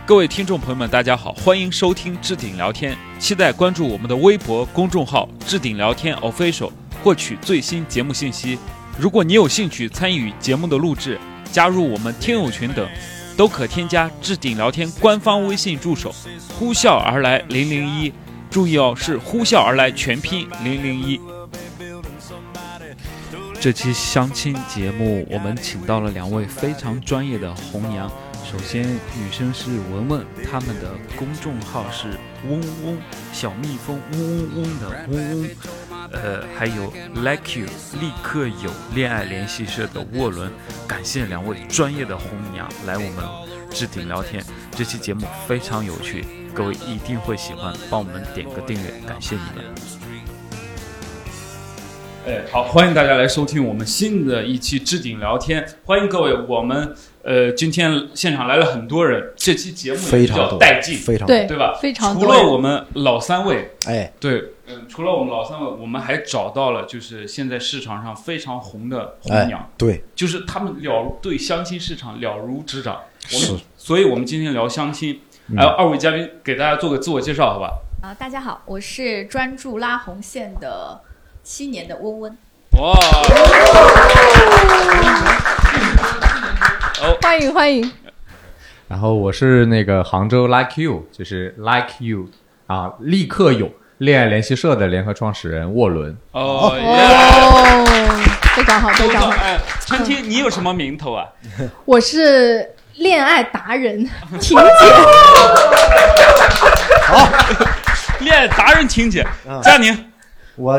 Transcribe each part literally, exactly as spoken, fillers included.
各位听众朋友们，大家好，欢迎收听置顶聊天，期待关注我们的微博公众号置顶聊天 official， 获取最新节目信息。如果你有兴趣参与节目的录制，加入我们听友群等，都可添加置顶聊天官方微信助手呼啸而来零零一，注意哦，是呼啸而来全拼零零一。这期相亲节目，我们请到了两位非常专业的红娘。首先，女生是文文，她们的公众号是嗡嗡小蜜蜂嗡嗡嗡的嗡嗡，呃，还有 Like You 立刻有恋爱联系社的沃伦。感谢两位专业的红娘来我们置顶聊天，这期节目非常有趣，各位一定会喜欢，帮我们点个订阅，感谢你们。哎，好，欢迎大家来收听我们新的一期置顶聊天，欢迎各位。我们呃，今天现场来了很多人，这期节目也比较带劲， 非常对对吧？ 非常除了我们老三位， 哎， 对，嗯、呃，除了我们老三位，我们还找到了就是现在市场上非常红的红娘， 哎、对， 就是他们了对相亲市场了如指掌。 是， 所以我们今天聊相亲。还有、嗯、二位嘉宾给大家做个自我介绍，好吧？ 啊、呃，大家好，我是专注拉红线的七年的温温。 哇！ 哦，欢迎欢迎。 然后我是那个杭州 Like You， 就是 Like You 啊，立刻有恋爱联系社的联合创始人沃伦。 哦， 哦非常好，非常好。 哎，陈婷，你有什么名头啊？ 我是恋爱达人婷姐。 好，恋爱达人婷姐，佳宁， 我。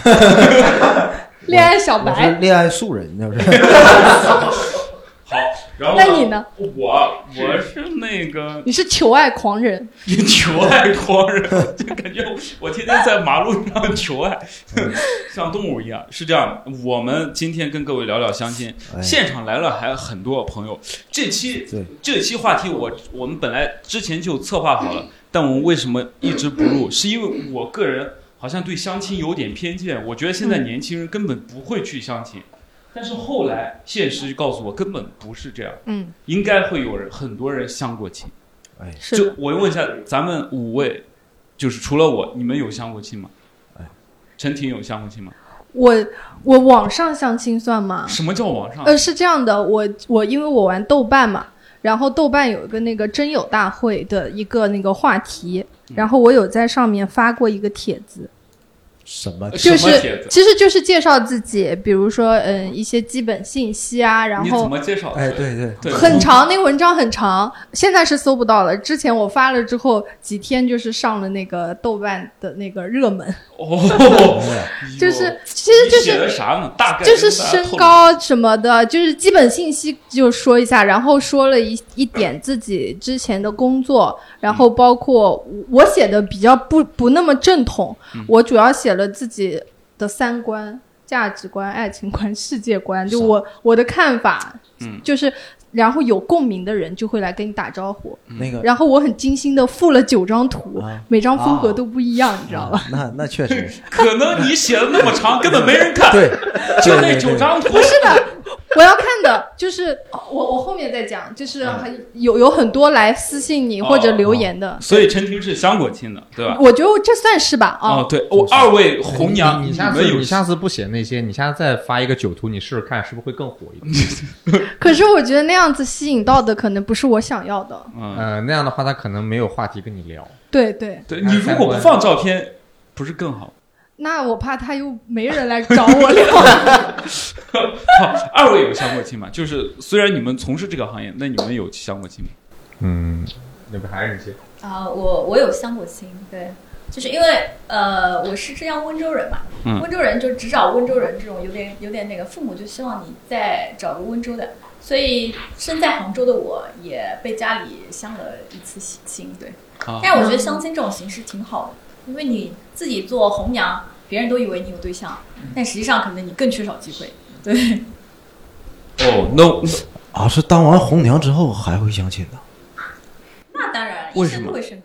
恋爱小白， 我是恋爱素人，就是。 好，然后那你呢？ 我我是那个， 你是求爱狂人。 你求爱狂人，就感觉我天天在马路上求爱，像动物一样。是这样，我们今天跟各位聊聊相亲，哎、现场来了还有很多朋友。这期这期话题我我们本来之前就策划好了，但我们为什么一直不录？是因为我个人。好像对相亲有点偏见，我觉得现在年轻人根本不会去相亲，嗯、但是后来现实告诉我根本不是这样， 嗯， 应该会有人很多人相过亲， 哎， 就我问一下咱们五位，就是除了我，你们有相过亲吗？哎，陈婷有相过亲吗？ 我我网上相亲算吗？ 什么叫网上？ 呃，是这样的，我我因为我玩豆瓣嘛。然后豆瓣有一个那个真友大会的一个那个话题，然后我有在上面发过一个帖子。 什么？ 就是其实就是介绍自己，比如说嗯一些基本信息啊，然后你怎么介绍？ 哎，对对对， 很长，那个文章很长，现在是搜不到了。之前我发了之后几天就是上了那个豆瓣的那个热门。 哦， 就是其实就是你写的啥呢？大概就是身高什么的，就是基本信息就说一下，然后说了一一点自己之前的工作，然后包括我写的比较不不那么正统，嗯、我主要写了自己的三观、价值观、爱情观、世界观，就我我的看法， 嗯， 就是。然后有共鸣的人就会来跟你打招呼， 那个， 然后我很精心的附了九张图， 啊、 每张风格都不一样，啊、你知道吧？ 那那确实， 可能你写的那么长，根本没人看。 对， 就那九张图。 不是的，我要看的就是我我后面再讲，就是还有有很多来私信你或者留言的。 哦哦、所以陈婷是相过亲的，对吧？ 我觉得这算是吧。啊、 哦，对，我、哦、二位红娘， 你, 你下次你下次不写那些，你下次再发一个九图，你试试看是不是会更火一点？ 可是我觉得那样子吸引到的可能不是我想要的。 嗯、呃，那样的话他可能没有话题跟你聊。 对对对，你如果不放照片，不是更好？ 那我怕他又没人来找我聊。 好，二位有相过亲吗？就是虽然你们从事这个行业，那你们有相过亲吗？ 嗯，那边还是你先。 啊、呃，我我有相过亲，对，就是因为呃我是浙江温州人嘛， 嗯、 温州人就只找温州人这种有点有点那个，父母就希望你再找个温州的，所以身在杭州的我也被家里相了一次亲，对。 啊、 但是我觉得相亲这种形式挺好的，因为你自己做红娘，别人都以为你有对象，但实际上可能你更缺少机会，对。 哦，那啊，是当完红娘之后还会相亲的？ 那当然， 为什么医生都会生病啊？对。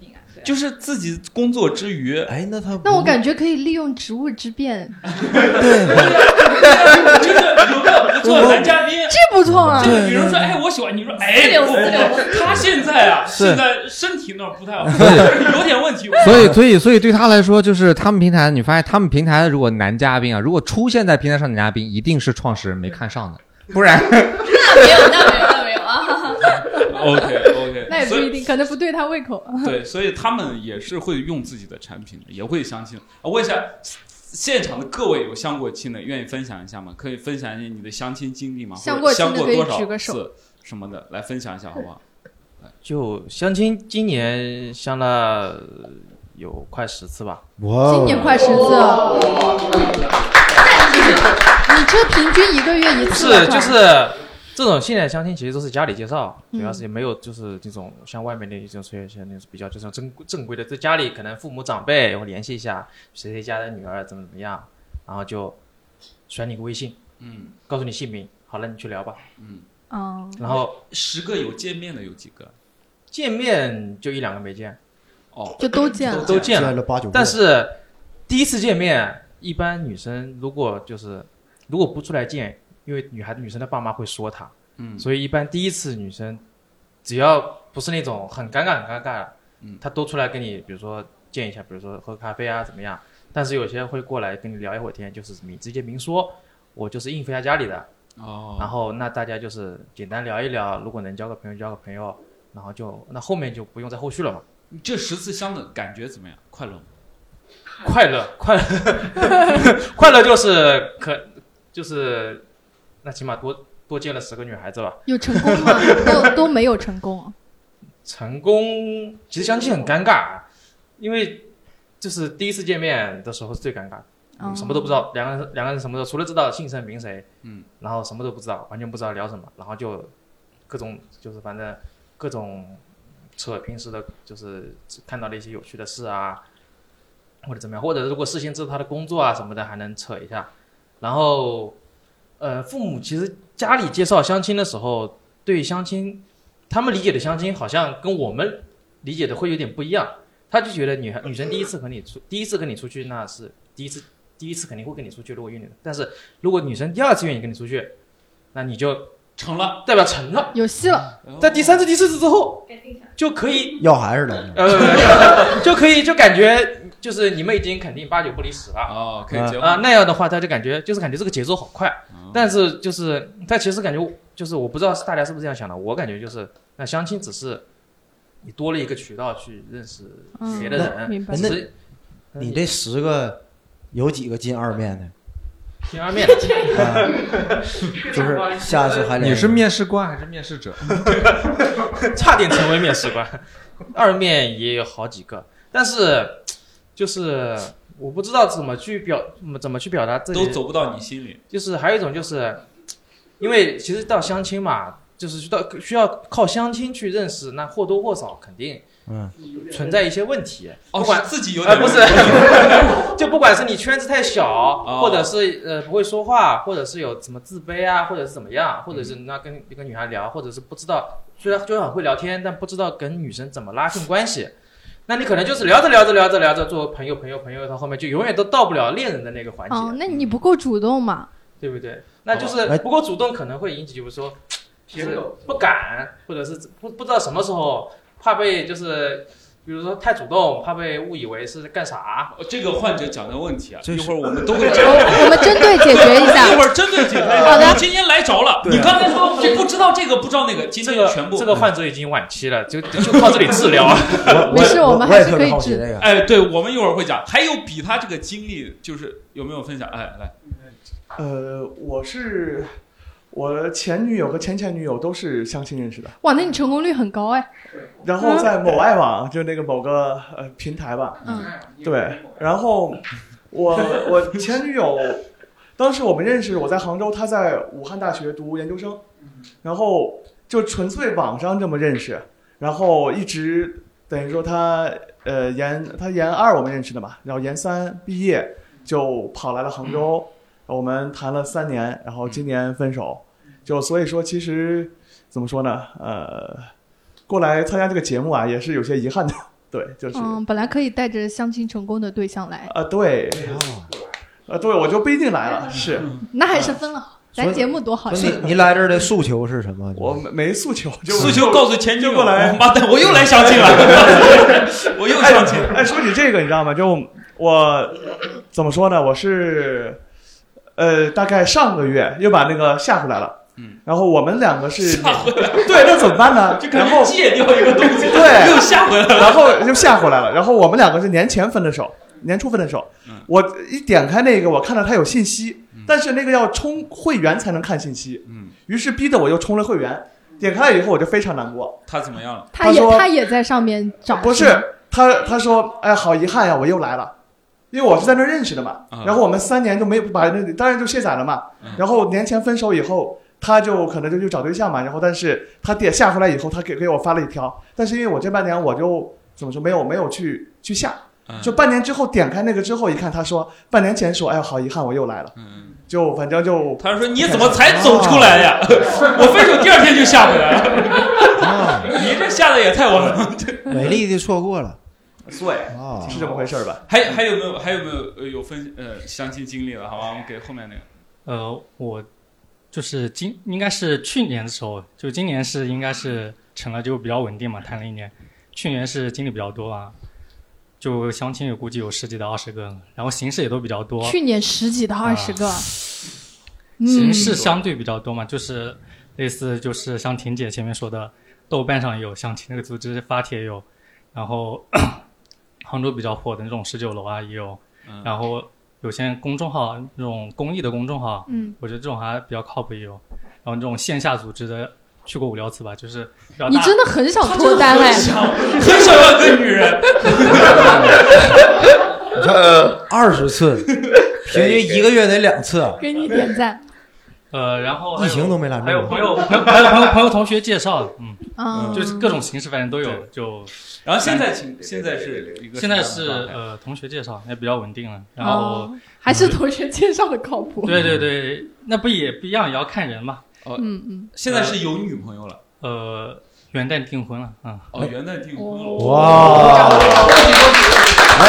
就是自己工作之余， 哎，那他那我感觉可以利用职务之便， 对， 就是有个不错的男嘉宾， 这不错啊。 就是比如说，哎，我喜欢你说，哎，他现在啊，现在身体那儿不太好，有点问题。 所以，所以，所以对他来说，就是他们平台，你发现他们平台如果男嘉宾啊，如果出现在平台上的男嘉宾，一定是创始人没看上的，不然那没有，那没有，那没有啊。 OK OK， 那也不一定，可能不对他胃口。 对，所以他们也是会用自己的产品的，也会相亲。啊，问一下，现场的各位有相过亲的，愿意分享一下吗？可以分享一下你的相亲经历吗？ 相过亲的可以相过举个手多少次什么的，来分享一下好不好？ 就相亲，今年相了有快十次吧。 哇， 今年快十次了。你这平均一个月一次？ 是，就是这种现在相亲其实都是家里介绍，主要是也没有就是这种像外面那种出现那种比较就是正正规的，在家里可能父母长辈会联系一下谁谁家的女儿怎么怎么样，然后就甩你个微信， 嗯， 告诉你姓名，好了你去聊吧， 嗯， 哦， 然后十个有见面的有几个？ 见面就一两个没见， 哦， 就都见了， 都见了八九个， 但是第一次见面，一般女生如果就是如果不出来见，因为女孩子女生的爸妈会说她， 嗯， 所以一般第一次女生只要不是那种很尴尬很尴尬， 嗯， 她都出来跟你，比如说见一下，比如说喝咖啡啊怎么样。但是有些会过来跟你聊一会儿天，就是明直接明说，我就是应付一下家里的， 哦， 然后那大家就是简单聊一聊，如果能交个朋友交个朋友，然后就那后面就不用再后续了嘛。 这十次相的感觉怎么样？快乐吗？ 快乐，快乐，快乐就是可就是那起码多多见了十个女孩子吧。 有成功吗？都都没有成功啊。 成功，其实相亲很尴尬，因为就是第一次见面的时候是最尴尬的， 哦、 什么都不知道，两个人两个人什么都除了知道姓甚名谁， 嗯， 然后什么都不知道，完全不知道聊什么，然后就各种就是反正各种扯平时的，就是看到的一些有趣的事啊。或者怎么样，或者如果事先知道他的工作啊什么的，还能扯一下。然后，呃，父母其实家里介绍相亲的时候，对相亲，他们理解的相亲好像跟我们理解的会有点不一样。他就觉得女孩女生第一次和你出，第一次跟你出去，那是第一次，第一次肯定会跟你出去，如果愿意的。但是如果女生第二次愿意跟你出去，那你就成了， 代表成了， 有戏了。 在第三次、第四次之后，就可以要孩子了， 呃，就可以就感觉。就是你们已经肯定八九不离十了哦，可以结婚啊、呃。那样的话，他就感觉就是感觉这个节奏好快，哦、但是就是他其实感觉就是我不知道大家是不是这样想的，我感觉就是那相亲只是你多了一个渠道去认识别的人。 嗯、明白。 那你这十个有几个进二面的？ 进二面， 啊、就是下次还你是面试官还是面试者？ 差点成为面试官，二面也有好几个，但是。就是我不知道怎么去表怎么去表达这都走不到你心里。 就是还有一种就是，因为其实到相亲嘛，就是到需要靠相亲去认识，那或多或少肯定嗯存在一些问题。 哦， 不管自己有点、 呃、不是，就不管是你圈子太小，哦、或者是呃不会说话，或者是有什么自卑啊，或者是怎么样，或者是那跟一个女孩聊，或者是不知道虽然就很会聊天，但不知道跟女生怎么拉近关系。那你可能就是聊着聊着聊着聊着做朋友朋友朋友，到后面就永远都到不了恋人的那个环节。 哦，那你不够主动嘛？ 对不对？那就是不够主动，可能会引起就是说，就是不敢，或者是不不知道什么时候怕被就是，比如说太主动，怕被误以为是干啥。 这个患者讲的问题啊，一会儿我们都会讲。我们针对解决一下。 一会儿针对解决。 好的。 你今天来着了，你刚才说这不知道这个不知道那个，今天全部这个患者已经晚期了，就就靠这里治疗。 没事，我们还是可以治。 哎，对，我们一会儿会讲。还有比他这个经历，就是有没有分享？哎，来。 呃，我是我前女友和前前女友都是相亲认识的。 哇，那你成功率很高哎。 然后在某爱网，就那个某个呃平台吧。 嗯。 对，然后我我前女友，当时我们认识，我在杭州，她在武汉大学读研究生，然后就纯粹网上这么认识，然后一直等于说她呃研她研二我们认识的嘛，然后研三毕业就跑来了杭州。我们谈了三年，然后今年分手，就所以说其实怎么说呢？呃，过来参加这个节目啊，也是有些遗憾的。 对，就是嗯，本来可以带着相亲成功的对象来， 啊、对，啊，对，我就不一定来了，是， 那还是分了好。咱节目多好， 你你来这儿的诉求是什么？ 我没没诉求，就诉求告诉前女友， 过来， 妈的，我又来相亲了，我又相亲。 哎，说起这个，你知道吗？就我怎么说呢？我是呃，大概上个月又把那个下回来了。嗯，然后我们两个是，对，那怎么办呢？ 就感觉戒掉一个东西， 对， 又下回来了， 然后又下回来了。然后我们两个是年前分的手，年初分的手。嗯，我一点开那个，我看到他有信息，嗯、但是那个要充会员才能看信息。嗯，于是逼得我又充了会员。点开了以后，我就非常难过。 他怎么样了？ 他也他也在上面找。 不是他，他说：“哎，好遗憾呀，我又来了。”因为我是在那认识的嘛。嗯、然后我们三年就没有把那当然就卸载了嘛。嗯、然后年前分手以后。他就可能就去找对象嘛，然后但是他点下回来以后，他给给我发了一条，但是因为我这半年我就怎么说没有没有去去下，就半年之后点开那个之后一看，他说半年前说哎呀好遗憾我又来了，嗯，就反正就他说你怎么才走出来呀？我分手第二天就下回来了，你这下的也太晚了， 美丽的错过了， 对啊，是这么回事吧？ 还还有没有还有没有有分呃相亲经历了？好吧，我们给后面那个， 呃我。就是今应该是去年的时候，就今年是应该是成了就比较稳定嘛，谈了一年。去年是经历比较多啊，就相亲也估计有十几到二十个，然后形式也都比较多。 去年十几到二十个， 啊嗯、形式相对比较多嘛，就是类似就是像婷姐前面说的，豆瓣上有相亲那个组织发帖有，然后杭州比较火的那种十九楼啊也有，嗯、然后。有些公众号那种公益的公众号，嗯，我觉得这种还比较靠谱也有。然后这种线下组织的去过五六次吧，就是你真的很想脱单哎， 很想要个女人， 呃，二十次，平均一个月得两次， 给你点赞。 呃，然后疫情都没拦住， 还有朋友，还有朋友朋友同学介绍，嗯，嗯就是各种形式反正都有，就。 然后现在现在是一个现在是呃同学介绍也比较稳定了，然后、 哦、还是同学介绍的靠谱。 对对对，那不也不一样，也要看人嘛。 哦，嗯嗯。现在是有女朋友了？ 呃，元旦订婚了啊、嗯。 哦，元旦订婚了。 哇！哎，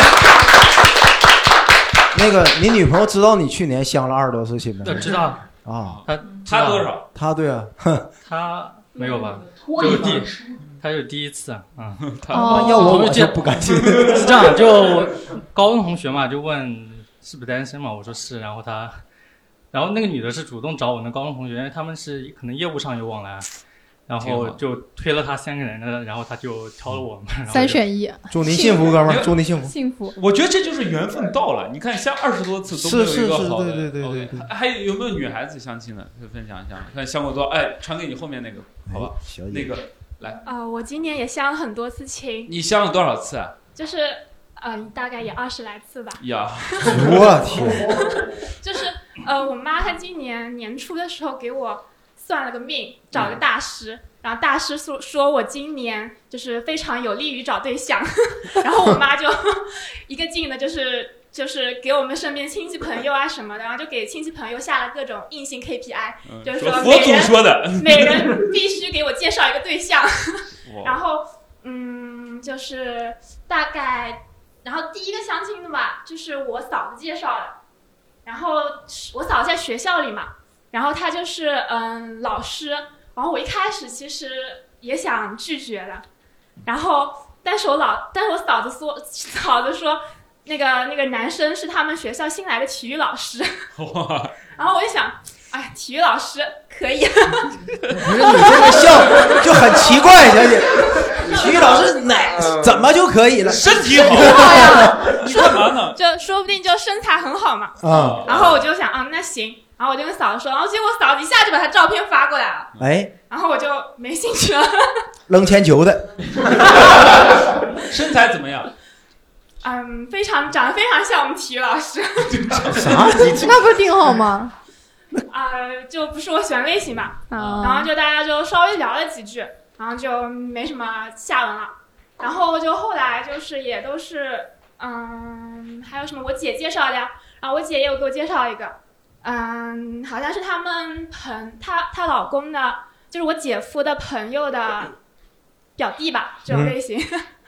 那个你女朋友知道你去年相了二十多次亲吗？ 知道啊。 他他多少？ 他对啊， 他没有吧？就第。他是第一次啊，嗯， 他要我我就不敢信。 是这样，就高中同学嘛，就问是不是单身嘛，我说是，然后他，然后那个女的是主动找我那高中同学，因为他们是可能业务上有往来，然后就推了他三个人的，然后他就挑了我们， 三选一。 祝你幸福，哥们儿，祝你幸福， 幸福。 我觉得这就是缘分到了，你看像二十多次都没有一个好的， 对对对对对。 还有有没有女孩子相亲的？可以分享一下，看相过多，哎，传给你后面那个，好吧？ 小姐， 那个。来啊、呃，我今年也相了很多次亲。 你相了多少次啊？ 就是呃，大概也二十来次吧。 呀， 我天！ 就是呃，我妈她今年年初的时候给我算了个命，找个大师，嗯、然后大师说说我今年就是非常有利于找对象，然后我妈就一个劲的就是。就是给我们身边亲戚朋友啊什么的，然后就给亲戚朋友下了各种硬性 K P I，、嗯、就是说佛祖说的， 每人必须给我介绍一个对象，然后嗯，就是大概，然后第一个相亲的吧，就是我嫂子介绍的，然后我嫂子在学校里嘛，然后她就是嗯老师，然后我一开始其实也想拒绝的，然后但是我老，但是我嫂子说，嫂子说。那个那个男生是他们学校新来的体育老师，然后我一想，哎，体育老师可以。 不是你这个笑就很奇怪，小姐，体育老师哪怎么就可以了？ 身体好呀，你干嘛呢？就说不定就身材很好嘛。 啊， 然后我就想啊，那行，然后我就跟嫂子说，然后结果嫂子一下就把他照片发过来了， 哎， 然后我就没兴趣了。 扔铅球的， 身材怎么样？ 嗯，非常长得非常像我们体育老师。 啥？ 那不是挺好吗？ 啊、呃，就不是我喜欢类型吧。 啊、 然后就大家就稍微聊了几句，然后就没什么下文了。然后就后来就是也都是，嗯，还有什么我姐介绍的呀，然后我姐也有给我介绍一个，嗯，好像是他们朋她她老公的，就是我姐夫的朋友的表弟吧，这种类型。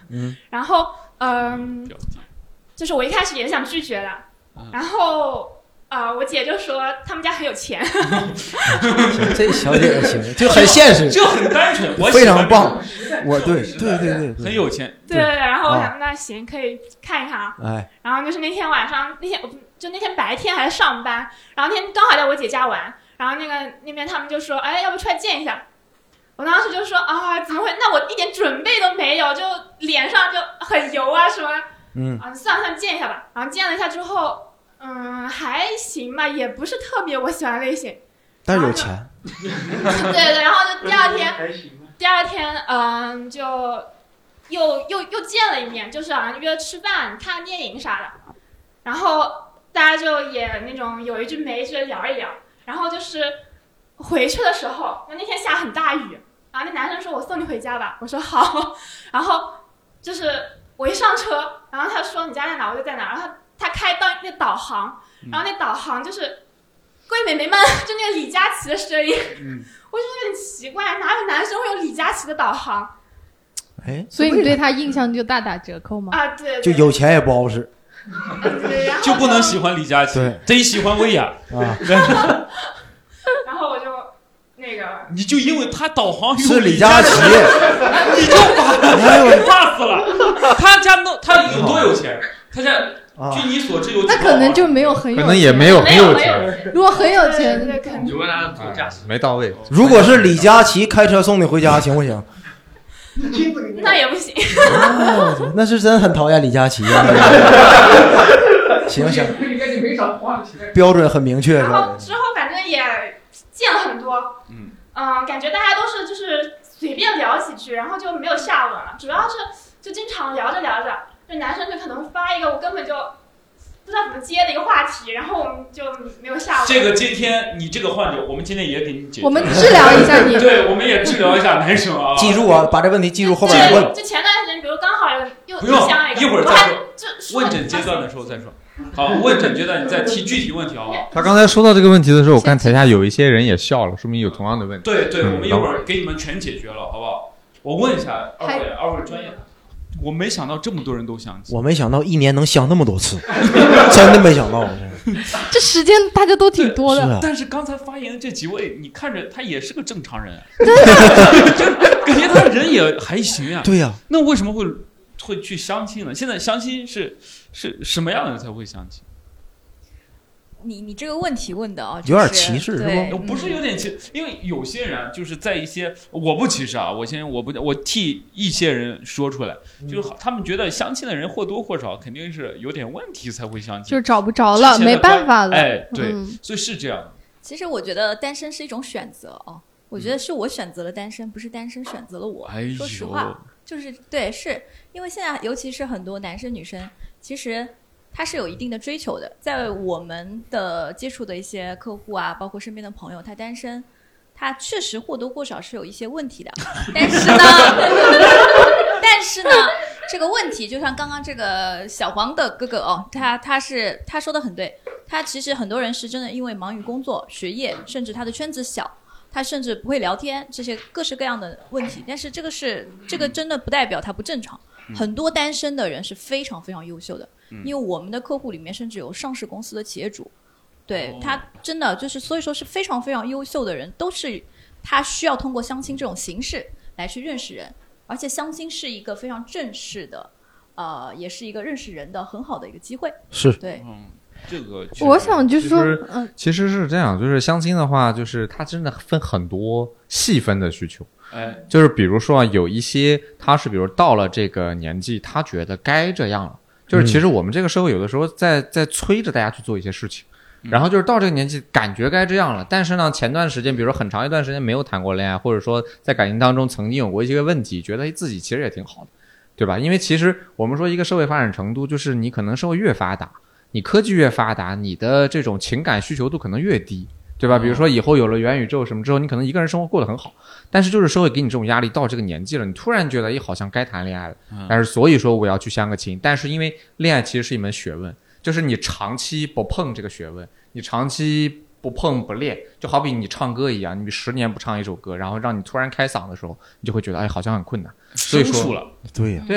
嗯， 然后嗯，就是我一开始也是想拒绝的，然后。啊、呃，我姐就说他们家很有钱， 这小姐行，就很现实， 就很单纯，我非常棒。我对对对对， 很有钱。 对对对，然后我想、啊、那行可以看一看啊。 哎， 然后就是那天晚上，那天就那天白天还是上班，然后那天刚好在我姐家玩，然后那个那边他们就说，哎，要不出来见一下。我当时就说啊，怎么会？那我一点准备都没有，就脸上就很油啊什么。 嗯啊，算了算了，见一下吧。然后见了一下之后。嗯，还行吧，也不是特别我喜欢的类型， 但是有钱。 对对，然后就第二天，第二天，嗯，就又又又见了一面，就是好像约吃饭、看电影啥的，然后大家就也那种有一句没一句的聊一聊，然后就是回去的时候，那天下很大雨，然后那男生说我送你回家吧，我说好，然后就是我一上车，然后他说你家在哪，我就在哪，然后他。他开到那导航，然后那导航就是桂美眉们，就那个李佳琦的声音，嗯、我就有点奇怪，哪有男生会有李佳琦的导航？ 哎， 所以你对他印象就大打折扣吗？ 啊，对， 就有钱也不好使， 对，然后就不能喜欢李佳琦，真喜欢薇娅啊。 然后我就那个， 你就因为他导航是李佳琦， 你就把他怕死了。他家弄他有多有钱？他家。据你所知有， 那可能就没有很有钱， 可能也没有很有钱。 如果很有钱， 你就问他主驾驶没到位。 如果是李佳琦开车送你回家，行不行？ 那也不行。 哦、那是真很讨厌李佳琦啊。行行，标准很明确。 然后之后反正也见了很多，嗯嗯，感觉大家都是就是随便聊几句，然后就没有下文了。主要是就经常聊着聊着。这男生就可能发一个我根本就不知道怎么接的一个话题，然后我们就没有下文。 这个今天你这个患者，我们今天也给你解决。 我们治疗一下你。 对，我们也治疗一下男生啊。 记住啊，把这问题记住，后边问。 就前段时间，比如刚好又不用相一个， 一会儿再说。问诊阶段的时候再说。好，问诊阶段你再提具体问题好不好？ 他刚才说到这个问题的时候，我看台下有一些人也笑了，说明有同样的问题。 对对，我们一会儿给你们全解决了，好不好？我问一下二位，二位专业的。我没想到这么多人都相亲， 我没想到一年能相那么多次，真的没想到。 这时间大家都挺多的， 是啊、 但是刚才发言的这几位，你看着他也是个正常人， 真的， 就感觉他人也还行啊。 对呀、啊， 那为什么会会去相亲呢？现在相亲是是什么样的人才会相亲？ 你你这个问题问的啊、就是， 有点歧视是不？不是有点歧视，因为有些人就是在一些我不歧视啊，我先我不我替一些人说出来，嗯、就是他们觉得相亲的人或多或少肯定是有点问题才会相亲， 就是找不着了，没办法了。 哎，对、 嗯， 所以是这样的。 其实我觉得单身是一种选择哦，我觉得是我选择了单身，不是单身选择了我。 哎、 说实话，就是对，是因为现在尤其是很多男生女生，其实。他是有一定的追求的，在我们的接触的一些客户啊，包括身边的朋友，他单身，他确实或多或少是有一些问题的。但是呢，但是呢，这个问题就像刚刚这个小黄的哥哥哦，他他是他说的很对，他其实很多人是真的因为忙于工作、学业，甚至他的圈子小，他甚至不会聊天，这些各式各样的问题。但是这个是这个真的不代表他不正常。很多单身的人是非常非常优秀的，因为我们的客户里面甚至有上市公司的企业主，对他真的就是所以说是非常非常优秀的人，都是他需要通过相亲这种形式来去认识人，而且相亲是一个非常正式的，呃，也是一个认识人的很好的一个机会。 是对。 嗯这个我想就是说， 嗯，其实是这样，就是相亲的话，就是它真的分很多细分的需求。 哎， 就是比如说啊，有一些他是比如到了这个年纪，他觉得该这样了。就是其实我们这个社会有的时候在在催着大家去做一些事情，然后就是到这个年纪感觉该这样了，但是呢，前段时间比如说很长一段时间没有谈过恋爱，或者说在感情当中曾经有过一些问题，觉得自己其实也挺好的，对吧？因为其实我们说一个社会发展程度，就是你可能社会越发达，你科技越发达，你的这种情感需求度可能越低，对吧？比如说以后有了元宇宙什么之后，你可能一个人生活过得很好，但是就是社会给你这种压力，到这个年纪了，你突然觉得，哎，好像该谈恋爱了，但是所以说我要去相个亲，但是因为恋爱其实是一门学问，就是你长期不碰这个学问，你长期不碰不练，就好比你唱歌一样，你十年不唱一首歌，然后让你突然开嗓的时候，你就会觉得，哎，好像很困难。所以说， 对呀， 对。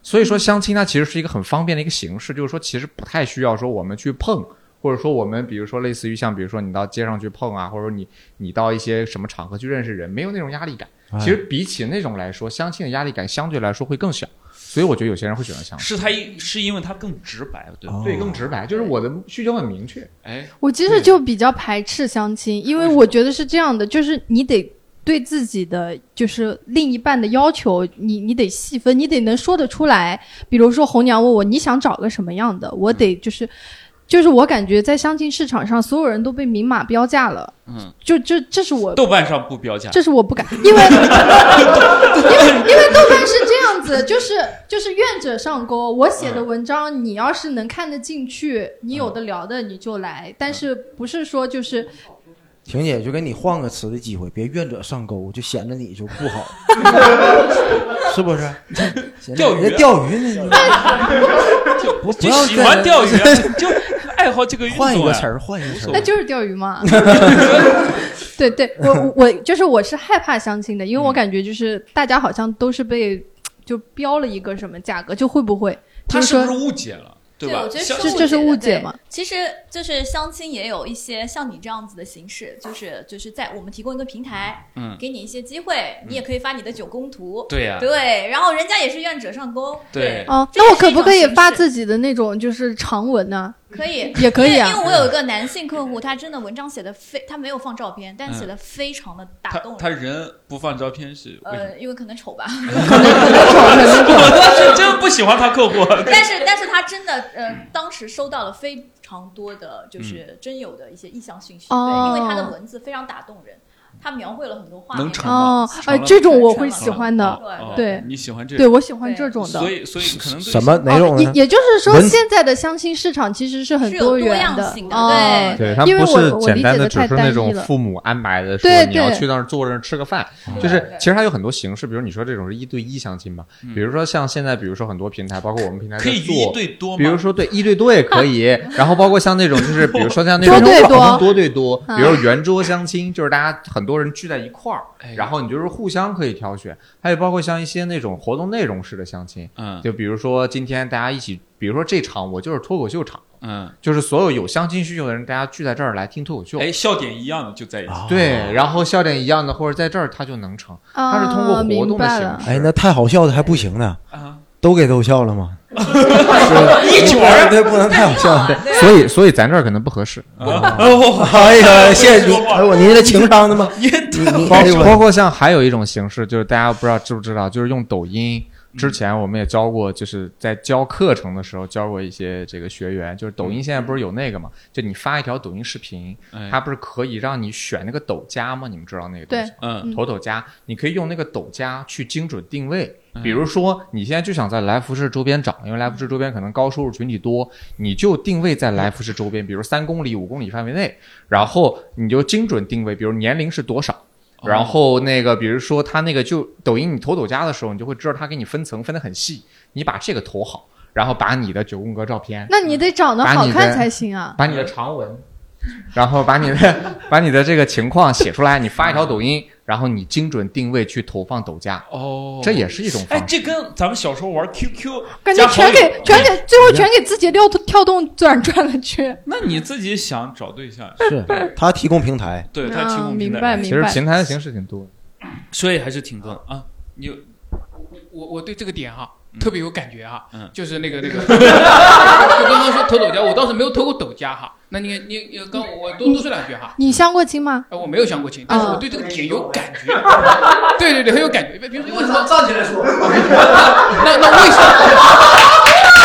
所以说相亲它其实是一个很方便的一个形式，就是说其实不太需要说我们去碰，或者说我们比如说类似于像比如说你到街上去碰啊，或者说你你到一些什么场合去认识人，没有那种压力感。其实比起那种来说，相亲的压力感相对来说会更小，所以我觉得有些人会选择相亲。 是他是因为他更直白，对吧？ 哦、对，更直白，就是我的需求很明确。 哎， 我其实就比较排斥相亲，因为我觉得是这样的，就是你得对自己的就是另一半的要求，你你得细分，你得能说得出来。比如说红娘问我你想找个什么样的，我得就是。就是我感觉在相亲市场上，所有人都被明码标价了。嗯，就这这是我豆瓣上不标价， 这是我不敢，因为因为因为豆瓣是这样子，就是就是愿者上钩。我写的文章，嗯、你要是能看得进去，你有的聊的你就来，嗯、但是不是说就是。 婷姐就给你换个词的机会，别愿者上钩，就显得你就不好，是不是？ 钓鱼， 钓鱼呢？ 不就喜欢钓鱼，就爱好这个运动。 换一个词儿，换一个词儿， 那就是钓鱼嘛。对对，我我就是我是害怕相亲的，因为我感觉就是大家好像都是被就标了一个什么价格，就会不会？ 他是不是误解了？ 对，我觉得这这是误解嘛。 其实就是相亲也有一些像你这样子的形式，就是就是在我们提供一个平台，嗯，给你一些机会，嗯、你也可以发你的九宫图， 对呀、啊， 对，然后人家也是愿者上钩， 对， 哦，那我可不可以发自己的那种就是长文呢？ 可以， 也可以啊。 因为我有一个男性客户，他真的文章写的非，他没有放照片，但写的非常的打动人。 他, 他人不放照片是呃，因为可能丑吧， 可能可能丑，可能丑。 我当时真不喜欢他客户， 但是但是他真的呃，当时收到了非常多的就是真有的一些意向信息， 嗯、 对，因为他的文字非常打动人。他描绘了很多画面， 能成哦，哎，这种我会喜欢的，对， 对，你喜欢这种， 对我喜欢这种的， 所以所以可能什么哪种呢？ 也也就是说，现在的相亲市场其实是很多元的， 对对，它不是简单的只是那种父母安排的，说你要去那儿坐着吃个饭，就是其实它有很多形式，比如你说这种是一对一相亲嘛，比如说像现在，比如说很多平台，包括我们平台可以一对多， 比如说对一对多也可以，然后包括像那种就是比如说像那种多对多多对多，比如圆桌相亲，就是大家很多人聚在一块。然后你就是互相可以挑选，还有包括像一些那种活动内容式的相亲，嗯，就比如说今天大家一起，比如说这场我就是脱口秀场，嗯，就是所有有相亲需求的人，大家聚在这儿来听脱口秀， 哎，笑点一样的就在一起， 对，然后笑点一样的或者在这儿他就能成，他是通过活动的形式， 哎，那太好笑的还不行呢，啊，都给逗笑了吗？ 一圈儿， 对，不能太好笑， 所以所以咱这儿可能不合适。 哎呀，谢谢你，哎我您这情商的吗？ 你包包括像还有一种形式，就是大家不知道知不知道，就是用抖音。之前我们也教过，就是在教课程的时候教过一些这个学员，就是抖音现在不是有那个嘛，就你发一条抖音视频，它不是可以让你选那个抖加吗？你们知道那个东西？嗯，抖抖加，你可以用那个抖加去精准定位。比如说你现在就想在来福士周边找，因为来福士周边可能高收入群体多，你就定位在来福士周边，比如三公里、五公里范围内，然后你就精准定位，比如年龄是多少。然后那个比如说他那个就抖音你投抖加的时候，你就会知道他给你分层分得很细，你把这个投好，然后把你的九宫格照片， 那你得长得好看才行啊， 把你的长文，然后把你的把你的这个情况写出来，你发一条抖音，然后你精准定位去投放抖加，哦，这也是一种方式。 哎，这跟咱们小时候玩 Q Q 感觉全给全给最后全给字节跳跳动转转了去。 那你自己想找对象， 是他提供平台， 对他提供平台， 明白明白。 其实平台的形式挺多的， 所以还是挺多的啊。你有我我对这个点哈、嗯、特别有感觉哈，嗯，就是那个那个，就刚刚说投抖加，我倒是没有投过抖加哈。那你你你刚我多多说两句哈。 你相过亲吗？ 呃，我没有相过亲，但是我对这个点有感觉。对对对，很有感觉。比如说为什么站起来说？ 那那为什么？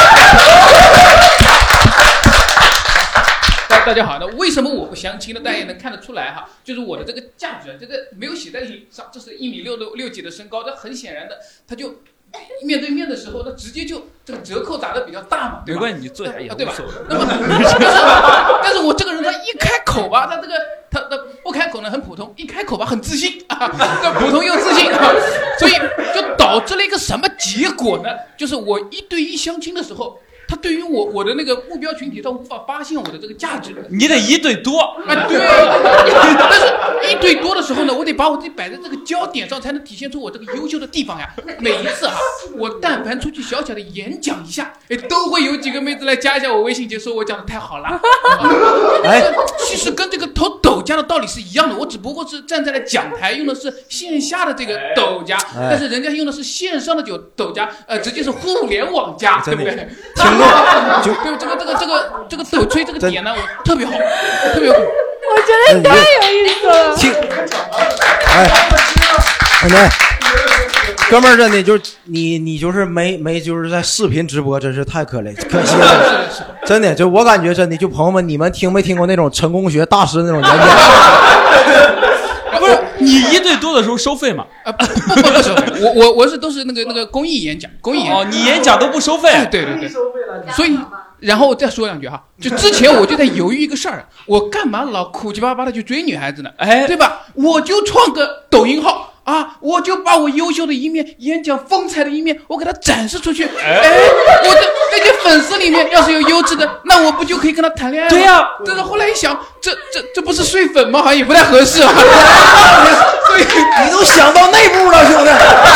大家好，那为什么我不相亲呢？大家也能看得出来哈，就是我的这个价值，这个没有写在脸上，这是一米六的六几的身高，这很显然的，他就面对面的时候，那直接就这个折扣打得比较大嘛，对吧？ 没关系，你坐下也对吧？那么，但是但是我这个人他一开口吧，他这个他他不开口呢很普通，一开口吧很自信啊，普通又自信啊，所以就导致了一个什么结果呢？就是我一对一相亲的时候。 他对于我我的那个目标群体，他无法发现我的这个价值。 你得一对多啊，对。但是一对多的时候呢，我得把我自己摆在这个焦点上，才能体现出我这个优秀的地方呀。每一次哈、啊，我但凡出去小小的演讲一下，哎，都会有几个妹子来加一下我微信，就说我讲的太好了。哎，其实跟这个投抖加的道理是一样的，我只不过是站在了讲台，用的是线下的这个抖加， 哎、 但是人家用的是线上的就抖加，呃，直接是互联网加，对不对？ 听众就对这个这个这个这个抖吹这个点呢，我特别好，特别好。 我觉得太有意思了。 听，哎，哎，哥们儿，真的就是你，你就是没没就是在视频直播，真是太可累可惜了。真的，就我感觉真的，就朋友们，你们听没听过那种成功学大师那种演讲？ 不是你一对多的时候收费吗？ 啊不不不收费，我我我是都是那个那个公益演讲，公益演讲。 哦，你演讲都不收费？ 对对对。所以，然后我再说两句哈，就之前我就在犹豫一个事儿，我干嘛老苦七巴巴的去追女孩子呢？哎，对吧？我就创个抖音号。啊！我就把我优秀的一面、演讲风采的一面，我给他展示出去。哎，我的那些粉丝里面要是有优质的，那我不就可以跟他谈恋爱吗？ 对呀、啊。 但是后来一想，这这这不是睡粉吗？好像也不太合适啊。所以你都想到内部了，兄弟。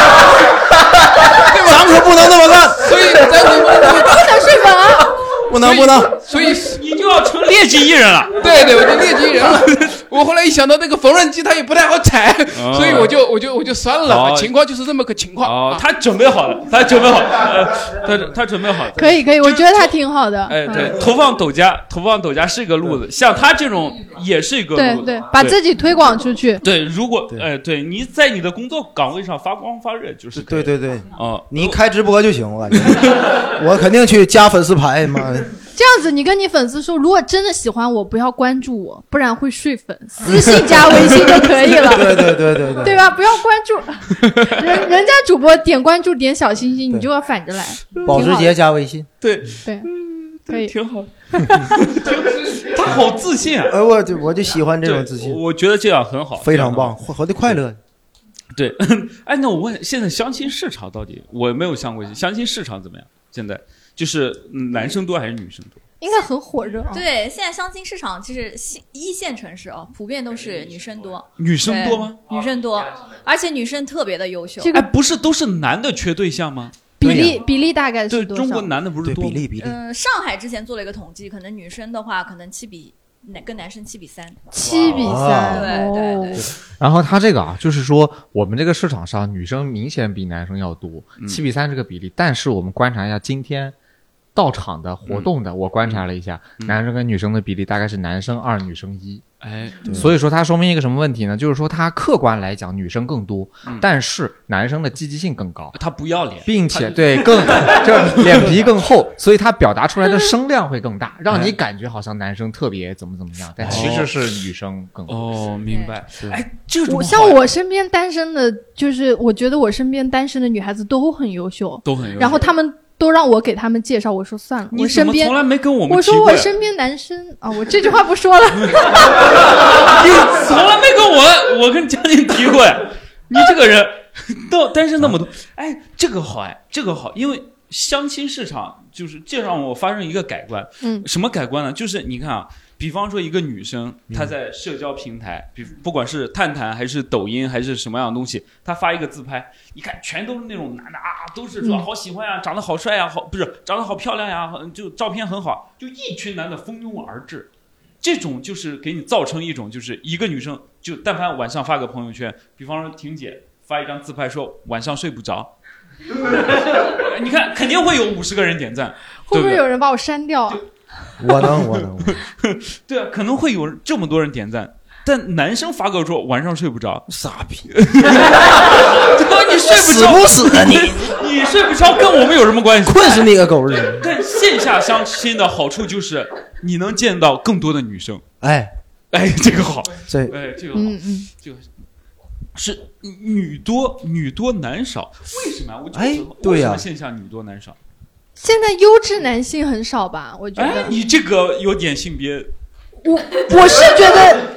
对吧？咱可不能这么干。 所以咱可不能不能睡粉啊！ 不能不能。 所以你就要成劣迹艺人了。 对对，我就劣迹艺人了。我后来一想到那个缝纫机，它也不太好踩，哦、所以我就我就我就算了、哦。情况就是这么个情况。 哦，他准备好了，他准备好了，呃、他他准备好了。 可以可以，我觉得他挺好的。 哎，对，投放抖加，投放抖加是一个路子，像他这种也是一个路子。 对对，把自己推广出去。 对，如果哎，对，你在你的工作岗位上发光发热就是。 对对对， 哦， 你开直播就行，我感觉。我肯定去加粉丝牌，妈的。 这样子，你跟你粉丝说，如果真的喜欢我，不要关注我，不然会睡粉。私信加微信就可以了。 对对对对对， 对吧？不要关注人，人家主播点关注点小心心，你就要反着来。 保时捷加微信， 对对，可以， 挺好。他好自信啊！ 哎，我就我就喜欢这种自信。 我觉得这样很好， 非常棒，活得快乐。 对，哎，那我问，现在相亲市场到底我没有相过亲，相亲市场怎么样？现在？就是男生多还是女生多？ 应该很火热、啊。 对，现在相亲市场其实一线城市哦，普遍都是女生多。 女生多吗？ 女生多，而且女生特别的优秀。 这个哎，不是都是男的缺对象吗？ 比例比例大概是多少？ 对，中国男的不是多比例比例。 嗯，上海之前做了一个统计，可能女生的话，可能七比。跟男生七比三， 七比三， 对对对。 然后他这个啊，就是说我们这个市场上女生明显比男生要多，七、嗯、比三这个比例。但是我们观察一下今天到场的活动的，嗯、我观察了一下、嗯，男生跟女生的比例大概是男生二，女生一。 哎， 所以说它说明一个什么问题呢？就是说它客观来讲女生更多、嗯，但是男生的积极性更高， 他不要脸， 并且对更就脸皮更厚，所以他表达出来的声量会更大，让你感觉好像男生特别怎么怎么样，但其实是女生更多。 哦，明白。哎，这种我像我身边单身的，就是我觉得我身边单身的女孩子都很优秀， 都很优秀， 然后他们。都让我给他们介绍，我说算了， 你我身边从来没跟我们我说我身边男生啊，我这句话不说了。 你从来没跟我我跟嘉宁提过呀，你这个人都单身那么多，哎，这个好哎，这个好，因为相亲市场就是这让我发生一个改观， 嗯， 什么改观呢？就是你看啊。比方说一个女生，她在社交平台，比不管是探探还是抖音还是什么样的东西，她发一个自拍，你看全都是那种男的啊，都是说好喜欢呀、啊，长得好帅呀、啊，好不是长得好漂亮呀、啊，就照片很好，就一群男的蜂拥而至，这种就是给你造成一种就是一个女生就但凡晚上发个朋友圈，比方说婷姐发一张自拍说晚上睡不着，你看肯定会有五十个人点赞， 会不会有人把我删掉？ 我能，我能。 对啊，可能会有这么多人点赞，但男生发个说晚上睡不着， 傻逼！ 你睡不着， 死不死啊你？ 你睡不着跟我们有什么关系？ 困死你个狗日！ 但线下相亲的好处就是你能见到更多的女生。 哎哎，这个好， 这哎这个好， 嗯嗯， 这个是女多女多男少，为什么呀？我哎，对呀、 为什么线下女多男少？ 现在优质男性很少吧？我觉得、 哎、你这个有点性别， 我我是觉得，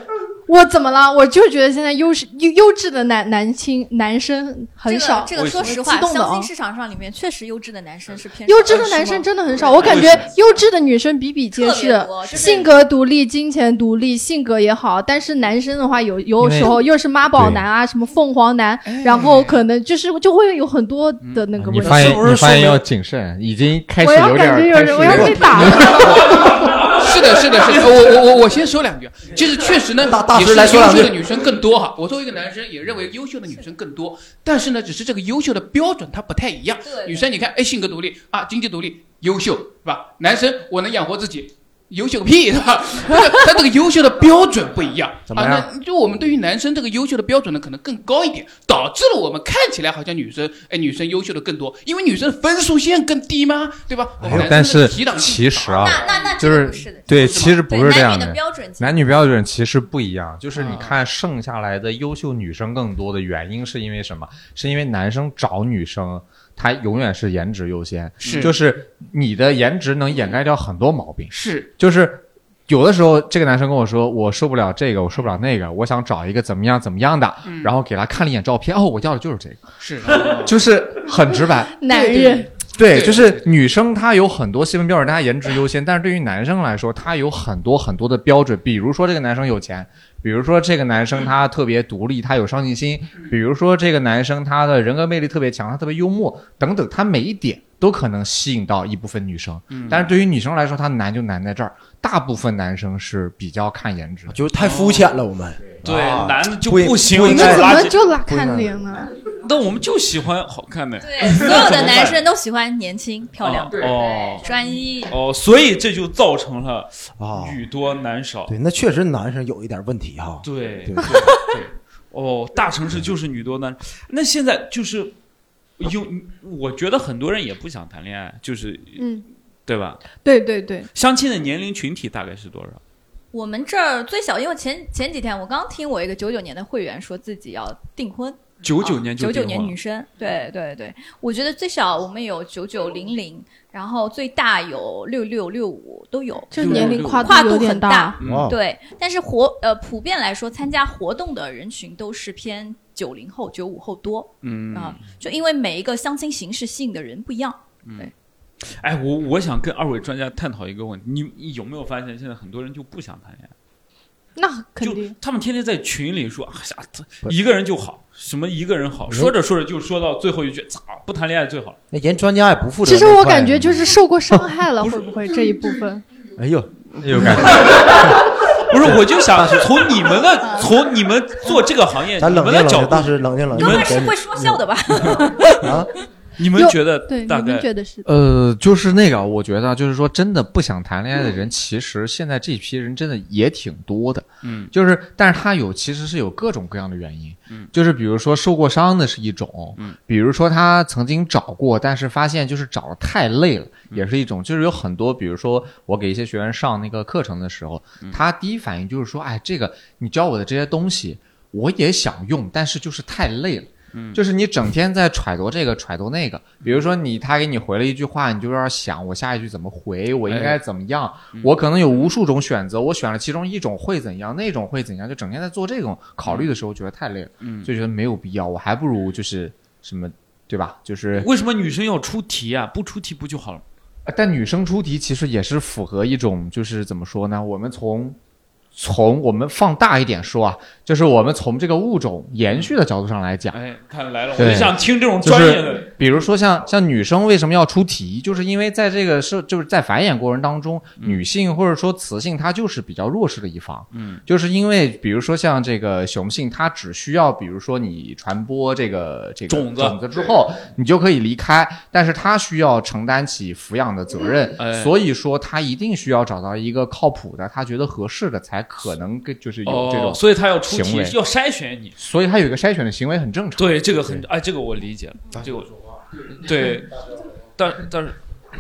我怎么了？我就觉得现在优势优优质的男男青男生很少。 这个、这个、说实话， 激动的相亲市场上里面确实优质的男生是偏优质的男生真的很少，我感觉优质的女生比比皆是，性格独立、金钱独立，性格也好。但是男生的话有，有有时候又是妈宝男啊，什么凤凰男，然后可能就是就会有很多的那个问题。 你发言你发言要谨慎，已经开始有点， 我要感觉有人我要被打了。 是的，是的，是的，我我我我先说两句。其实确实呢，也是优秀的女生更多哈。我作为一个男生，也认为优秀的女生更多，但是呢，只是这个优秀的标准它不太一样。女生你看，哎，性格独立啊，经济独立，优秀是吧？男生我能养活自己。优秀个屁是吧？他这个优秀的标准不一样啊。那就我们对于男生这个优秀的标准呢，可能更高一点，导致了我们看起来好像女生，哎，女生优秀的更多，因为女生分数线更低嘛，对吧？我们男但是提档其实啊， 那那那就是对，其实不是这样的。男女的标准， 男女标准其实不一样。就是你看剩下来的优秀女生更多的原因是因为什么？是因为男生找女生。他永远是颜值优先， 是就是你的颜值能掩盖掉很多毛病， 是就是有的时候这个男生跟我说我受不了这个，我受不了那个，我想找一个怎么样怎么样的，嗯、然后给他看了一眼照片，哦，我要的就是这个， 是， 就是很直白， 男人。 对，就是女生她有很多细分标准，她颜值优先，但是对于男生来说，他有很多很多的标准，比如说这个男生有钱，比如说这个男生他特别独立，他有上进心，比如说这个男生他的人格魅力特别强，他特别幽默等等，他每一点都可能吸引到一部分女生。嗯，但是对于女生来说，他难就难在这儿，大部分男生是比较看颜值， 就是太肤浅了，我们。 对，男的就不行， 你们怎么就拉看脸呢？ 但我们就喜欢好看的。 对，所有的男生都喜欢年轻漂亮， 哦， 专一。 哦，所以这就造成了女多男少。 对，那确实男生有一点问题哈。 对对对。哦，大城市就是女多男，那现在就是有，我觉得很多人也不想谈恋爱，就是嗯，对吧？ 对对对。 相亲的年龄群体大概是多少？ 我们这儿最小，因为前前几天我刚听我一个九九年的会员说自己要订婚。 九九年就九九年女生，对对对，我觉得最小我们有九九零零，然后最大有六六六五都有， 这年龄跨跨度很大，嗯、对。但是活呃普遍来说，参加活动的人群都是偏九零后、九五后多，嗯啊、呃，就因为每一个相亲形式吸引的人不一样，对。嗯哎，我我想跟二位专家探讨一个问题，你你有没有发现现在很多人就不想谈恋爱？ 那肯定， 就他们天天在群里说，哎呀，一个人就好，什么一个人好，说着说着就说到最后一句，咋不谈恋爱最好？ 那人专家也不负责。 其实我感觉就是受过伤害了，会不会这一部分？ 哎呦， 有感觉。 不是，我就想从你们的，从你们做这个行业， 咱冷静冷静，大师冷静冷静。 哥们是会说笑的吧？ 啊。 你们觉得对？ 大概你们觉得是？ 呃，就是那个，我觉得就是说，真的不想谈恋爱的人，其实现在这批人真的也挺多的。嗯，就是，但是他有其实是有各种各样的原因。嗯，就是比如说受过伤的是一种，嗯，比如说他曾经找过，但是发现就是找得太累了，嗯、也是一种。就是有很多，比如说我给一些学员上那个课程的时候，嗯、他第一反应就是说，哎，这个你教我的这些东西，我也想用，但是就是太累了。嗯，就是你整天在揣度这个揣度那个，比如说你他给你回了一句话，你就要想我下一句怎么回，我应该怎么样，哎、我可能有无数种选择，我选了其中一种会怎样，那种会怎样，就整天在做这种考虑的时候，觉得太累了，嗯，就觉得没有必要，我还不如就是什么，对吧？就是为什么女生要出题啊？不出题不就好了？ 但女生出题其实也是符合一种，就是怎么说呢？我们从从我们放大一点说啊，就是我们从这个物种延续的角度上来讲， 哎，看来了，我就想听这种专业的。 就是、比如说像像女生为什么要出题，就是因为在这个是就是在繁衍过程当中，嗯、女性或者说雌性她就是比较弱势的一方，嗯，就是因为比如说像这个雄性，它只需要比如说你传播这个这个种子种子之后，你就可以离开，但是它需要承担起抚养的责任，嗯哎、所以说它一定需要找到一个靠谱的，他觉得合适的才。可能跟就是有这种、哦， 所以他要出题，要筛选你， 所以他有一个筛选的行为很正常。 对，这个很哎，这个我理解了，这个我对，但但是。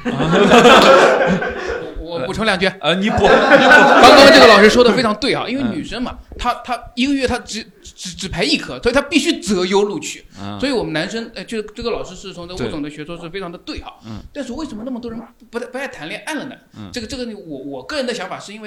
我补充两句啊，你补， 刚刚这个老师说的非常对啊，因为女生嘛，她她一个月她只只只排一科，所以她必须择优录取，嗯、所以我们男生，呃，就是这个老师是从这物种的学说是非常的对哈，嗯，但是为什么那么多人不不不爱谈恋爱了呢？嗯，这个这个我我个人的想法是因为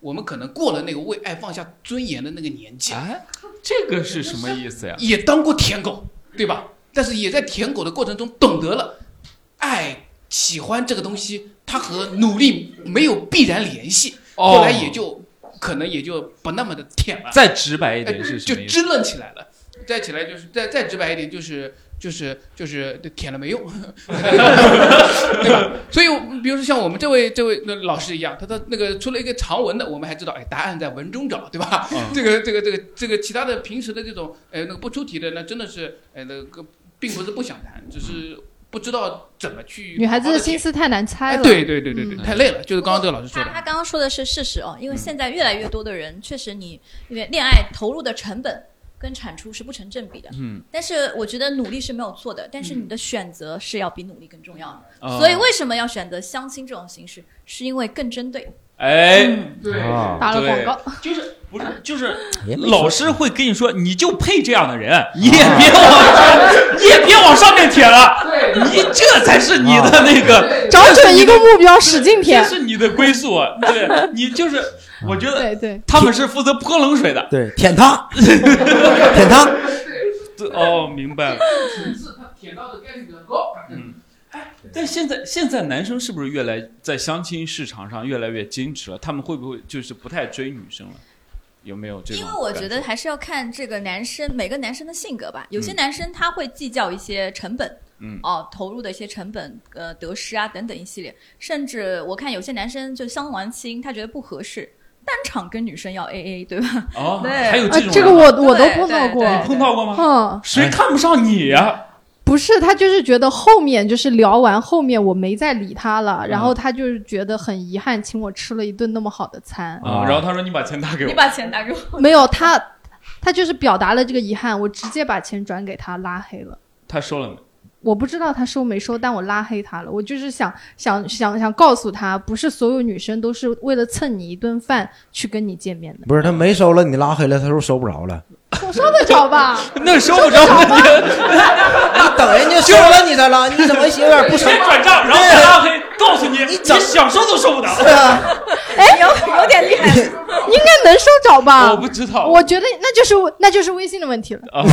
我们可能过了那个为爱放下尊严的那个年纪。 哎，这个是什么意思呀？ 也当过舔狗，对吧？但是也在舔狗的过程中懂得了爱、喜欢这个东西，它和努力没有必然联系。 哦、 后来也就可能也就不那么的舔了。 再直白一点是什么意思？ 就支棱起来了。再起来就是再再直白一点就是就是就是舔了没用，对吧？所以比如说像我们这位这位老师一样，他的那个出了一个长文的，我们还知道，哎，答案在文中找，对吧？嗯、这个这个这个这个其他的平时的这种，哎，那个不出题的，那真的是，哎，那个并不是不想谈，只是不知道怎么去。 女孩子的心思太难猜了。 哎、对对对对对，嗯、太累了。就是刚刚这个老师说的。 他他刚刚说的是事实哦，因为现在越来越多的人，确实你因为恋爱投入的成本跟产出是不成正比的。嗯。但是我觉得努力是没有错的，但是你的选择是要比努力更重要的。嗯、所以为什么要选择相亲这种形式？是因为更针对。 哎， 嗯、对， 打了广告， 就是不是就是老师会跟你说，你就配这样的人，你也别往你也别往上面舔了，你这才是你的那个， 找准一个目标，使劲舔， 这是你的归宿。对，你就是，我觉得， 对对， 他们是负责泼冷水的， 对，舔他，舔他。 哦，明白了。 层次他舔到的概率比较高。 嗯。但现在现在男生是不是越来在相亲市场上越来越矜持了？他们会不会就是不太追女生了？有没有这种？ 因为我觉得还是要看这个男生每个男生的性格吧。有些男生他会计较一些成本，嗯，哦，投入的一些成本，呃，得失啊等等一系列。甚至我看有些男生就相完亲，他觉得不合适，单场跟女生要 A A， 对吧？ 哦， 对， 还有这种、 啊，这个我我都碰到过， 你碰到过吗？ 嗯， 谁看不上你呀、啊？ 不是，他就是觉得后面就是聊完后面我没再理他了，嗯、然后他就是觉得很遗憾，请我吃了一顿那么好的餐啊、嗯，然后他说你把钱打给我， 你把钱打给我， 没有他，他就是表达了这个遗憾，我直接把钱转给他，拉黑了。 他收了没？ 我不知道他收没收，但我拉黑他了。我就是想想想想告诉他，不是所有女生都是为了蹭你一顿饭去跟你见面的。 不是他没收了，你拉黑了，他说收不着了。 我收得着吧？ 那收不着你， 你等人家收了你再拉，你怎么有点不收？ 先转账，然后再拉黑，告诉你，你想收都收不着。 对啊， 哎， 有有点厉害， 应该能收着吧？ 我不知道， 我觉得那就是那就是微信的问题了。 啊、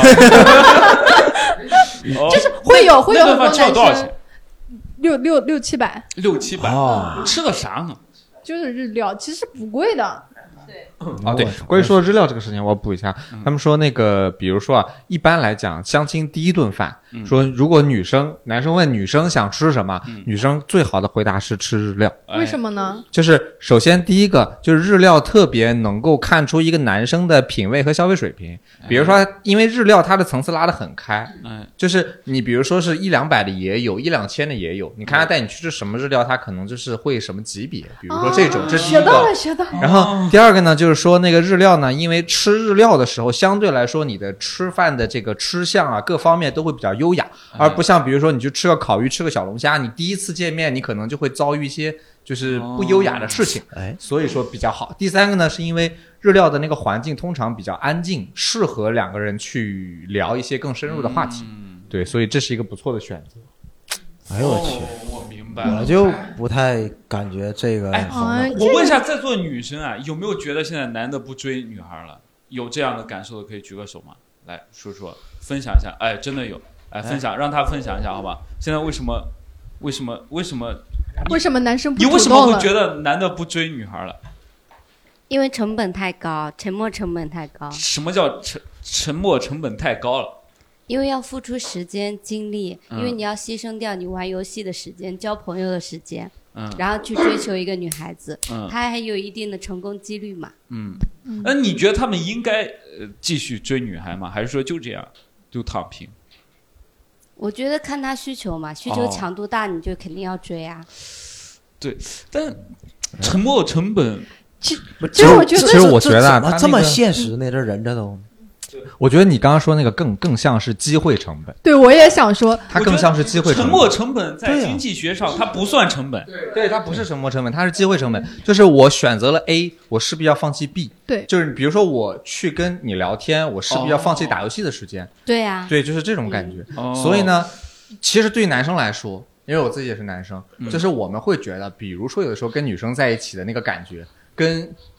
就是会有会有很多男生， 多少钱？ 六六六七百， 六七百哦， 吃的啥呢？ 就是日料，其实不贵的。 啊，对，关于说日料这个事情，我要补一下。他们说那个，比如说啊，一般来讲，相亲第一顿饭，嗯、说如果女生男生问女生想吃什么，嗯、女生最好的回答是吃日料。 为什么呢？ 就是首先第一个就是日料特别能够看出一个男生的品味和消费水平。比如说，因为日料它的层次拉得很开，嗯、就是你比如说是一两百的也有，一两千的也有。你看他带你去吃什么日料，他可能就是会什么级别，比如说这种，哦、这是第一个。 学到了，学到了。 然后第二个呢，就是说那个日料呢，因为吃日料的时候，相对来说你的吃饭的这个吃相啊，各方面都会比较优雅，而不像比如说你去吃个烤鱼、吃个小龙虾，你第一次见面，你可能就会遭遇一些就是不优雅的事情，哎，所以说比较好。第三个呢，是因为日料的那个环境通常比较安静，适合两个人去聊一些更深入的话题，嗯、对，所以这是一个不错的选择。 哎呦我去， 哦、我明白了， 我就不太感觉这个。 哎，我问一下在座的女生啊，有没有觉得现在男的不追女孩了？有这样的感受的可以举个手吗？来说说，分享一下。哎，真的有，哎，分享，让他分享一下，好吧？现在为什么，为什么，为什么？ 为什么男生不你为什么会觉得男的不追女孩了？ 因为成本太高，沉没成本太高。 什么叫沉沉没成本太高了？ 因为要付出时间精力，嗯、因为你要牺牲掉你玩游戏的时间、交朋友的时间，嗯，然后去追求一个女孩子，嗯，她还有一定的成功几率嘛， 嗯，那你觉得他们应该呃继续追女孩吗？还是说就这样就躺平？ 我觉得看他需求嘛，需求强度大，你就肯定要追啊。 对，但沉没成本， 其实我觉得， 其实我觉得他、 那个、这么现实呢，这人这都。 我觉得你刚刚说那个更更像是机会成本。 对，我也想说， 它更像是机会成本。 沉没成本在经济学上它不算成本， 对，对，它不是沉没成本，它是机会成本。就是我选择了 A， 我势必要放弃 B。 对， 就是比如说我去跟你聊天，我势必要放弃打游戏的时间。 对呀， 对，就是这种感觉。所以呢，其实对于男生来说，因为我自己也是男生，就是我们会觉得，比如说有的时候跟女生在一起的那个感觉，跟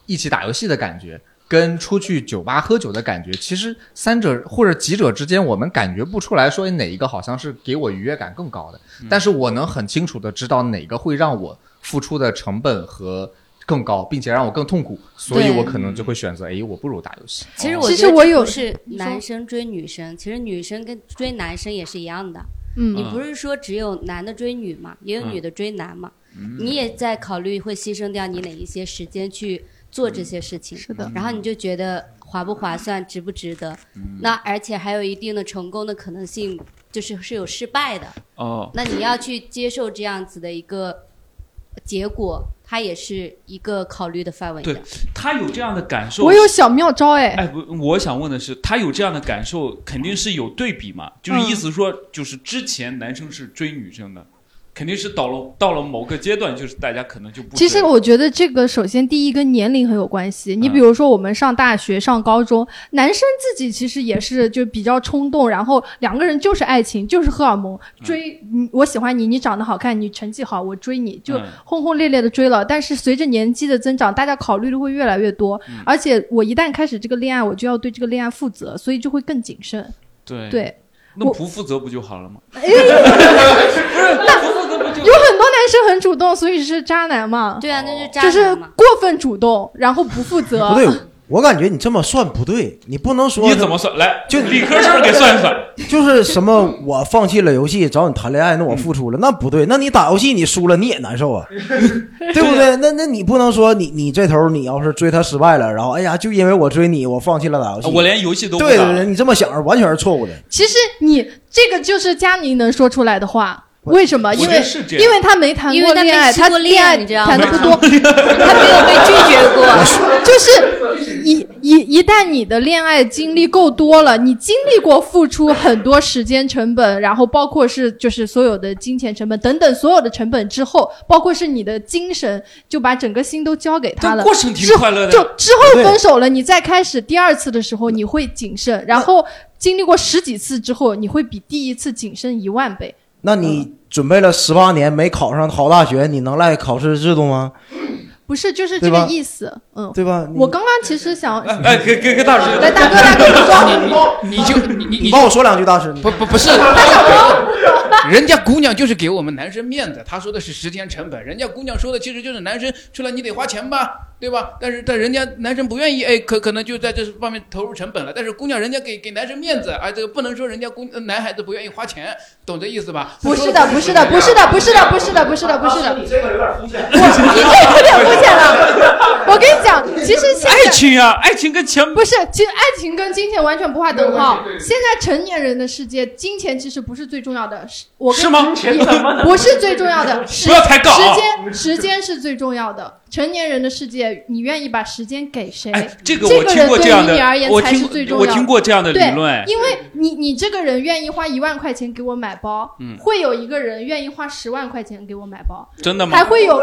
一起打游戏的感觉，跟出去酒吧喝酒的感觉，其实三者或者几者之间，我们感觉不出来说哪一个好像是给我愉悦感更高的，嗯、但是我能很清楚的知道哪个会让我付出的成本和更高，并且让我更痛苦，所以我可能就会选择，哎，我不如打游戏。 其实我觉得这不是男生追女生，其实女生跟追男生也是一样的。嗯，你不是说只有男的追女嘛，也有女的追男嘛，嗯、你也在考虑会牺牲掉你哪一些时间去做这些事情。是的，然后你就觉得划不划算，值不值得？嗯、那而且还有一定的成功的可能性，就是是有失败的。哦，那你要去接受这样子的一个结果。他也是一个考虑的范围的。 对，他有这样的感受。 我有小妙招哎。 哎，不，我想问的是，他有这样的感受，肯定是有对比嘛？就是意思说，就是之前男生是追女生的，肯定是到了到了某个阶段，就是大家可能就不。 其实我觉得这个首先第一跟年龄很有关系。你比如说我们上大学、上高中，男生自己其实也是就比较冲动，然后两个人就是爱情，就是荷尔蒙追。嗯、我喜欢你，你长得好看，你成绩好，我追你，就轰轰烈烈的追了。但是随着年纪的增长，大家考虑的会越来越多，嗯、而且我一旦开始这个恋爱，我就要对这个恋爱负责，所以就会更谨慎。 对对。 那不负责不就好了吗？ 不是，那有很多男生很主动，所以是渣男嘛？ 对啊，那是渣男嘛。 就是过分主动，然后不负责。 不对，我感觉你这么算不对，你不能说你怎么算？来， 就理科生给算一算。 就是什么，我放弃了游戏找你谈恋爱，那我付出了，嗯、那不对。那你打游戏你输了，你也难受啊，对不对？那那你不能说你你这头你要是追他失败了，然后哎呀，就因为我追你，我放弃了打游戏， 我连游戏都不打。 对对对，你这么想完全是错误的。 其实你这个就是佳宁能说出来的话。为什么？因为因为他没谈过恋爱，他恋爱谈的不多，他没有被拒绝过。 就是一一一旦你的恋爱经历够多了，你经历过付出很多时间成本，然后包括是就是所有的金钱成本等等所有的成本之后，包括是你的精神，就把整个心都交给他了。 过程挺快乐的。 就之后分手了，你再开始第二次的时候，你会谨慎，然后经历过十几次之后，你会比第一次谨慎一万倍。 那你准备了十八年没考上好大学，你能赖考试制度吗？ 不是，就是这个意思，嗯， 对吧？ 我刚刚其实想， 哎，给给给大师， 来，大哥，大哥，你说， 你你就你你你帮我说两句，大师， 不不不是，人家姑娘就是给我们男生面子，他说的是时间成本，人家姑娘说的其实就是男生出来你得花钱吧。对吧？但是但人家男生不愿意，哎，可可能就在这方面投入成本了。但是姑娘人家给给男生面子，啊，这个不能说人家姑男孩子不愿意花钱，懂这意思吧？ 不是的，不是的，不是的，不是的，不是的，不是的，不是的。 你这个有点肤浅， 我你这个有点肤浅了。我跟你讲，其实现在爱情啊，爱情跟钱不是，其实爱情跟金钱完全不划等号。现在成年人的世界，金钱其实不是最重要的，我是吗？ 不是最重要的， 不要抬杠， 时间时间是最重要的。成年人的世界，你愿意把时间给谁？ 哎，这个我听过这样的， 这个人对于你而言才是最重要的。 我听过这样的理论， 因为你你这个人愿意花一万块钱给我买包，嗯，会有一个人愿意花十万块钱给我买包， 真的吗？ 还会有，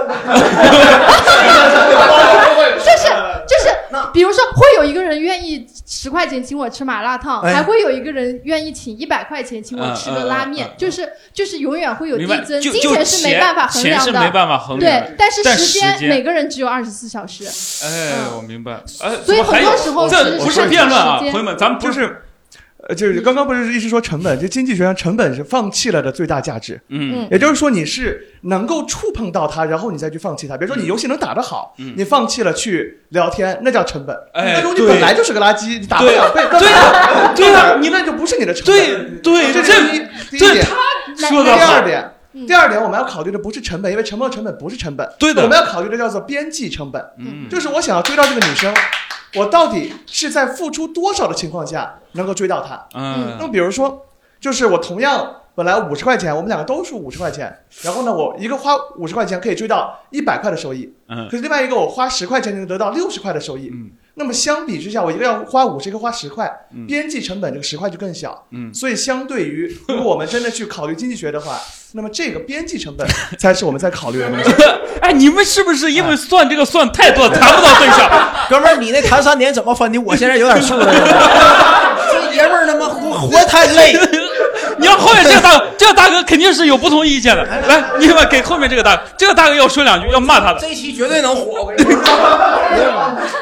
就是就是，比如说会有一个人愿意十块钱请我吃麻辣烫， 哎、 还会有一个人愿意请一百块钱请我吃个拉面，嗯嗯嗯、就是就是永远会有递增，金钱是没办法衡量的， 钱是没办法衡量的， 对，但是时间每个人只有二十四小时。 哎，我明白。哎， 所以很多时候这不是辩论啊，朋友们，咱们不是。 呃，就是刚刚不是一直说成本，就经济学上成本是放弃了的最大价值。 嗯， 也就是说你是能够触碰到它，然后你再去放弃它。比如说你游戏能打得好， 嗯、 你放弃了去聊天，那叫成本。 哎， 那如果你本来就是个垃圾，你打不了，对对呀，对呀， 你那就不是你的成本。 对对， 这是第一点。 说的第二点。第二点，我们要考虑的不是成本，因为沉没成本不是成本。 对的， 我们要考虑的叫做边际成本。 嗯， 就是我想要追到这个女生，我到底是在付出多少的情况下能够追到她？ 嗯， 那么比如说，就是我同样本来五十块钱，我们两个都是五十块钱，然后呢，我一个花五十块钱可以追到一百块的收益， 嗯， 可是另外一个我花十块钱就能得到六十块的收益， 嗯。 那么相比之下，我一个要花五十，一个花十块， 嗯， 边际成本这个十块就更小， 嗯， 所以相对于如果我们真的去考虑经济学的话，那么这个边际成本才是我们在考虑的东西。 哎，你们是不是因为算这个算太多，谈不到对象？ 哥们儿，你那谈三年怎么分的？我现在有点数了。这爷们儿他妈活活太累。 你要后面这个大哥，这个大哥肯定是有不同意见的。来，你们给后面这个大哥，这个大哥要说两句，要骂他的。 这期绝对能火，我跟你说。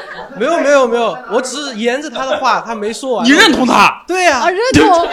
有没有，我只是沿着他的话，他没说完。 你认同他？ 对呀、 啊，认同。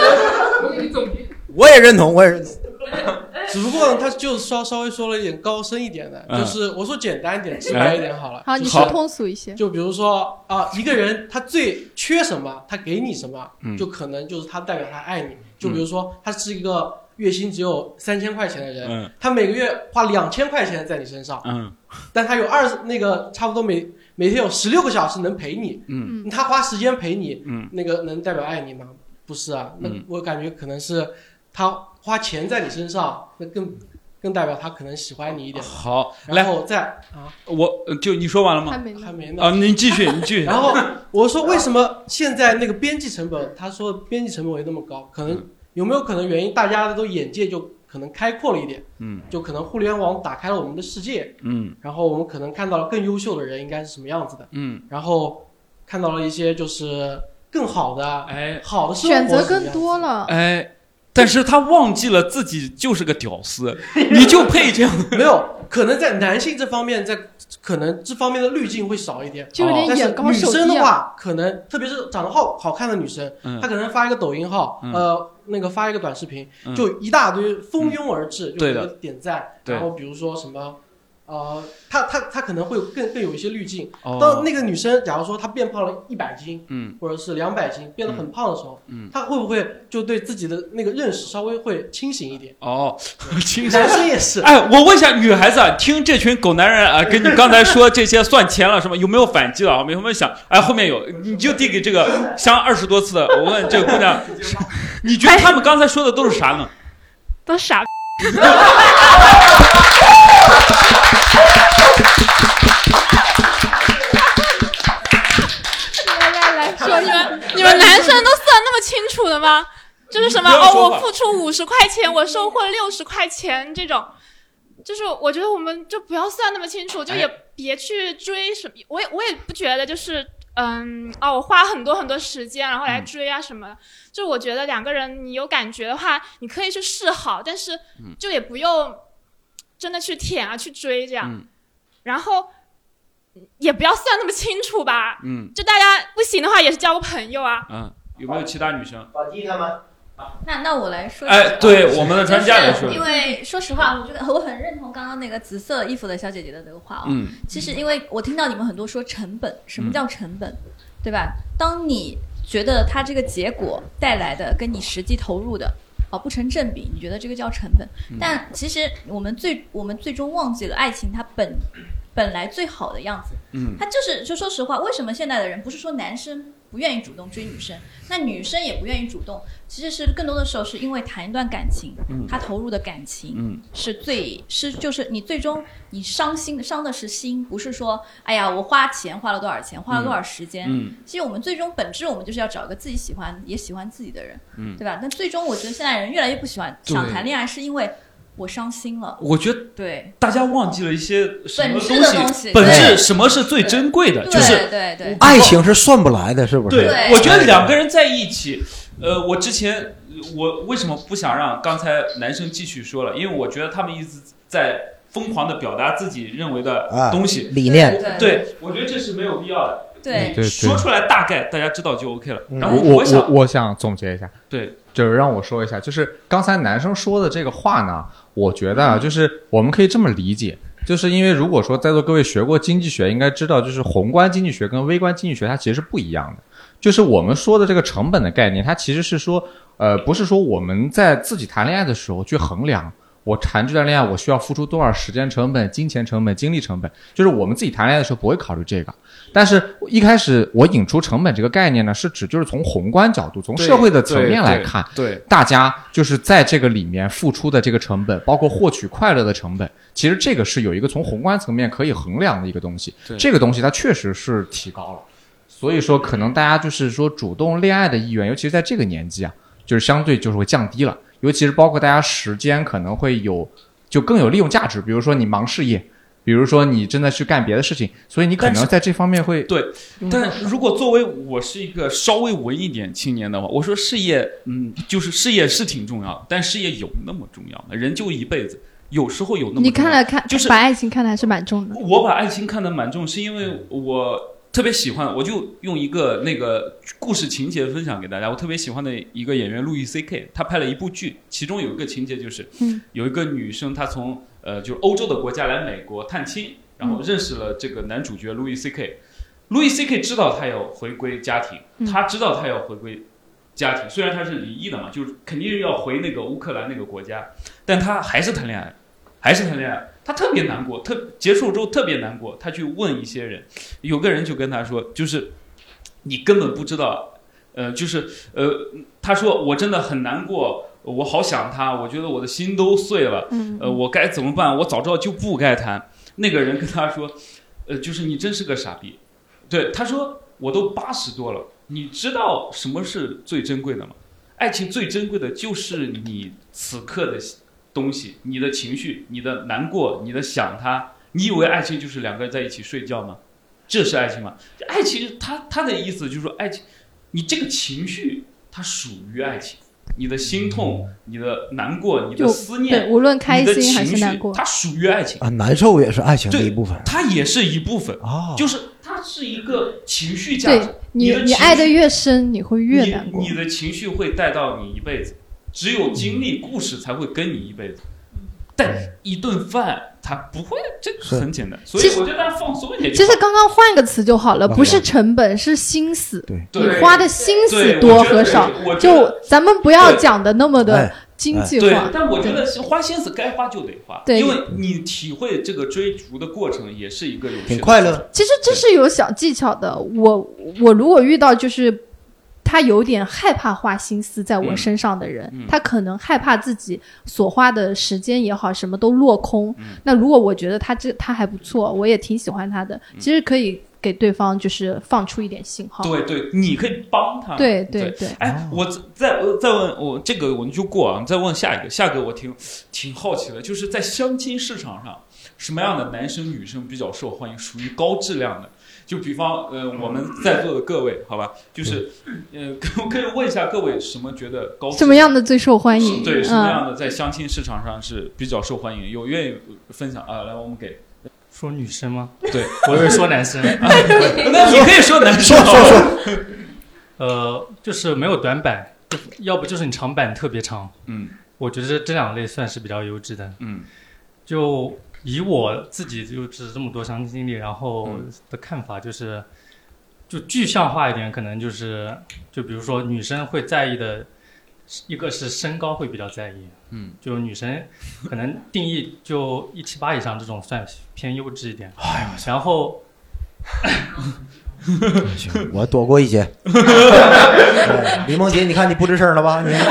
我也认同，我也认同。 只不过他就稍稍微说了一点高深一点的， 嗯、 就是我说简单一点、直白一点好了。 好，你说通俗一些。 就比如说啊，一个人他最缺什么，他给你什么， 嗯、 就可能就是他代表他爱你。就比如说他是一个月薪只有三千块钱的人， 嗯、 他每个月花两千块钱在你身上， 嗯、 但他有二十那个差不多每每天有十六个小时能陪你， 嗯， 他花时间陪你， 嗯， 那个能代表爱你吗？不是啊，那嗯、 我感觉可能是他花钱在你身上，那更更代表他可能喜欢你一点。 好， 然后再啊， 我就你说完了吗？ 还没还没呢。 啊，你继续，你继续。 然后我说为什么现在那个边际成本，他说边际成本为那么高，可能有没有可能原因，大家都眼界就可能开阔了一点， 嗯， 就可能互联网打开了我们的世界， 嗯， 然后我们可能看到了更优秀的人应该是什么样子的， 嗯， 然后看到了一些就是更好的， 哎， 好的生活选择更多了， 哎。但是他忘记了自己就是个屌丝，你就配这样？ 没有，可能在男性这方面，在可能这方面的滤镜会少一点， 就有点眼高手低啊。 但是女生的话，可能特别是长得好好看的女生， 嗯、 她可能发一个抖音号， 嗯、 呃，那个发一个短视频， 嗯、 就一大堆蜂拥而至， 嗯、 就给她点赞， 然后比如说什么。呃，他他他可能会更更有一些滤镜。 哦、 当那个女生，假如说她变胖了一百斤， 嗯， 或者是两百斤，变得很胖的时候， 嗯， 她会不会就对自己的那个认识稍微会清醒一点？ 哦，清醒。 男生也是。 哎，我问一下女孩子，听这群狗男人啊，跟你刚才说这些算钱了什么，有没有反击了？有没有想？哎，后面有，你就递给这个相二十多次的。我问这个姑娘，你觉得他们刚才说的都是啥呢？ 都傻。来来来说，你们你们男生都算那么清楚的吗？就是什么哦，我付出五十块钱，我收获六十块钱这种，就是我觉得我们就不要算那么清楚，就也别去追什么。我也我也不觉得就是嗯哦，我花很多很多时间然后来追啊什么的。嗯、就我觉得两个人你有感觉的话，你可以去示好，但是就也不用真的去舔啊去追这样。 嗯、 然后。也不要算那么清楚吧， 嗯， 就大家不行的话也是交个朋友啊。 嗯，有没有其他女生？ 宝鸡他们。 那那我来说， 哎，对我们的专家来说， 因为说实话，我觉得我很认同刚刚那个紫色衣服的小姐姐的这个话啊、哦。 嗯， 其实因为我听到你们很多说成本，什么叫成本，嗯、对吧？当你觉得它这个结果带来的跟你实际投入的。哦，不成正比，你觉得这个叫成本？嗯、但其实我们最我们最终忘记了爱情它本本来最好的样子。 嗯， 它就是就说实话，为什么现在的人不是说男生不愿意主动追女生，那女生也不愿意主动？其实是更多的时候是因为谈一段感情， 嗯， 他投入的感情， 嗯， 是最是就是你最终你伤心伤的是心，不是说哎呀我花钱花了多少钱，花了多少时间。 嗯， 其实我们最终本质我们就是要找一个自己喜欢也喜欢自己的人， 嗯， 对吧？但最终我觉得现在人越来越不喜欢想谈恋爱，是因为我伤心了。 我觉得对， 大家忘记了一些什么本质的东西， 本质什么是最珍贵的，就是对对， 爱情是算不来的，是不是？ 对，我觉得两个人在一起，呃，我之前我为什么不想让刚才男生继续说了？因为我觉得他们一直在疯狂的表达自己认为的东西、 啊、理念， 对，对我觉得这是没有必要的。 对， 对， 说出来大概大家知道就 OK 了。 嗯、 然后我我想我我想总结一下， 对， 就是让我说一下，就是刚才男生说的这个话呢，我觉得啊，就是我们可以这么理解，就是因为如果说在座各位学过经济学，应该知道，就是宏观经济学跟微观经济学它其实是不一样的。就是我们说的这个成本的概念，它其实是说，呃，不是说我们在自己谈恋爱的时候去衡量。我谈这段恋爱，我需要付出多少时间成本、金钱成本、精力成本，就是我们自己谈恋爱的时候不会考虑这个。但是一开始我引出成本这个概念呢，是指就是从宏观角度、从社会的层面来看， 对，对对大家就是在这个里面付出的这个成本，包括获取快乐的成本，其实这个是有一个从宏观层面可以衡量的一个东西。这个东西它确实是提高了，所以说可能大家就是说主动恋爱的意愿，尤其是在这个年纪啊，就是相对就是会降低了。尤其是包括大家时间可能会有就更有利用价值，比如说你忙事业，比如说你真的去干别的事情，所以你可能在这方面会对。但如果作为我是一个稍微文艺点青年的话，我说事业，嗯，就是事业是挺重要的，但事业有那么重要吗？人就一辈子，有时候有那么重要。 你看来看， 就是把爱情看得还是蛮重的。 我把爱情看得蛮重，是因为我特别喜欢，我就用一个那个故事情节分享给大家。我特别喜欢的一个演员路易 C K， 他拍了一部剧，其中有一个情节就是，嗯、有一个女生她从呃就是欧洲的国家来美国探亲，然后认识了这个男主角路易 C K。路易 C K 知道他要回归家庭，他知道他要回归家庭，虽然他是离异的嘛，就是肯定要回那个乌克兰那个国家，但他还是谈恋爱，还是谈恋爱。他特别难过，特结束之后特别难过。他去问一些人，有个人就跟他说，就是你根本不知道，呃，就是呃，他说我真的很难过，我好想他，我觉得我的心都碎了，呃，我该怎么办？我早知道就不该谈。那个人跟他说，呃，就是你真是个傻逼。对，他说我都八十多了，你知道什么是最珍贵的吗？爱情最珍贵的就是你此刻的东西，你的情绪，你的难过，你的想他。你以为爱情就是两个人在一起睡觉吗？这是爱情吗？爱情，他他的意思就是说，爱情，你这个情绪它属于爱情，你的心痛，你的难过，你的思念， 无论开心还是难过， 它属于爱情啊，难受也是爱情的一部分， 它也是一部分啊， 就是它是一个情绪价值。 对你，你爱的越深，你会越难过。 你, 你的情绪会带到你一辈子，只有经历故事才会跟你一辈子。但一顿饭它不会，这个很简单，所以我觉得大家放松一点。 其实刚刚换一个词就好了，不是成本，是心思。 对， 你花的心思多和少，就咱们不要讲的那么的经济化。 对，但我觉得花心思该花就得花，因为你体会这个追逐的过程也是一个有趣的， 挺快乐。 其实这是有小技巧的。我我如果遇到就是他有点害怕花心思在我身上的人，嗯、他可能害怕自己所花的时间也好，什么都落空。嗯、那如果我觉得他这他还不错，我也挺喜欢他的，嗯、其实可以给对方就是放出一点信号。 对对，你可以帮他。 对对 对, 对。 哎，我再再问我这个我们就过啊，再问下一个，下一个我挺挺好奇的，就是在相亲市场上，什么样的男生女生比较受欢迎，属于高质量的？就比方，呃，我们在座的各位，好吧，就是，呃，可可以问一下各位，什么觉得高？ 什么样的最受欢迎？ 对，什么样的在相亲市场上是比较受欢迎？有愿意分享啊？来，我们给说女生吗？ 对， 我以为说男生。啊、 那你可以说男生， 说说说。 呃，就是没有短板，要不就是你长板特别长。 嗯， 我觉得这两类算是比较优质的。 嗯， 就。以我自己就是这么多相亲经历，然后的看法就是，就具象化一点，可能就是，就比如说女生会在意的，一个是身高会比较在意， 嗯， 就女生可能定义就一七八以上这种算偏优质一点， 哎呦， 然后， 行，我躲过一劫。李梦洁，你看你不吱声了吧？你，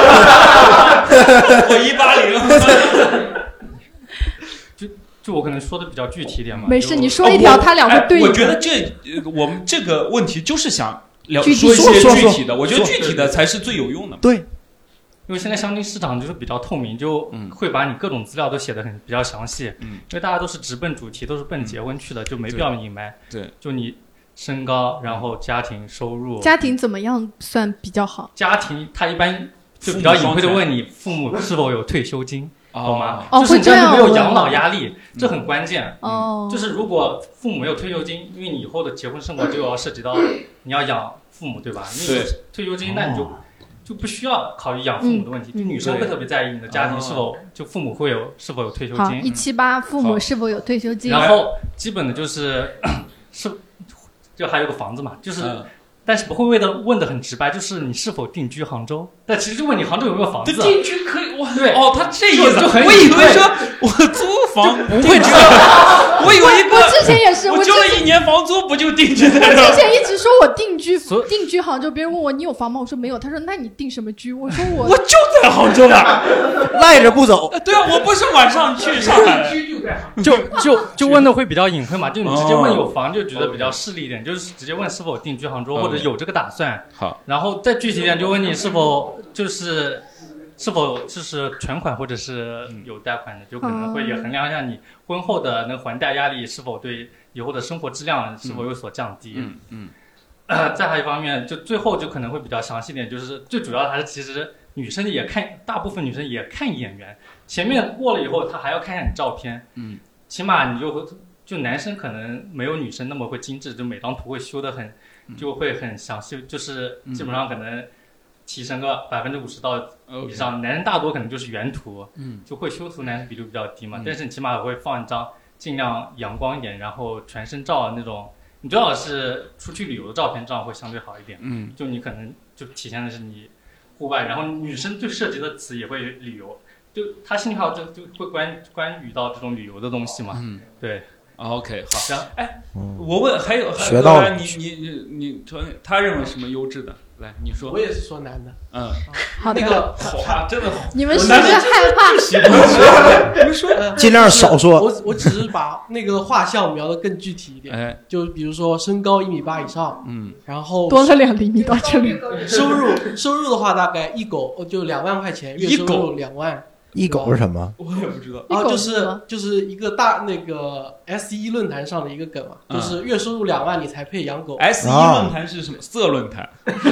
我一八零。 就我可能说的比较具体一点嘛， 没事，你说一条，他俩会对、 哦。我觉得这我们这个问题就是想聊说一些具体的，我觉得具体的才是最有用的。 对， 因为现在相亲市场就是比较透明，就会把你各种资料都写得很比较详细。 嗯， 因为大家都是直奔主题，都是奔结婚去的，就没必要隐瞒。 对， 就你身高，然后家庭收入， 家庭怎么样算比较好？ 家庭他一般就比较隐晦的问你父母是否有退休金。懂吗？ 哦， 就是你这样没有养老压力，这很关键。 哦， 就是如果父母没有退休金，因为你以后的结婚生活就要涉及到你要养父母，对吧？你有退休金，那你就就不需要考虑养父母的问题。就女生会特别在意你的家庭是否就父母会有是否有退休金。 好，一七八父母是否有退休金？ 然后基本的就是是就还有个房子嘛，就是。但是不会问的问的很直白，就是你是否定居杭州？但其实就问你杭州有没有房子。 定居可以哇？ 对哦，他这意思就很我以为说我租房不会知道。 我有一个， 我之前也是， 我交了一年房租，不就定居在这？ 我之前一直说我定居定居杭州，别人问我你有房吗？我说没有。他说那你定什么居？我说我我就在杭州啊， 赖着不走。 对啊，我不是晚上去上海， 就就就问的会比较隐晦嘛，就你直接问有房就觉得比较势利一点，就是直接问是否定居杭州或者有这个打算。 好， 然后再具体一点，就问你是否就是是否就是全款或者是有贷款的，就可能会也衡量一下你婚后的那个还贷压力是否对以后的生活质量是否有所降低。 嗯嗯。 呃，再还有一方面，就最后就可能会比较详细点，就是最主要还是其实女生也看，大部分女生也看眼缘，前面过了以后，她还要看一下你照片。 嗯。 起码你就就男生可能没有女生那么会精致，就每张图会修得很，就会很详细，就是基本上可能提升个百分之五十到以上。男人大多可能就是原图，嗯，就会修图，男生比例比较低嘛。嗯、但是你起码会放一张尽量阳光一点，然后全身照那种。你最好是出去旅游的照片，这样会相对好一点。嗯，就你可能就体现的是你户外，然后女生最涉及的词也会旅游，就她信号就就会关关于到这种旅游的东西嘛。嗯，对。 OK， 好。 然后， 哎，我问还有学到了， 你你你你他认为什么优质的？来，你说。 我也是说男的。 嗯， 好的。 那个哇，真的好。 你们是不是害怕？ 你们说， 尽量少说。 我我只是把那个画像描得更具体一点。哎，就比如说身高一米八以上，嗯，然后多了两厘米到这里。 收入收入的话，大概一狗就两万块钱，月收入两万。 一狗是什么？ 我也不知道。 啊，就是就是一个大那个 S 一 论坛上的一个梗嘛，嗯、就是月收入两万你才配养狗。 S 一 论坛是什么？色论坛。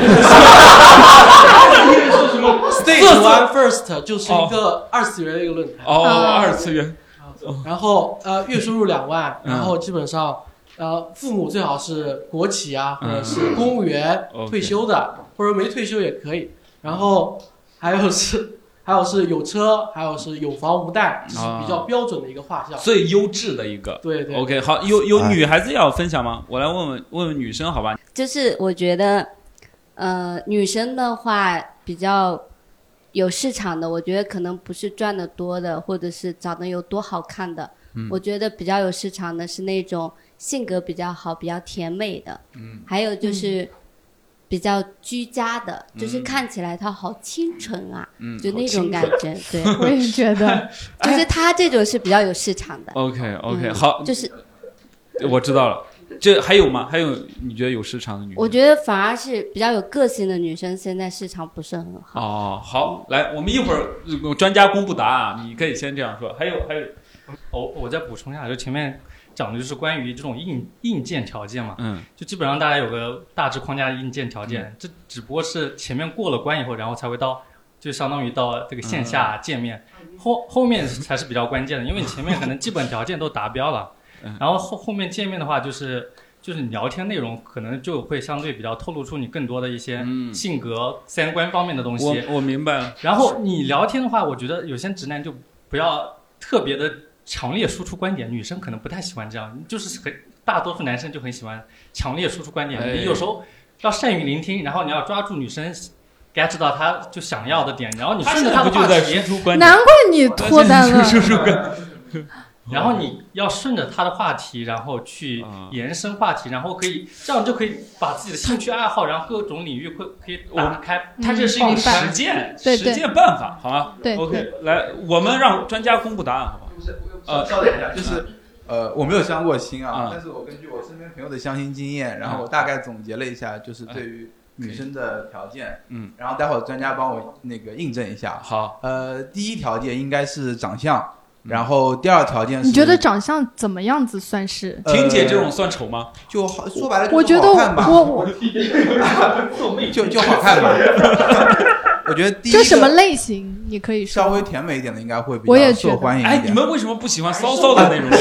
Stage One First 就是一个二次元的一个论坛。 哦，二次元。 然后呃，月收入两万，然后基本上呃，父母最好是国企啊，或者是公务员退休的，嗯、或者没退休也可以。然后还有是。还有是有车，还有是有房无贷，这是比较标准的一个画像， 最优质的一个。 对对。 OK， 好，有有女孩子要分享吗？我来问问问问女生，好吧？ 就是我觉得，呃，女生的话比较有市场的，我觉得可能不是赚得多的，或者是长得有多好看的。嗯。我觉得比较有市场的是那种性格比较好、比较甜美的。嗯。还有就是。嗯比较居家的，就是看起来他好清纯啊，嗯、就那种感觉。对， 我也觉得， 就是他这种是比较有市场的。 OK OK，、嗯、好， 就是我知道了。这还有吗？还有你觉得有市场的女生？ 我觉得反而是比较有个性的女生，现在市场不是很好。 哦，好，来，我们一会儿专家公布答案，你可以先这样说。还有还有， 我、哦、我再补充一下，就前面。讲的就是关于这种硬硬件条件嘛，嗯，就基本上大家有个大致框架的硬件条件，嗯、这只不过是前面过了关以后，然后才会到，就相当于到这个线下见面，嗯、后后面才是比较关键的，因为你前面可能基本条件都达标了，嗯、然后后后面见面的话，就是就是你聊天内容可能就会相对比较透露出你更多的一些性格、嗯、三观方面的东西。 我我明白了。 然后你聊天的话，我觉得有些直男就不要特别的。强烈输出观点，女生可能不太喜欢这样，就是很大多数男生就很喜欢强烈输出观点。哎、你有时候要善于聆听，然后你要抓住女生 get 到她就想要的点，然后你顺着她的话题， 难怪你脱单了。 输出观然后你要顺着她的话题，然后去延伸话题，然后可以这样就可以把自己的兴趣爱好，然后各种领域会可以打开。 它这是一个实践、嗯、实践办法，好吗？ 对 ，OK， 来，我们让专家公布答案，好吧？ 呃，稍等一下，就是，呃，我没有相过亲啊，但是我根据我身边朋友的相亲经验，然后我大概总结了一下，就是对于女生的条件，嗯，然后待会儿专家帮我那个印证一下。 好， 呃，第一条件应该是长相，然后第二条件是， 你觉得长相怎么样子算是？ 婷姐这种算丑吗？ 就好，说白了我觉得我我就就好看吧。我觉得第一就什么类型，你可以说稍微甜美一点的应该会比较受欢迎一点。 哎，你们为什么不喜欢骚骚的那种？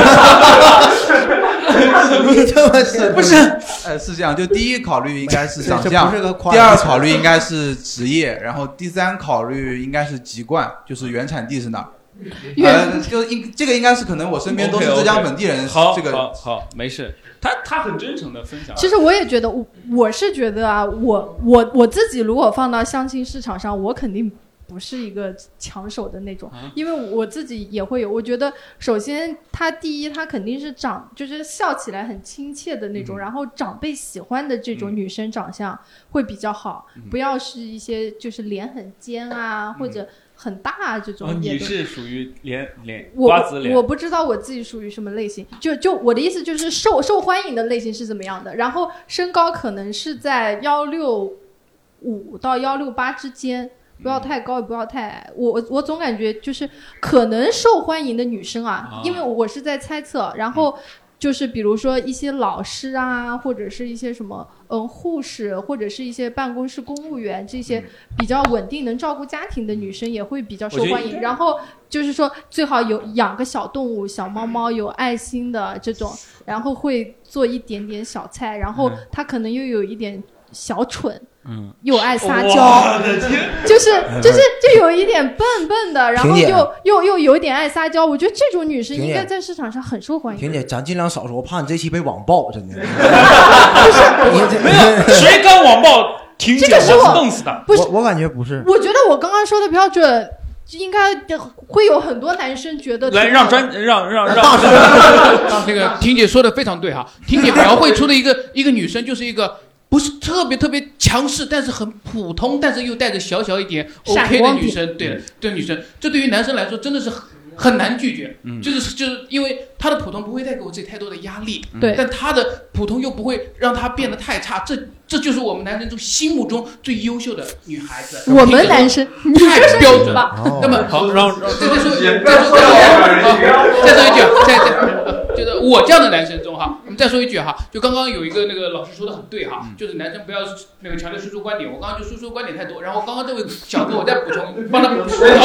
这么是不是？呃，是这样，就第一考虑应该是长相，第二考虑应该是职业，然后第三考虑应该是籍贯，就是原产地是哪儿。呃，就应这个应该是可能我身边都是浙江本地人。 好， 这个好，好，没事。他他很真诚的分享。 其实我也觉得，我我是觉得啊，我我我自己如果放到相亲市场上，我肯定不是一个抢手的那种，啊、因为我自己也会有。我觉得首先他第一，他肯定是长就是笑起来很亲切的那种，嗯、然后长辈喜欢的这种女生长相会比较好，嗯、不要是一些就是脸很尖啊、嗯、或者。很大这种、 哦，你是属于脸脸瓜瓜子脸， 我不知道我自己属于什么类型。就就我的意思就是受受欢迎的类型是怎么样的，然后身高可能是在幺六五到幺六八之间，不要太高也不要太矮。我我我总感觉就是可能受欢迎的女生啊，啊因为我是在猜测，然后。 就是比如说一些老师啊，或者是一些什么嗯护士，或者是一些办公室公务员，这些比较稳定能照顾家庭的女生也会比较受欢迎。然后就是说最好有养个小动物，小猫猫有爱心的这种，然后会做一点点小菜，然后她可能又有一点小蠢。嗯，又爱撒娇，就是就是就有一点笨笨的，然后又又又有一点爱撒娇。我觉得这种女生应该在市场上很受欢迎。 婷姐，咱尽量少说，我怕你这期被网暴，真的。 不是，没有谁敢网暴婷姐， 这个是我弄死的。 不是， 我我感觉不是。 我觉得我刚刚说的标准。应该会有很多男生觉得来让专让让让那个婷姐说的非常对哈，婷姐描绘出的一个一个女生就是一个不是特别特别强势，但是很普通，但是又带着小小一点 OK 的女生，对对女生，这对于男生来说真的是很很难拒绝，嗯、就是就是因为她的普通不会带给我自己太多的压力， 对， 但她的普通又不会让她变得太差，这这就是我们男生中心目中最优秀的女孩子。 我们男生太标准了。 哦、 那么好，让再再说再说再说一句，再再就是我这样的男生中哈，我们再说一句哈，就刚刚有一个那个老师说的很对哈，就是男生不要那个强烈输出观点，我刚刚就输出观点太多，然后刚刚这位小哥我再补充，帮他补充。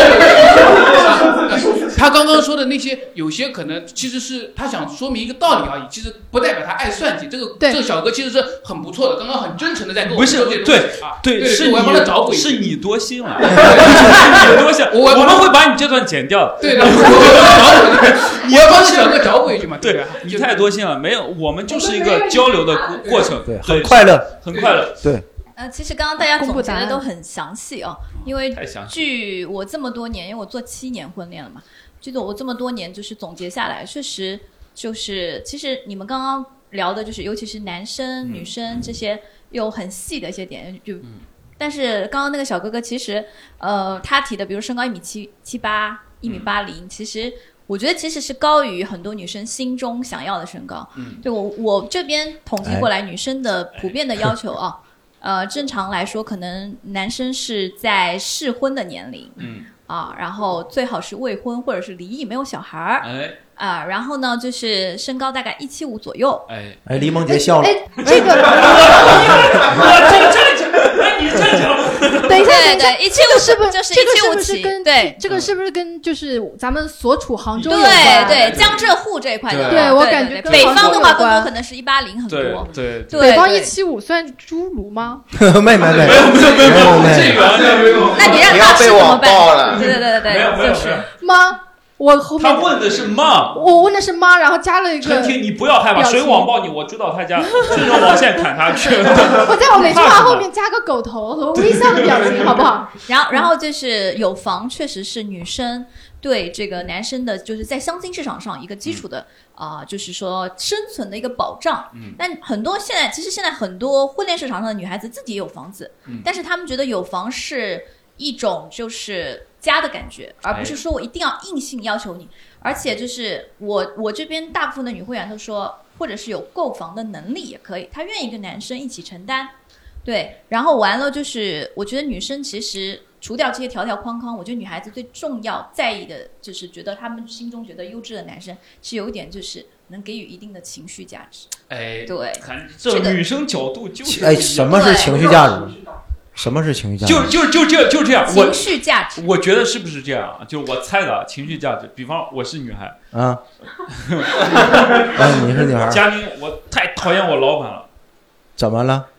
他刚刚说的那些，有些可能其实是他想说明一个道理而已，其实不代表他爱算计。这个这个小哥其实是很不错的，刚刚很真诚的在跟我说这些东西啊。 对， 对， 是我要帮他找补。 是你多心了，你多心，我我们会把你这段剪掉。 对的，我要帮小哥找补一句嘛。 对，你太多心了，没有，我们就是一个交流的过程， 对，很快乐， 很快乐， 对。 呃，其实刚刚大家总结的都很详细啊，因为据我这么多年，因为我做七年婚恋了嘛，据我这么多年就是总结下来，确实就是其实你们刚刚聊的就是，尤其是男生、嗯、女生这些有很细的一些点，就、嗯、但是刚刚那个小哥哥其实呃他提的，比如身高一米七七八、一米八零，其实我觉得其实是高于很多女生心中想要的身高。嗯，对我我这边统计过来，女生的普遍的要求啊。呃，正常来说，可能男生是在适婚的年龄，嗯啊，然后最好是未婚或者是离异没有小孩儿，哎啊，然后呢，就是身高大概一七五左右， 哎哎，李梦洁笑了， 哎，这个， 我这站着，哎，你站着， 等一下， 对对，一七五是不是就是这个是一七五起？ 不是跟对， 这个是不是跟就是咱们所处杭州有关？ 对对，江浙沪这一块的， 对我感觉北方的话更多可能是一八零很多， 对对， 北方一七五算侏儒吗？ 没没没没有没有没有没有这个没有， 那你让大师怎么办？对对对对对，就是妈。我后面他问的是妈， 我问的是妈，然后加了一个。 陈婷，你不要害怕，谁网暴你，我知道他家，顺着网线砍他去。 我在我每句话后面加个狗头和微笑的表情，好不好？ 然后，然后就是有房，确实是女生对这个男生的，就是在相亲市场上一个基础的啊、嗯呃，就是说生存的一个保障。嗯。但很多现在，其实现在很多婚恋市场上的女孩子自己也有房子，嗯、但是她们觉得有房是一种就是家的感觉，而不是说我一定要硬性要求你。而且就是我我这边大部分的女会员都说，或者是有购房的能力也可以，她愿意跟男生一起承担。对，然后完了就是我觉得女生其实除掉这些条条框框，我觉得女孩子最重要在意的就是觉得她们心中觉得优质的男生是有一点就是能给予一定的情绪价值。 哎， 对， 这女生角度就是哎，什么是情绪价值？什么是情绪价值？ 就就就这就这样， 情绪价值。 我觉得是不是这样啊？就是我猜的情绪价值。比方我是女孩啊，啊，你是女孩。 嘉宾，我太讨厌我老板了。 怎么了？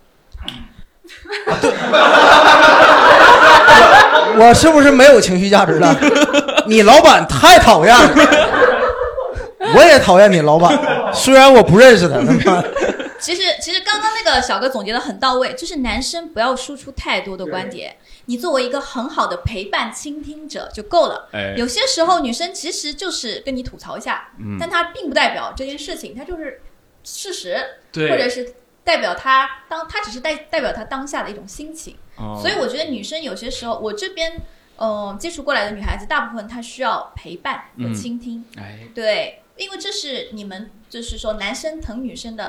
我是不是没有情绪价值了？你老板太讨厌了，我也讨厌你老板，虽然我不认识他。 其实，其实刚刚那个小哥总结的很到位，就是男生不要输出太多的观点，你作为一个很好的陪伴倾听者就够了。哎、有些时候女生其实就是跟你吐槽一下，嗯、但她并不代表这件事情，她就是事实，或者是代表她当她只是代代表她当下的一种心情。哦、所以我觉得女生有些时候，我这边嗯、呃、接触过来的女孩子，大部分她需要陪伴和倾听。嗯、哎，对，因为这是你们就是说男生疼女生的。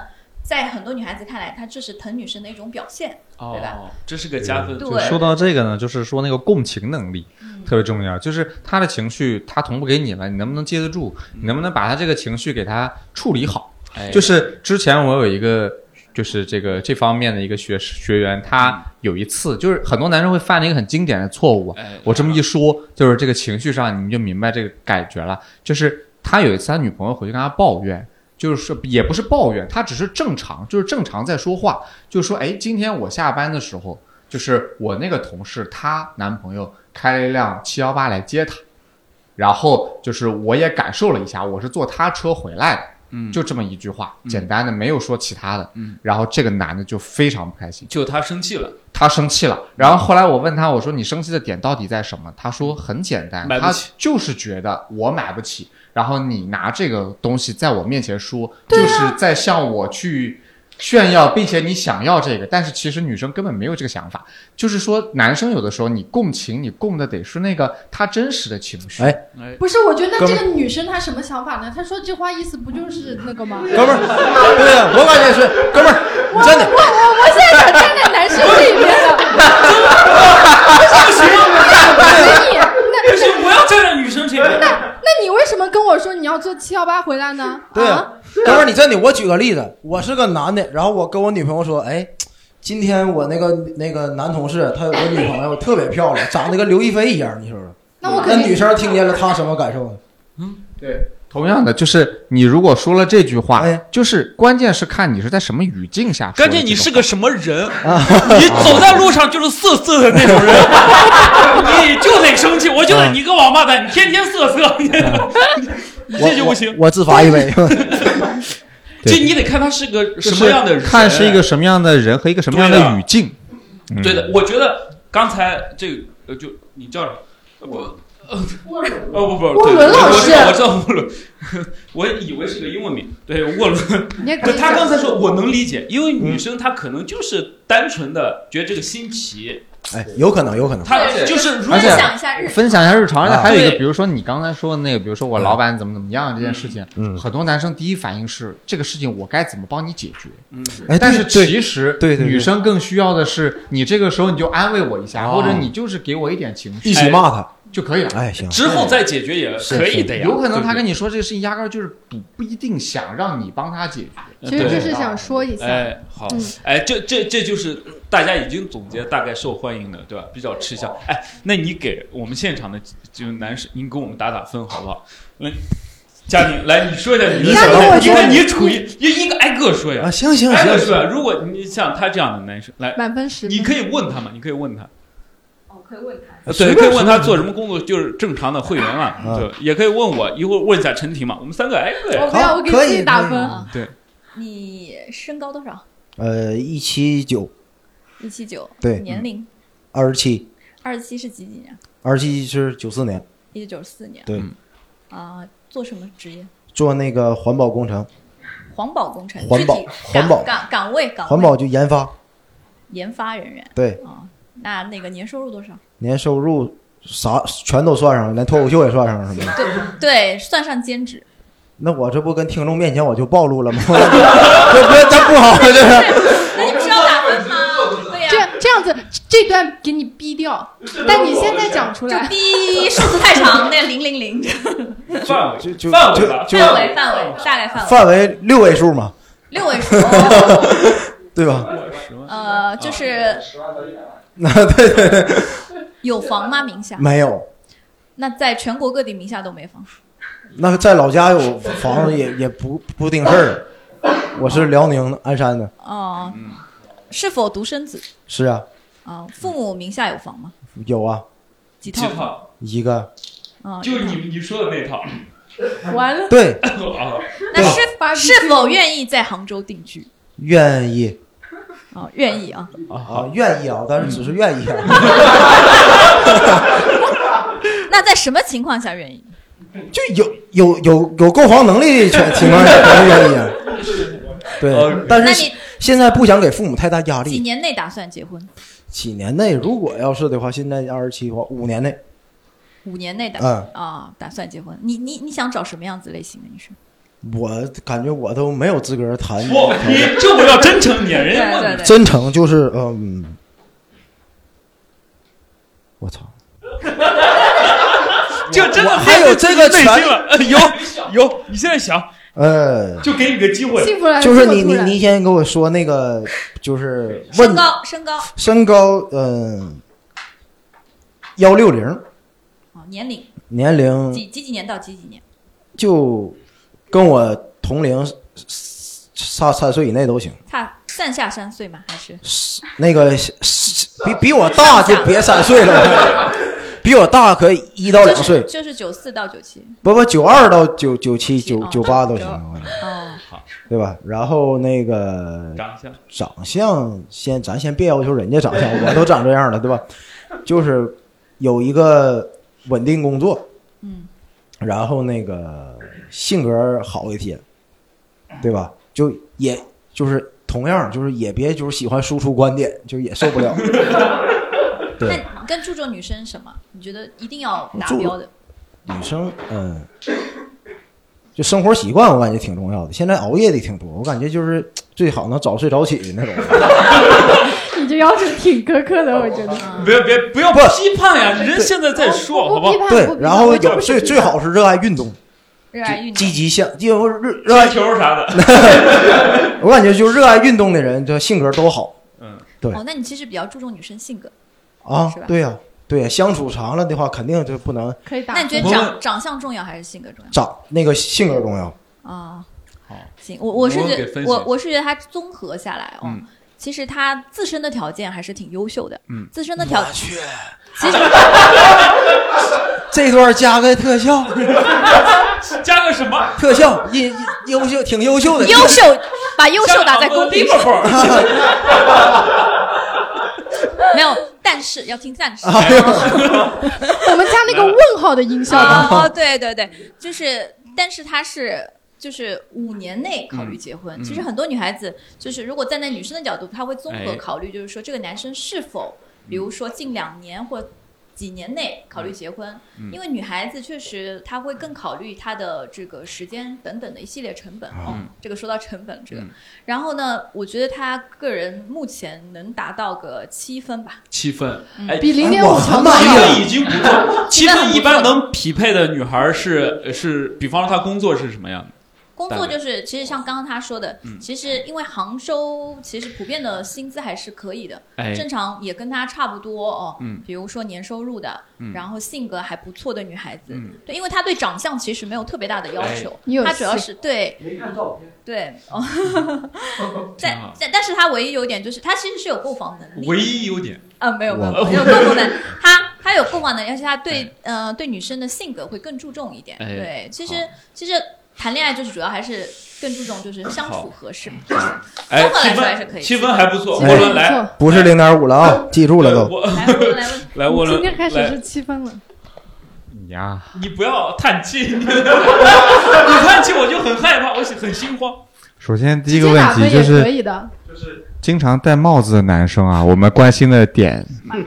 在很多女孩子看来，她这是疼女生的一种表现， 哦、 对吧？ 这是个加分。 就说到这个呢，就是说那个共情能力、嗯、特别重要，就是他的情绪他同步给你了，你能不能接得住？你能不能把他这个情绪给他处理好？哎、就是之前我有一个。就是这个这方面的一个学学员，他有一次就是很多男生会犯了一个很经典的错误。我这么一说，就是这个情绪上你们就明白这个感觉了。就是他有一次他女朋友回去跟他抱怨，就是说也不是抱怨，他只是正常，就是正常在说话，就是说，哎，今天我下班的时候，就是我那个同事她男朋友开了一辆七一八来接她，然后就是我也感受了一下，我是坐他车回来的。嗯，就这么一句话，嗯、简单的，没有说其他的。嗯，然后这个男的就非常不开心， 就他生气了， 他生气了。然后后来我问他，我说你生气的点到底在什么？他说很简单，他就是觉得我买不起，然后你拿这个东西在我面前说，啊、就是在向我去炫耀，并且你想要这个，但是其实女生根本没有这个想法。就是说，男生有的时候你共情，你共的得是那个他真实的情绪。 哎， 不是，我觉得那这个女生她什么想法呢？她说这话意思不就是那个吗？ 哥们儿，对呀，我感觉是哥们儿，真的。 我我我现在想站在男生这一边的。 不行， 不行， 不行，我要站在女生这边。 那那你为什么跟我说你要坐七幺八回来呢？ 对呀、啊，哥们儿，你真的，我举个例子，我是个男的，然后我跟我女朋友说，哎。今天我那个那个男同事，他有个女朋友特别漂亮，长得跟刘亦菲一样，你说说。 那我那女生听见了，她什么感受呢？ 嗯，对，同样的，就是你如果说了这句话，哎、就是关键是看你是在什么语境下说。 关键你是个什么人，啊、你走在路上就是色色的那种人，你就得生气。我觉得你个王八蛋，你天天色色，你这就不行。 我, 我, 我自罚一杯。 就你得看他是个什么样的人， 看是一个什么样的人和一个什么样的语境。 对的，对的，我觉得刚才这个就你叫什么？我呃哦不不， 沃伦老师， 我知道沃伦，我以为是个英文名，对沃伦。可他刚才说，我能理解，因为女生她可能就是单纯的觉得这个新奇。 哎，有可能，有可能。 他就是分享一下日分享一下日常，而且还有一个，比如说你刚才说的那个，比如说我老板怎么怎么样这件事情，嗯，很多男生第一反应是这个事情我该怎么帮你解决，嗯，哎，但是其实对对， 女生更需要的是你这个时候你就安慰我一下，或者你就是给我一点情绪， 一起骂他就可以了。 哎，行， 之后再解决也可以的呀。 有可能他跟你说这个事情，压根儿就是不不一定想让你帮他解决， 其实就是想说一下。 哎，好，哎，这这这就是大家已经总结大概受欢迎的，对吧？比较吃香。哎，那你给我们现场的就是男士，您给我们打打分好不好？来，嘉宁，来你说一下你的想法，因为你处于一个挨个说呀。 啊，行行行，挨个说呀。如果你像他这样的男生，来满分十， 你可以问他嘛，你可以问他。 哦，可以问他。 对，可以问他做什么工作，就是正常的会员嘛。对，也可以问我，一会儿问一下陈婷嘛。我们三个挨个呀。 我不要，我给自己打分。 对。 你身高多少？ 呃，一七九。 一七九。 对。 年龄？ 二十七。 二十七是几几年？ 二十七是九四年。 一九九四年。 对。 啊、呃，做什么职业？ 做那个环保工程。 环保工程。 环保。环保。 岗岗位岗位。 环保就研发。 研发人员。 对。 啊、哦，那那个年收入多少？ 年收入啥全都算上了，连脱口秀也算上了，是吗？ 对对，算上兼职。 那我这不跟听众面前我就暴露了吗？这不这不好，这是。 那你不是要打分吗？对呀、啊。 这样这样子，这段给你逼掉，但你现在讲出来， 就逼数字太长，那零零零。 范围就就范围范围范围大概范围。 范围六位数嘛。 六位数。哦、 对吧？ 呃，就是。 对对对。 有房吗？名下？ 没有。 那在全国各地名下都没房。 那在老家有房子也也不不定事儿，我是辽宁鞍山的。 哦，嗯，是否独生子？ 是啊。 啊，父母名下有房吗？ 有啊。 几套？ 几套？ 一个。 啊， 就你你说的那套。 完了。 对。 那是是否愿意在杭州定居？ 愿意。 哦，愿意啊。 啊，愿意啊，但是只是愿意啊。 那在什么情况下愿意？ 就有有有有购房能力的情况下才愿意啊。对，呃、但是现在不想给父母太大压力。 几年内打算结婚？ 几年内，如果要是的话，现在二十七的话，五年内。 五年内打嗯啊，打算结婚。你你你想找什么样子类型的女生？ 我感觉我都没有资格谈。 不，你这我要真诚点，人家问真诚就是嗯，我操。 就真的还有这个权利了，有有，你现在想， 呃， 就给你个机会， 就是你你你先给我说那个，就是问身高身高身高，嗯，幺六零， 哦，年龄年龄几几几年到几几年？ 就跟我同龄，差三岁以内都行。 差上下三岁吗？还是那个比比我大就别三岁了。比我大可以一到两岁， 就是九四到九七， 不不九二到九九七九九八都行， 哦， 好， 对吧？然后那个长相， 长相先咱先别要求人家长相，我都长这样了，对吧？就是有一个稳定工作， 嗯， 然后那个性格好一些，对吧？就也就是同样就是也别就是喜欢输出观点，就也受不了。对。 那更注重女生什么？你觉得一定要达标的？ 女生，嗯，就生活习惯，我感觉挺重要的。现在熬夜的挺多，我感觉就是最好能早睡早起的那种。 你这要求挺苛刻的，我觉得。 别别不要批判呀，人现在在说，好不好？ 对，然后有最最好是热爱运动， 热爱运动， 积极向，就热热爱球啥的。 我感觉就热爱运动的人，这性格都好。 嗯， 对。 哦，那你其实比较注重女生性格。 啊，对呀、啊，对呀、啊，相处长了的话，肯定就不能。 可以打。那你觉得长长相重要还是性格重要？ 长那个性格重要。 啊、哦， 好， 行，我我是觉得我我是觉得他综合下来哦，嗯、其实他自身的条件还是挺优秀的。嗯，自身的条件。 去。 其实这段加个特效。 加个什么？ 特效，优优秀，挺优秀的。 优秀，把优秀打在公屏上。没有，但是要听但是。 我们加那个问号的音效吧。 哦，对对对，就是，但是他是就是五年内考虑结婚。嗯、其实很多女孩子就是如果站在女生的角度，她会综合考虑，就是说这个男生是否，比如说近两年或几年内考虑结婚，嗯、因为女孩子确实她会更考虑她的这个时间等等的一系列成本。嗯、哦，这个说到成本这个，嗯、然后呢，我觉得她个人目前能达到个七分吧。 七分，哎， 比零点五强七分已经不错。七分一般能匹配的女孩是是，比方说她工作是什么样的？ 工作就是，其实像刚刚他说的，嗯、其实因为杭州其实普遍的薪资还是可以的，哎、正常也跟他差不多哦。嗯、比如说年收入的，嗯、然后性格还不错的女孩子，嗯、对，因为他对长相其实没有特别大的要求，哎、他主要是对没看照片， 对哦。但但但是他唯一优点就是他其实是有购房能力， 唯一优点啊没有没有没有购房能力，他他有购房能力，而且他对、哎、呃对女生的性格会更注重一点，哎、对，其实其实。谈恋爱就是主要还是更注重就是相处合适， 哎， 综合来说还是可以。 气氛还不错，涡轮来， 不是零点五了啊，记住了都。 来涡轮来问， 来涡轮， 今天开始是七分了。 呀， 你不要叹气，你叹气我就很害怕，我很心慌。 首先第一个问题就是，就是经常戴帽子的男生啊，我们关心的点。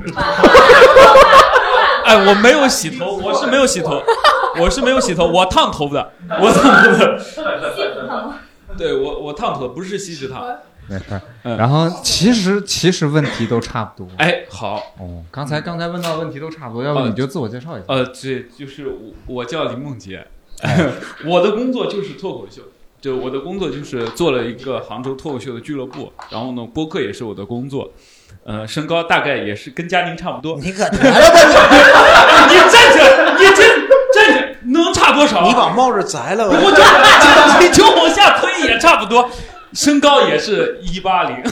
哎，我没有洗头，我是没有洗头。我是没有洗头，我烫头的，我烫头的。对我，我烫头不是锡纸烫。 没事。嗯、然后其实其实问题都差不多。 哎，好。 哦，刚才刚才问到的问题都差不多，要不你就自我介绍一下。 呃，对，就是我，我叫林梦洁，哎、我的工作就是脱口秀。就我的工作就是做了一个杭州脱口秀的俱乐部，然后呢，播客也是我的工作。呃，身高大概也是跟嘉宁差不多。 你可得了吧你！你站着，你这站着能差多少？ 你把帽子摘了吧！ 我就你就往下推也差不多，身高也是一八零，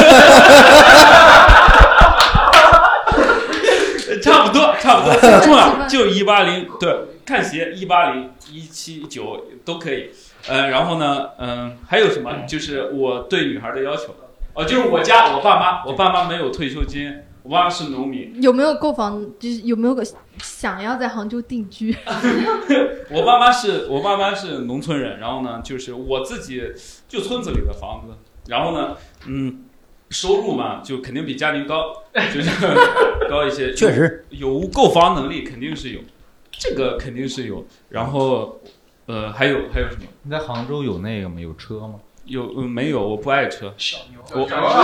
差不多差不多，不重要，就一八零。对，看鞋一八零、一七九都可以。呃，然后呢，嗯、呃，还有什么？就是我对女孩的要求。哦，就是我家我爸妈，我爸妈没有退休金，我爸妈是农民。 有没有购房？就是有没有个想要在杭州定居？ 我爸妈是我爸妈是农村人，然后呢，就是我自己就村子里的房子，然后呢，嗯，收入嘛，就肯定比家庭高，就是高一些。 确实有购房能力肯定是有，这个肯定是有。然后呃，还有还有什么？ 你在杭州有那个吗？有车吗？ 有、呃、没有？我不爱车。小牛，我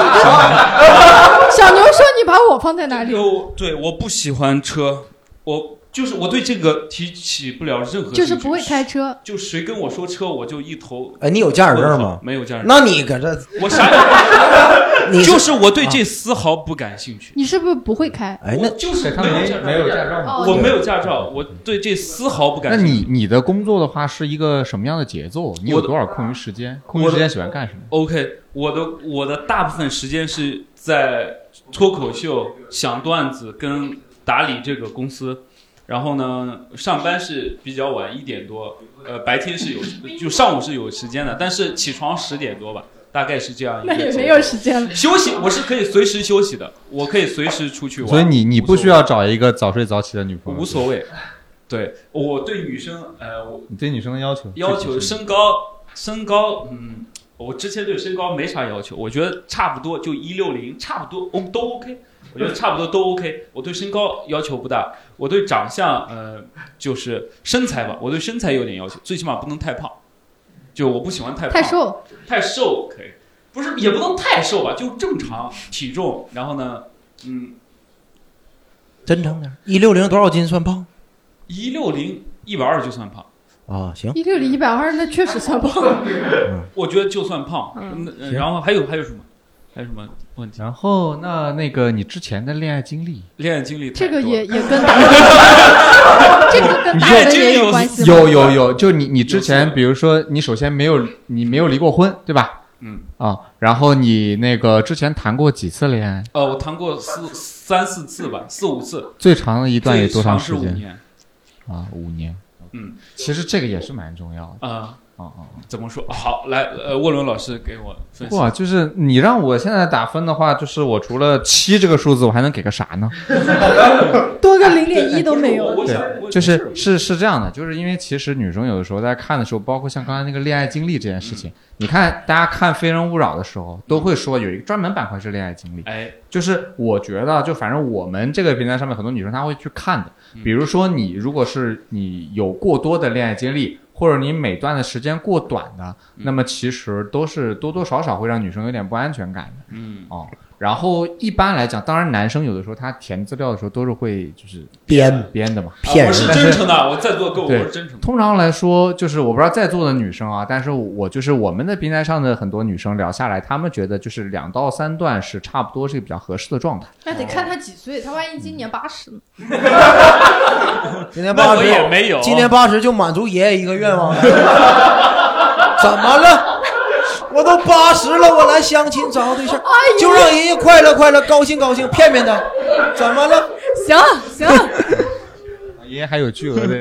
小牛说：“你把我放在哪里？” 有对，我不喜欢车，我就是我对这个提起不了任何， 就是不会开车。 就谁跟我说车，我就一头。 哎，你有驾驶证吗？ 没有驾驶证。 那你搁这， 我啥？你就是我对这丝毫不感兴趣。 你是不是不会开？ 哎，那就是他没没有驾照吗？ 我没有驾照，我对这丝毫不感兴趣。 那你你的工作的话是一个什么样的节奏？你有多少空余时间？空余时间喜欢干什么 ？OK， 我的我的大部分时间是在脱口秀、想段子跟打理这个公司。然后呢，上班是比较晚一点多，呃，白天是有，就上午是有时间的，但是起床十点多吧，大概是这样一个。 那也没有时间了。 休息我是可以随时休息的，我可以随时出去玩。 所以你你不需要找一个早睡早起的女朋友。 无所谓。对，我对女生，呃，我你对女生的要求？ 要求身高，身高，嗯，我之前对身高没啥要求，我觉得差不多就一六零，差不多，哦，都 OK。我觉得差不多都 OK， 我对身高要求不大，我对长相，呃，就是身材吧，我对身材有点要求，最起码不能太胖，就我不喜欢太胖， 太瘦， 太瘦可以，不是也不能太瘦吧，就正常体重，然后呢，嗯， 真诚点，一六零多少斤算胖？ 一六零一百二就算胖。 啊，行， 一六零一百二，那确实算胖。 我觉得就算胖，嗯，然后还有还有什么？还有什么问题？ 然后那那个你之前的恋爱经历， 恋爱经历这个也也跟打这个跟打的也有关系。 有有有，就你你之前，比如说你首先没有你没有离过婚，对吧？ 嗯啊，然后你那个之前谈过几次恋爱？ 呃，我谈过四三四次吧，四五次。 最长的一段有多长时间？ 最长是五年。 啊，五年。 嗯， 其实这个也是蛮重要的啊。 哦哦， 怎么说？好，来，呃，沃伦老师给我分析。 哇，就是你让我现在打分的话，就是我除了七这个数字，我还能给个啥呢？ 多个零点一都没有。 对，就是是是这样的，就是因为其实女生有的时候在看的时候，包括像刚才那个恋爱经历这件事情，嗯、你看大家看《非诚勿扰》的时候，都会说有一个专门板块是恋爱经历。 哎， 就是我觉得，就反正我们这个平台上面很多女生她会去看的，比如说你如果是你有过多的恋爱经历。或者你每段的时间过短的，嗯、那么其实都是多多少少会让女生有点不安全感的。 嗯哦，然后一般来讲，当然男生有的时候他填资料的时候都是会就是编编的嘛， 骗人。 我是真诚的，我在座各位我是真诚的。 通常来说，就是我不知道在座的女生啊，但是我就是我们的平台上的很多女生聊下来，她们觉得就是两到三段是差不多是一个比较合适的状态。 那得看他几岁，他万一今年八十呢？ 今年八十也没有， 今年八十就满足爷爷一个愿望了。怎么了？我都八十了，我来相亲找对象，就让爷爷快乐快乐，高兴高兴，骗骗他。怎么了？ 行行。 爷爷还有巨额的。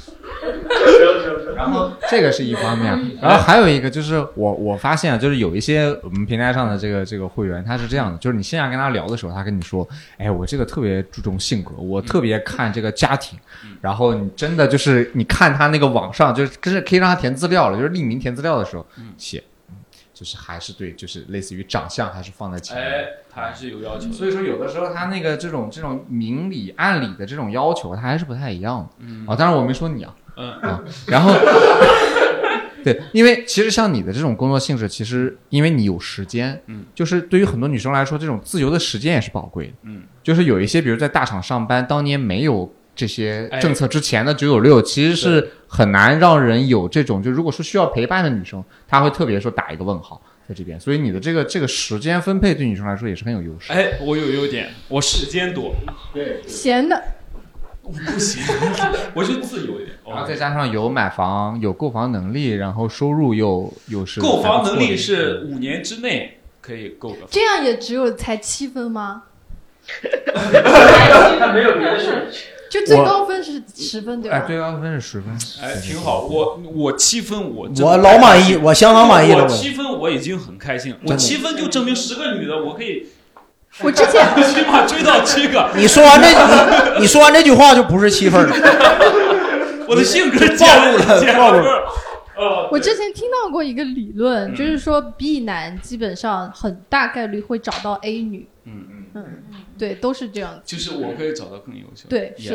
然后这个是一方面，然后还有一个就是我我发现啊，就是有一些我们平台上的这个这个会员，他是这样的，就是你线下跟他聊的时候，他跟你说，哎，我这个特别注重性格，我特别看这个家庭，然后你真的就是你看他那个网上就是跟着可以让他填资料了，就是匿名填资料的时候写。就是还是对，就是类似于长相还是放在前面， 哎，他还是有要求。 所以说有的时候他那个这种这种明里暗里的这种要求，他还是不太一样的。 嗯啊，当然我没说你啊， 嗯啊，然后对，因为其实像你的这种工作性质，其实因为你有时间， 嗯， 就是对于很多女生来说，这种自由的时间也是宝贵的。 嗯， 就是有一些比如在大厂上班，当年没有这些政策之前的九九六，其实是很难让人有这种，就如果是需要陪伴的女生，她会特别说打一个问号。在这边，所以你的这个这个时间分配对女生来说也是很有优势。 哎，我有优点，我时间多， 对， 闲的， 我不行，我就自由一点。 然后再加上有买房，有购房能力，然后收入又又是购房能力是五年之内可以购的。 这样也只有才七分吗？ 他没有别的选择。 就最高分是十分对吧？ 哎，最高分是十分， 哎，挺好。我我七分我， 我老满意，我相当满意了。 我七分我已经很开心，我七分就证明十个女的我可以。 我之前起码追到七个。 你说完这你你说完这句话就不是七分了。 我的性格暴露了，暴露了。 我之前听到过一个理论，嗯、就是说 B 男基本上很大概率会找到 A 女。 嗯嗯嗯，对，都是这样。 就是我可以找到更优秀。 对，是的。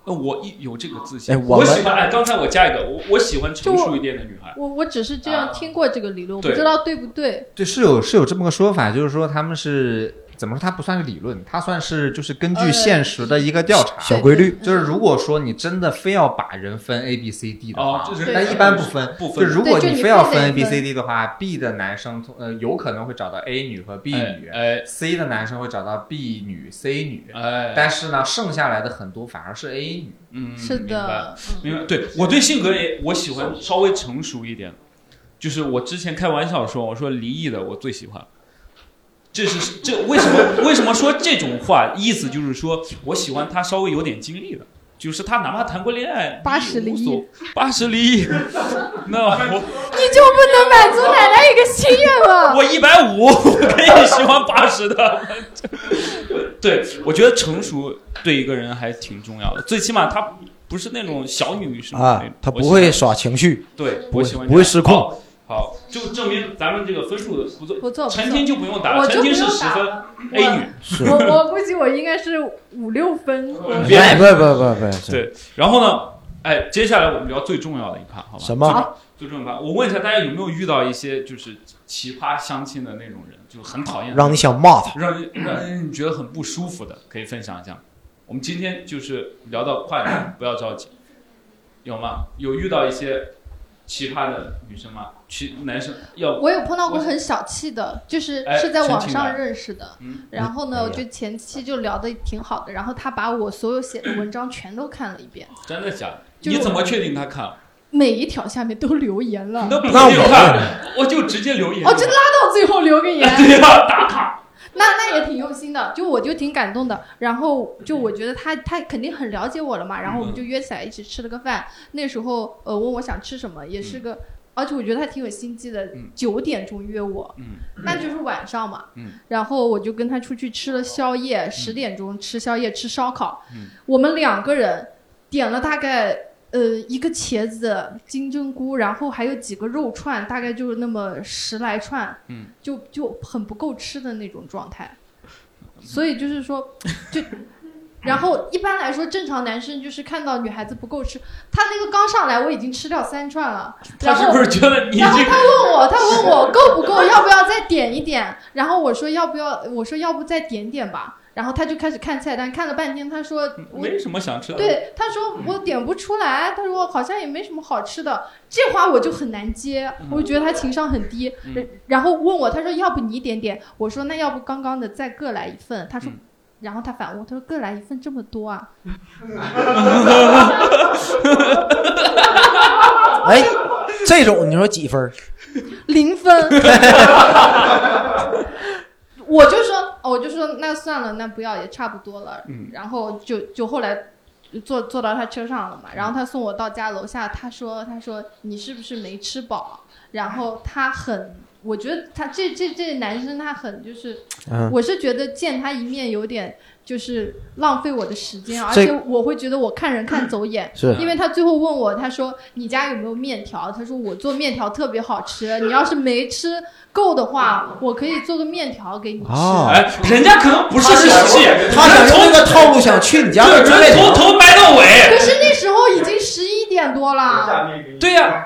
呃，我一有这个自信， 哎我们我喜欢哎，刚才我加一个，我我喜欢成熟一点的女孩。 我我只是这样听过这个理论，我不对知道对不对。 对，是有是有这么个说法，就是说他们是怎么说？它不算是理论，它算是就是根据现实的一个调查、 小规律。 就是如果说你真的非要把人分 A B C D 的话， 哦就是那一般不分。 不分就如果对就你你非要分非得 A B 分 C D 的话，B 的男生呃有可能会找到 A 女和 B 女， 哎哎 C 的男生会找到 B 女 C 女， 哎， 但是呢，剩下来的很多反而是 A 女。 嗯， 是的， 明白。对我对性格也我喜欢稍微成熟一点，就是我之前开玩笑说，我说离异的我最喜欢。这是这为什么为什么说这种话？意思就是说我喜欢他稍微有点经历的，就是他哪怕谈过恋爱， 八十离异， 八十离异，那我你就不能满足奶奶一个心愿吗？ 我一百五，我可以喜欢八十的。对，我觉得成熟对一个人还挺重要的，最起码他不是那种小女生啊，他不会耍情绪， 对， 不会我喜欢不会失控。 好，好就证明咱们这个分数不错， 不错， 陈婷就不用打了， 我就陈婷是不用打十分了 A 女， 是我我估计我应该是五六分。 别哎，不不不不， 对，然后呢，哎，接下来我们聊最重要的一趴，好吧？ 什么好最重要的一趴，我问一下大家有没有遇到一些就是奇葩相亲的那种人，就很讨厌， 让你想骂他， 让你让你觉得很不舒服的，可以分享一下。我们今天就是聊到快乐，不要着急，有吗？有遇到一些奇葩的女生吗？奇男生要我有碰到过很小气的，就是哎是在网申请的上认识的。 嗯然后呢，我就前期就聊得挺好的，然后他把我所有写的文章全都看了一遍， 真的假的？ 就你怎么确定他看了？ 每一条下面都留言了。 那不一定看，我就直接留言。 哦，就拉到最后留个言。 对呀，打卡。 那那也挺用心的，就我就挺感动的。然后就我觉得他他肯定很了解我了嘛，然后我们就约起来一起吃了个饭。那时候呃问我想吃什么，也是个，而且我觉得他挺有心机的，九点钟约我，那就是晚上嘛。然后我就跟他出去吃了宵夜，十点钟吃宵夜吃烧烤，我们两个人点了大概。呃，一个茄子、金针菇，然后还有几个肉串，大概就是那么十来串， 嗯， 就就很不够吃的那种状态。所以就是说，就，然后一般来说，正常男生就是看到女孩子不够吃，他那个刚上来我已经吃掉三串了， 他是不是觉得你？ 然后他问我，他问我够不够，要不要再点一点？然后我说要不要，我说要不再点点吧。然后他就开始看菜单，看了半天，他说没什么想吃的。 对，他说我点不出来，他说好像也没什么好吃的。这话我就很难接，我就觉得他情商很低。 嗯、 然后问我，他说要不你点点，我说那要不刚刚的再各来一份。他说，嗯、然后他反问，他说各来一份这么多啊？ 哎，这种你说几分？ 零分。我就说，我就说那算了，那不要也差不多了。 嗯、 然后就就后来坐坐到他车上了嘛，然后他送我到家楼下，他说他说你是不是没吃饱？然后他很，我觉得他这这这男生他很就是， 嗯、 我是觉得见他一面有点就是浪费我的时间，而且我会觉得我看人看走眼， 是因为他最后问我，他说你家有没有面条？他说我做面条特别好吃，你要是没吃够的话，我可以做个面条给你吃。 哦、 哎，人家可能不是小气， 他想用这个套路想去你家的人从头埋到尾。 可是那时候已经十一点多了。 对呀、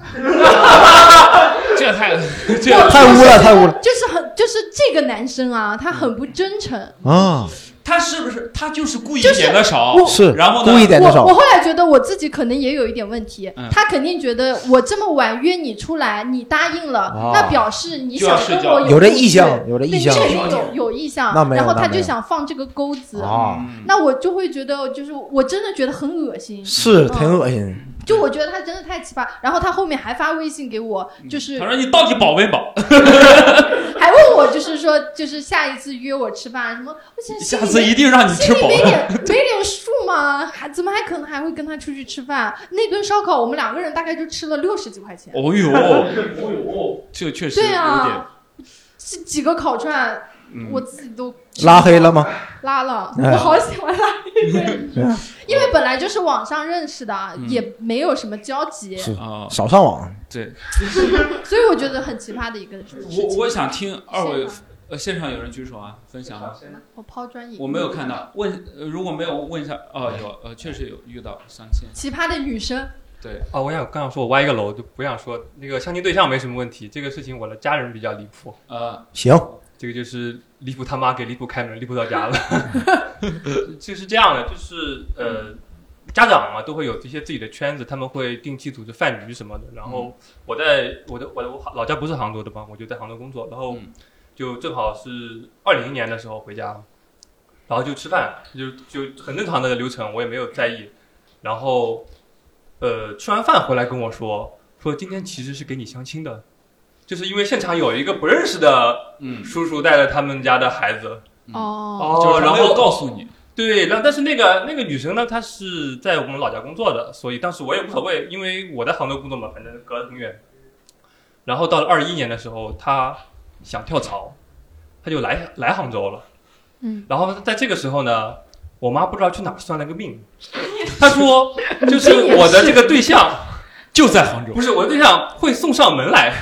啊。 这太这太污了，太污了。 就是很就是这个男生啊，他很不真诚啊。 他是不是他就是故意点的少？ 是， 然后呢？ 故意点的少。 我我后来觉得我自己可能也有一点问题， 嗯、 他肯定觉得我这么晚约你出来，你答应了， 哦、 那表示你想跟我有这意向，有这意向， 确实有有意向。然后他就想放这个钩子， 啊、 那我就会觉得，就是我真的觉得很恶心， 是挺恶心。嗯就我觉得他真的太奇葩，然后他后面还发微信给我，就是他说你到底饱没饱？ 还问我就是说，就是下一次约我吃饭什么？我下次一定让你吃饱。 没点没点数吗？还怎么还可能还会跟他出去吃饭？那顿烧烤我们两个人大概就吃了六十几块钱。 哦呦，哦呦，这确实有点。 对啊，这几个烤串。 嗯、 我自己都拉黑了吗？ 拉了， 哎、 我好喜欢拉黑，因为本来就是网上认识的，嗯、也没有什么交集， 是啊，少上网。 对， 所以我觉得很奇葩的一个事情。 我我想听二位呃，现场有人举手啊，分享啊。 我抛砖引玉。 我没有看到，问、呃、如果没有问一下，哦，有，呃，确实有遇到相亲。 奇葩的女生。 对。 哦，我想刚想说，我歪一个楼，就不想说那个相亲对象没什么问题，这个事情我的家人比较离谱。 呃， 行， 这个就是离谱他妈给离谱开门，离谱到家了。就是这样的，就是呃。家长嘛，都会有这些自己的圈子，他们会定期组织饭局什么的。然后我在我的我的我老家不是杭州的嘛，我就在杭州工作。然后就正好是二零年的时候回家，然后就吃饭，就就很正常的流程，我也没有在意。然后呃，吃完饭回来跟我说，说今天其实是给你相亲的，就是因为现场有一个不认识的叔叔带着他们家的孩子。 哦， 就是他没有然后告诉你。 对，然后但是那个那个女生呢，她是在我们老家工作的，所以当时我也无所谓，因为我在杭州工作嘛，反正隔得很远。然后到了二一年的时候，她想跳槽，她就来来杭州了。 嗯， 然后在这个时候呢，我妈不知道去哪儿算了个命，她说就是我的这个对象就在杭州， 不是我的对象会送上门来。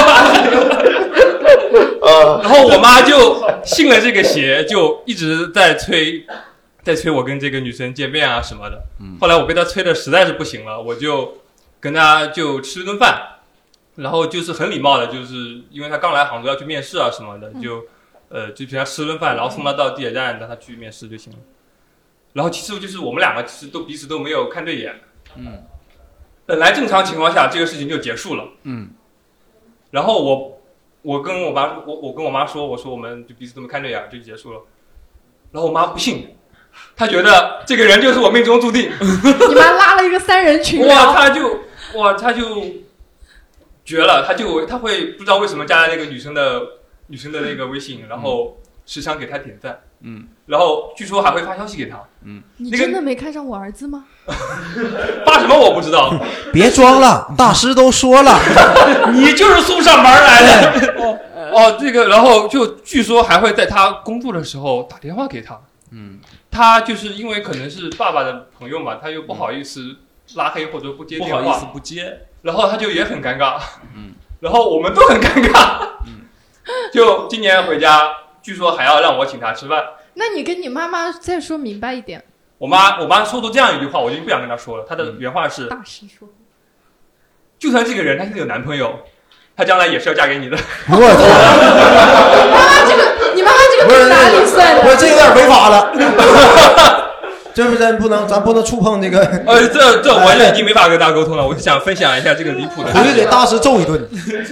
然后我妈就信了这个邪，就一直在催，在催我跟这个女生见面啊什么的。后来我被她催的实在是不行了，我就跟她就吃了顿饭，然后就是很礼貌的，就是因为她刚来杭州要去面试啊什么的，就呃就陪她吃顿饭，然后送她到地铁站，让她去面试就行了。然后其实就是我们两个其实都彼此都没有看对眼。 嗯， 本来正常情况下这个事情就结束了。 嗯， 然后我。我跟我妈，我我跟我妈说，我说我们就彼此都没看对眼，就结束了。然后我妈不信，她觉得这个人就是我命中注定。 你妈拉了一个三人群聊， 哇，她就哇，她就绝了，她就她会不知道为什么加了那个女生的女生的那个微信，然后时常给她点赞， 嗯， 然后据说还会发消息给她， 嗯， 你真的没看上我儿子吗？ 发什么我不知道。 别装了，大师都说了， 你就是送上门来的。哦，这个，然后就据说还会在他工作的时候打电话给他。 嗯， 他就是因为可能是爸爸的朋友嘛，他又不好意思拉黑或者不接电话， 不好意思不接， 然后他就也很尴尬。 嗯， 然后我们都很尴尬。嗯，就今年回家，据说还要让我请他吃饭。 那你跟你妈妈再说明白一点。 我妈，我妈说出这样一句话，我就不想跟她说了。她的原话是： 大师说， 就算这个人他现在有男朋友，他将来也是要嫁给你的。 我操！ 妈妈这个，你妈妈这个从哪里算的？ 不是，这有点违法了。这不真不能，咱不能触碰这个。 呃，这这我已经没法跟大家沟通了。我就想分享一下这个离谱的。 回去给大师揍一顿。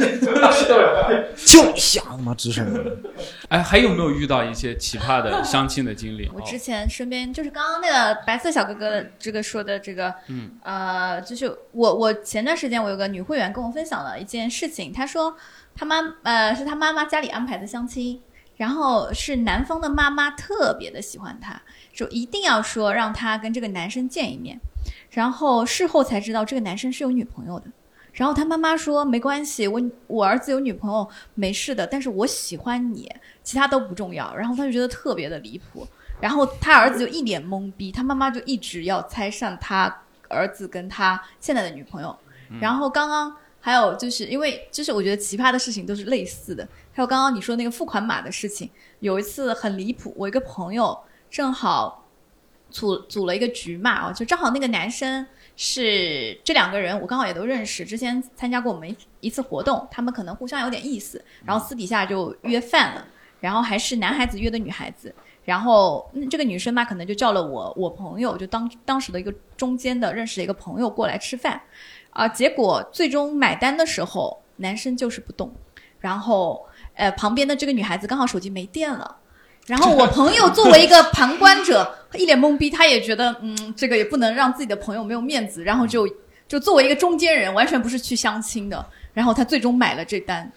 就你瞎他妈吱声。 哎，还有没有遇到一些奇葩的相亲的经历？ 我之前身边就是刚刚那个白色小哥哥的这个说的这个， 嗯， 呃，就是我我前段时间我有个女会员跟我分享了一件事情，她说她妈呃是她妈妈家里安排的相亲，然后是男方的妈妈特别的喜欢他，就一定要说让他跟这个男生见一面，然后事后才知道这个男生是有女朋友的。然后他妈妈说没关系，我我儿子有女朋友没事的，但是我喜欢你，其他都不重要。然后他就觉得特别的离谱，然后他儿子就一脸懵逼，他妈妈就一直要猜上他儿子跟他现在的女朋友。然后刚刚还有就是因为就是我觉得奇葩的事情都是类似的，还有刚刚你说那个付款码的事情，有一次很离谱，我一个朋友正好组组了一个局嘛，就正好那个男生是这两个人我刚好也都认识，之前参加过我们一次活动，他们可能互相有点意思，然后私底下就约饭了，然后还是男孩子约的女孩子，然后这个女生嘛可能就叫了我我朋友，就当当时的一个中间的认识的一个朋友过来吃饭啊、呃，结果最终买单的时候男生就是不动，然后呃旁边的这个女孩子刚好手机没电了，然后我朋友作为一个旁观者一脸懵逼，他也觉得嗯这个也不能让自己的朋友没有面子，然后就就作为一个中间人，完全不是去相亲的，然后他最终买了这单。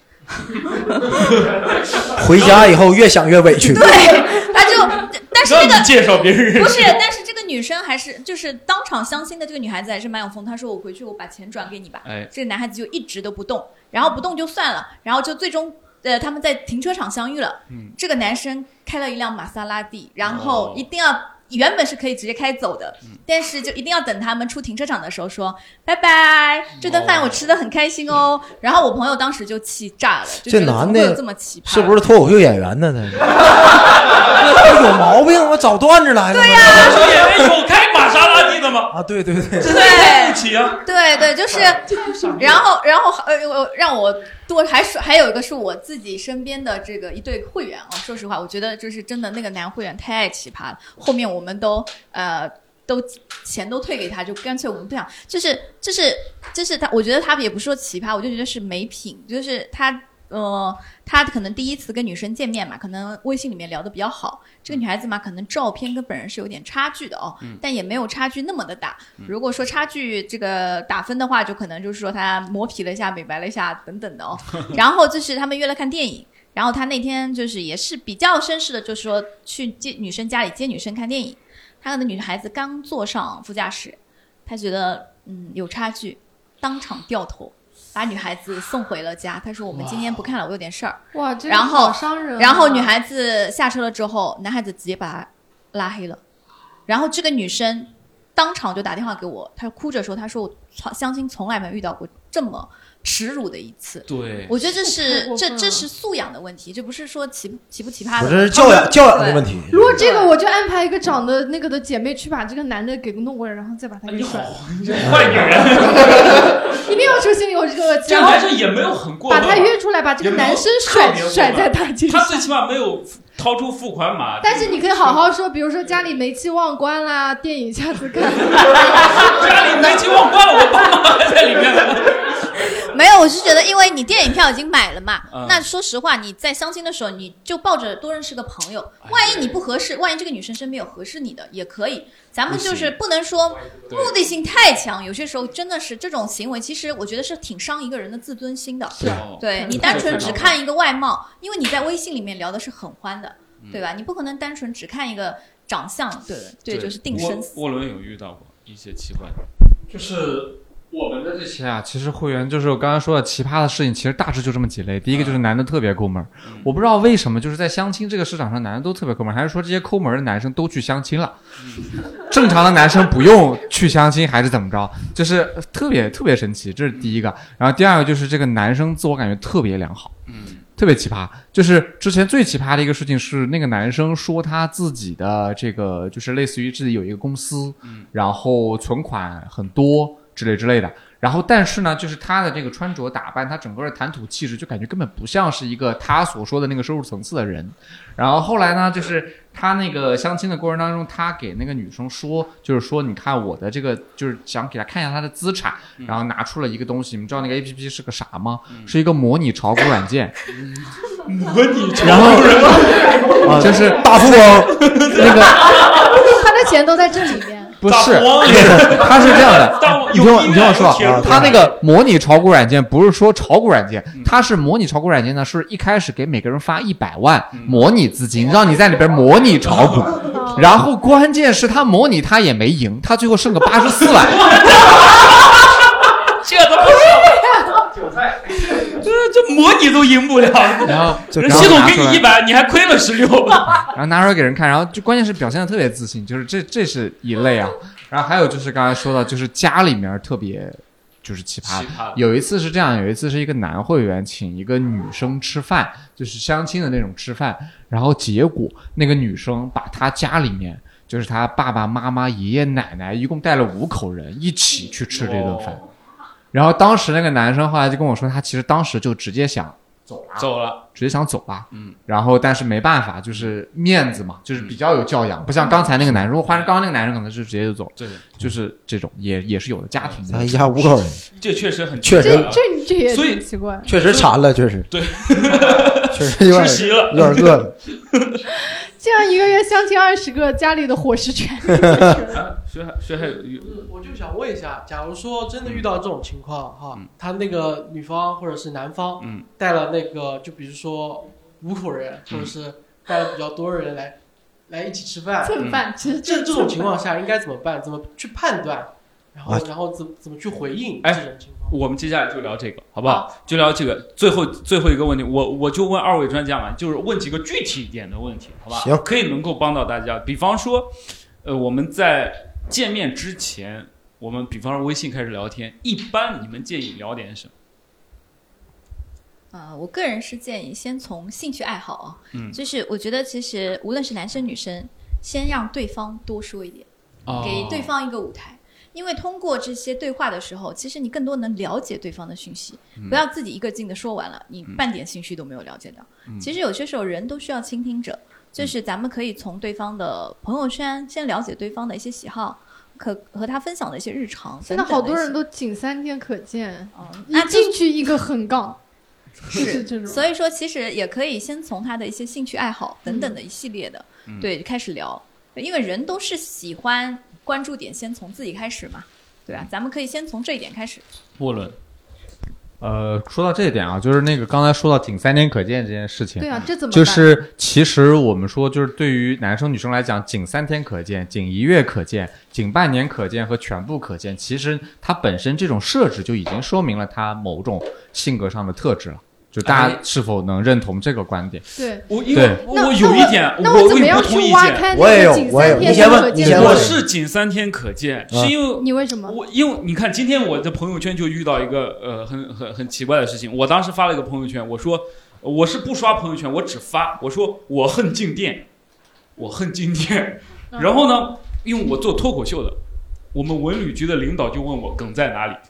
回家以后越想越委屈。 对，他就但是这个介绍别人不是，但是这个女生还是就是当场相亲的这个女孩子还是蛮有风，她说我回去我把钱转给你吧。 哎， 这个男孩子就一直都不动，然后不动就算了，然后就最终呃他们在停车场相遇了。嗯，这个男生开了一辆玛莎拉蒂，然后一定要。 原本是可以直接开走的，但是就一定要等他们出停车场的时候说拜拜，这顿饭我吃的很开心哦。然后我朋友当时就气炸了，就这男的有这么奇葩， 是不是脱口秀演员呢？他有毛病，我找段子来了。 对呀、 脱口秀演员有开玛莎拉蒂的吗？ 啊，对对对， 这对不起啊。 对对，就是，然后然后呃让我多还是还有一个是我自己身边的这个一对会员啊，说实话，我觉得就是真的那个男会员太奇葩了，后面我们都呃。都钱都退给他，就干脆我们不想，就是就是就是他，我觉得他也不是说奇葩，我就觉得是没品，就是他呃，他可能第一次跟女生见面嘛，可能微信里面聊得比较好，这个女孩子嘛，可能照片跟本人是有点差距的哦，嗯、但也没有差距那么的大。如果说差距这个打分的话，就可能就是说他磨皮了一下、美白了一下等等的哦。然后就是他们约了看电影。然后他那天就是也是比较绅士的，就是说去接女生家里接女生看电影。他的女孩子刚坐上副驾驶，他觉得嗯有差距，当场掉头，把女孩子送回了家。他说我们今天不看了，我有点事儿。 哇，这个然后好伤人啊。 然后女孩子下车了之后，男孩子直接把她拉黑了。然后这个女生当场就打电话给我，她哭着说：“她说我相亲从来没遇到过这么耻辱的一次。” 对， 我觉得这是这这是素养的问题，这不是说奇奇不奇葩的， 不是教养教养的问题。 如果这个，我就安排一个长得那个的姐妹去把这个男的给弄过来，然后再把他给甩了。 坏女人， 一定要说心里有这个。 这个男生也没有很过分， 把他约出来，把这个男生甩甩在大街上。 他最起码没有掏出付款码。 但是你可以好好说，比如说家里煤气忘关啦，电影下次看。 家里煤气忘关了，我爸妈还在里面呢。 没有，我是觉得，因为你电影票已经买了嘛， 嗯、 那说实话，你在相亲的时候，你就抱着多认识个朋友，万一你不合适，万一这个女生身边有合适你的，也可以。咱们就是不能说目的性太强，有些时候真的是这种行为，其实我觉得是挺伤一个人的自尊心的。对，你单纯只看一个外貌，因为你在微信里面聊的是很欢的，对吧？你不可能单纯只看一个长相，对对，就是定生死。 涡轮有遇到过一些奇怪的， 就是。我们的这些啊，其实会员就是我刚刚说的奇葩的事情，其实大致就这么几类。第一个就是男的特别抠门，嗯、我不知道为什么就是在相亲这个市场上，男的都特别抠门，还是说这些抠门的男生都去相亲了？嗯、正常的男生不用去相亲，还是怎么着？就是特别特别神奇，这是第一个。然后第二个就是这个男生自我感觉特别良好，嗯，特别奇葩。就是之前最奇葩的一个事情是，那个男生说他自己的这个就是类似于自己有一个公司，嗯，然后存款很多。之类之类的，然后但是呢，就是他的这个穿着打扮，他整个的谈吐气质，就感觉根本不像是一个他所说的那个收入层次的人。然后后来呢，就是他那个相亲的过程当中，他给那个女生说，就是说，你看我的这个，就是想给他看一下他的资产，然后拿出了一个东西，你们知道那个 A P P 是个啥吗？是一个模拟炒股软件。 模拟炒股， 然后、啊、就是大富翁那个， 他的钱都在这里面。 不是，他是这样的，你听我，你听我说啊，他那个模拟炒股软件不是说炒股软件，它是模拟炒股软件呢，是一开始给每个人发一百万模拟资金，让你在里边模拟炒股，然后关键是他模拟他也没赢，他最后剩个八十四万。 这都不是韭菜，这这模拟都赢不了。 然后人系统给你一百，你还亏了十六。 然后拿出来给人看，然后就关键是表现的特别自信，就是这这是一类啊。然后还有就是刚才说到，就是家里面特别就是奇葩。 奇葩有一次是这样，有一次是一个男会员请一个女生吃饭，就是相亲的那种吃饭，然后结果那个女生把他家里面。就是他爸爸妈妈爷爷奶奶一共带了五口人一起去吃这顿饭，然后当时那个男生后来就跟我说，他其实当时就直接想走了， 走了， 直接想走了，嗯，然后但是没办法，就是面子嘛，就是比较有教养，不像刚才那个男生，如果换成刚刚那个男生，可能是直接就走， 对， 就是这种也也是有的家庭的， 他一家五口人， 这确实很确实， 这这也所以奇怪， 确实馋了，确实， 对， 确实有点吃席了， 有点饿了。 这样一个月相亲二十个，家里的伙食全。 啊，学海学海有， 我就想问一下，假如说真的遇到这种情况哈，嗯、他那个女方或者是男方，嗯，带了那个，就比如说五口人，嗯、或者是带了比较多人来，来一起吃饭， 蹭饭，其实这这种情况下应该怎么办？怎么去判断？然后，然后怎怎么去回应这种情况？ 我们接下来就聊这个，好不好？就聊这个。最后最后一个问题，我我就问二位专家嘛，就是问几个具体一点的问题，好吧？ 行， 可以能够帮到大家。比方说， 呃，我们在见面之前，我们比方说微信开始聊天，一般你们建议聊点什么？ 呃，我个人是建议先从兴趣爱好啊， 嗯， 就是我觉得其实无论是男生女生，先让对方多说一点， 哦、 给对方一个舞台，因为通过这些对话的时候，其实你更多能了解对方的讯息， 嗯、 不要自己一个劲的说完了，你半点信息都没有了解到。嗯、其实有些时候人都需要倾听者，就是咱们可以从对方的朋友圈先了解对方的一些喜好。可和他分享的一些日常， 现在好多人都仅三天可见， 嗯， 一进去一个横杠。 是这种，所以说其实也可以先从他的一些兴趣爱好等等的一系列的，嗯、对开始聊，因为人都是喜欢关注点先从自己开始嘛，对吧？咱们可以先从这一点开始。 沃伦， 呃，说到这一点啊，就是那个刚才说到仅三天可见这件事情， 对啊，这怎么办？ 就是其实我们说，就是对于男生女生来讲，仅三天可见、仅一月可见、仅半年可见和全部可见，其实它本身这种设置就已经说明了他某种性格上的特质了。就大家是否能认同这个观点？ 对， 我因为我有一点， 那我怎么样去挖开我也有，我也有。你先问，你先问。 我是仅三天可见，是因为你为什么？ 我因为你看，今天我的朋友圈就遇到一个呃很很很奇怪的事情。我当时发了一个朋友圈，我说我是不刷朋友圈，我只发我说我恨静电，我恨静电。然后呢，因为我做脱口秀的，我们文旅局的领导就问我梗在哪里。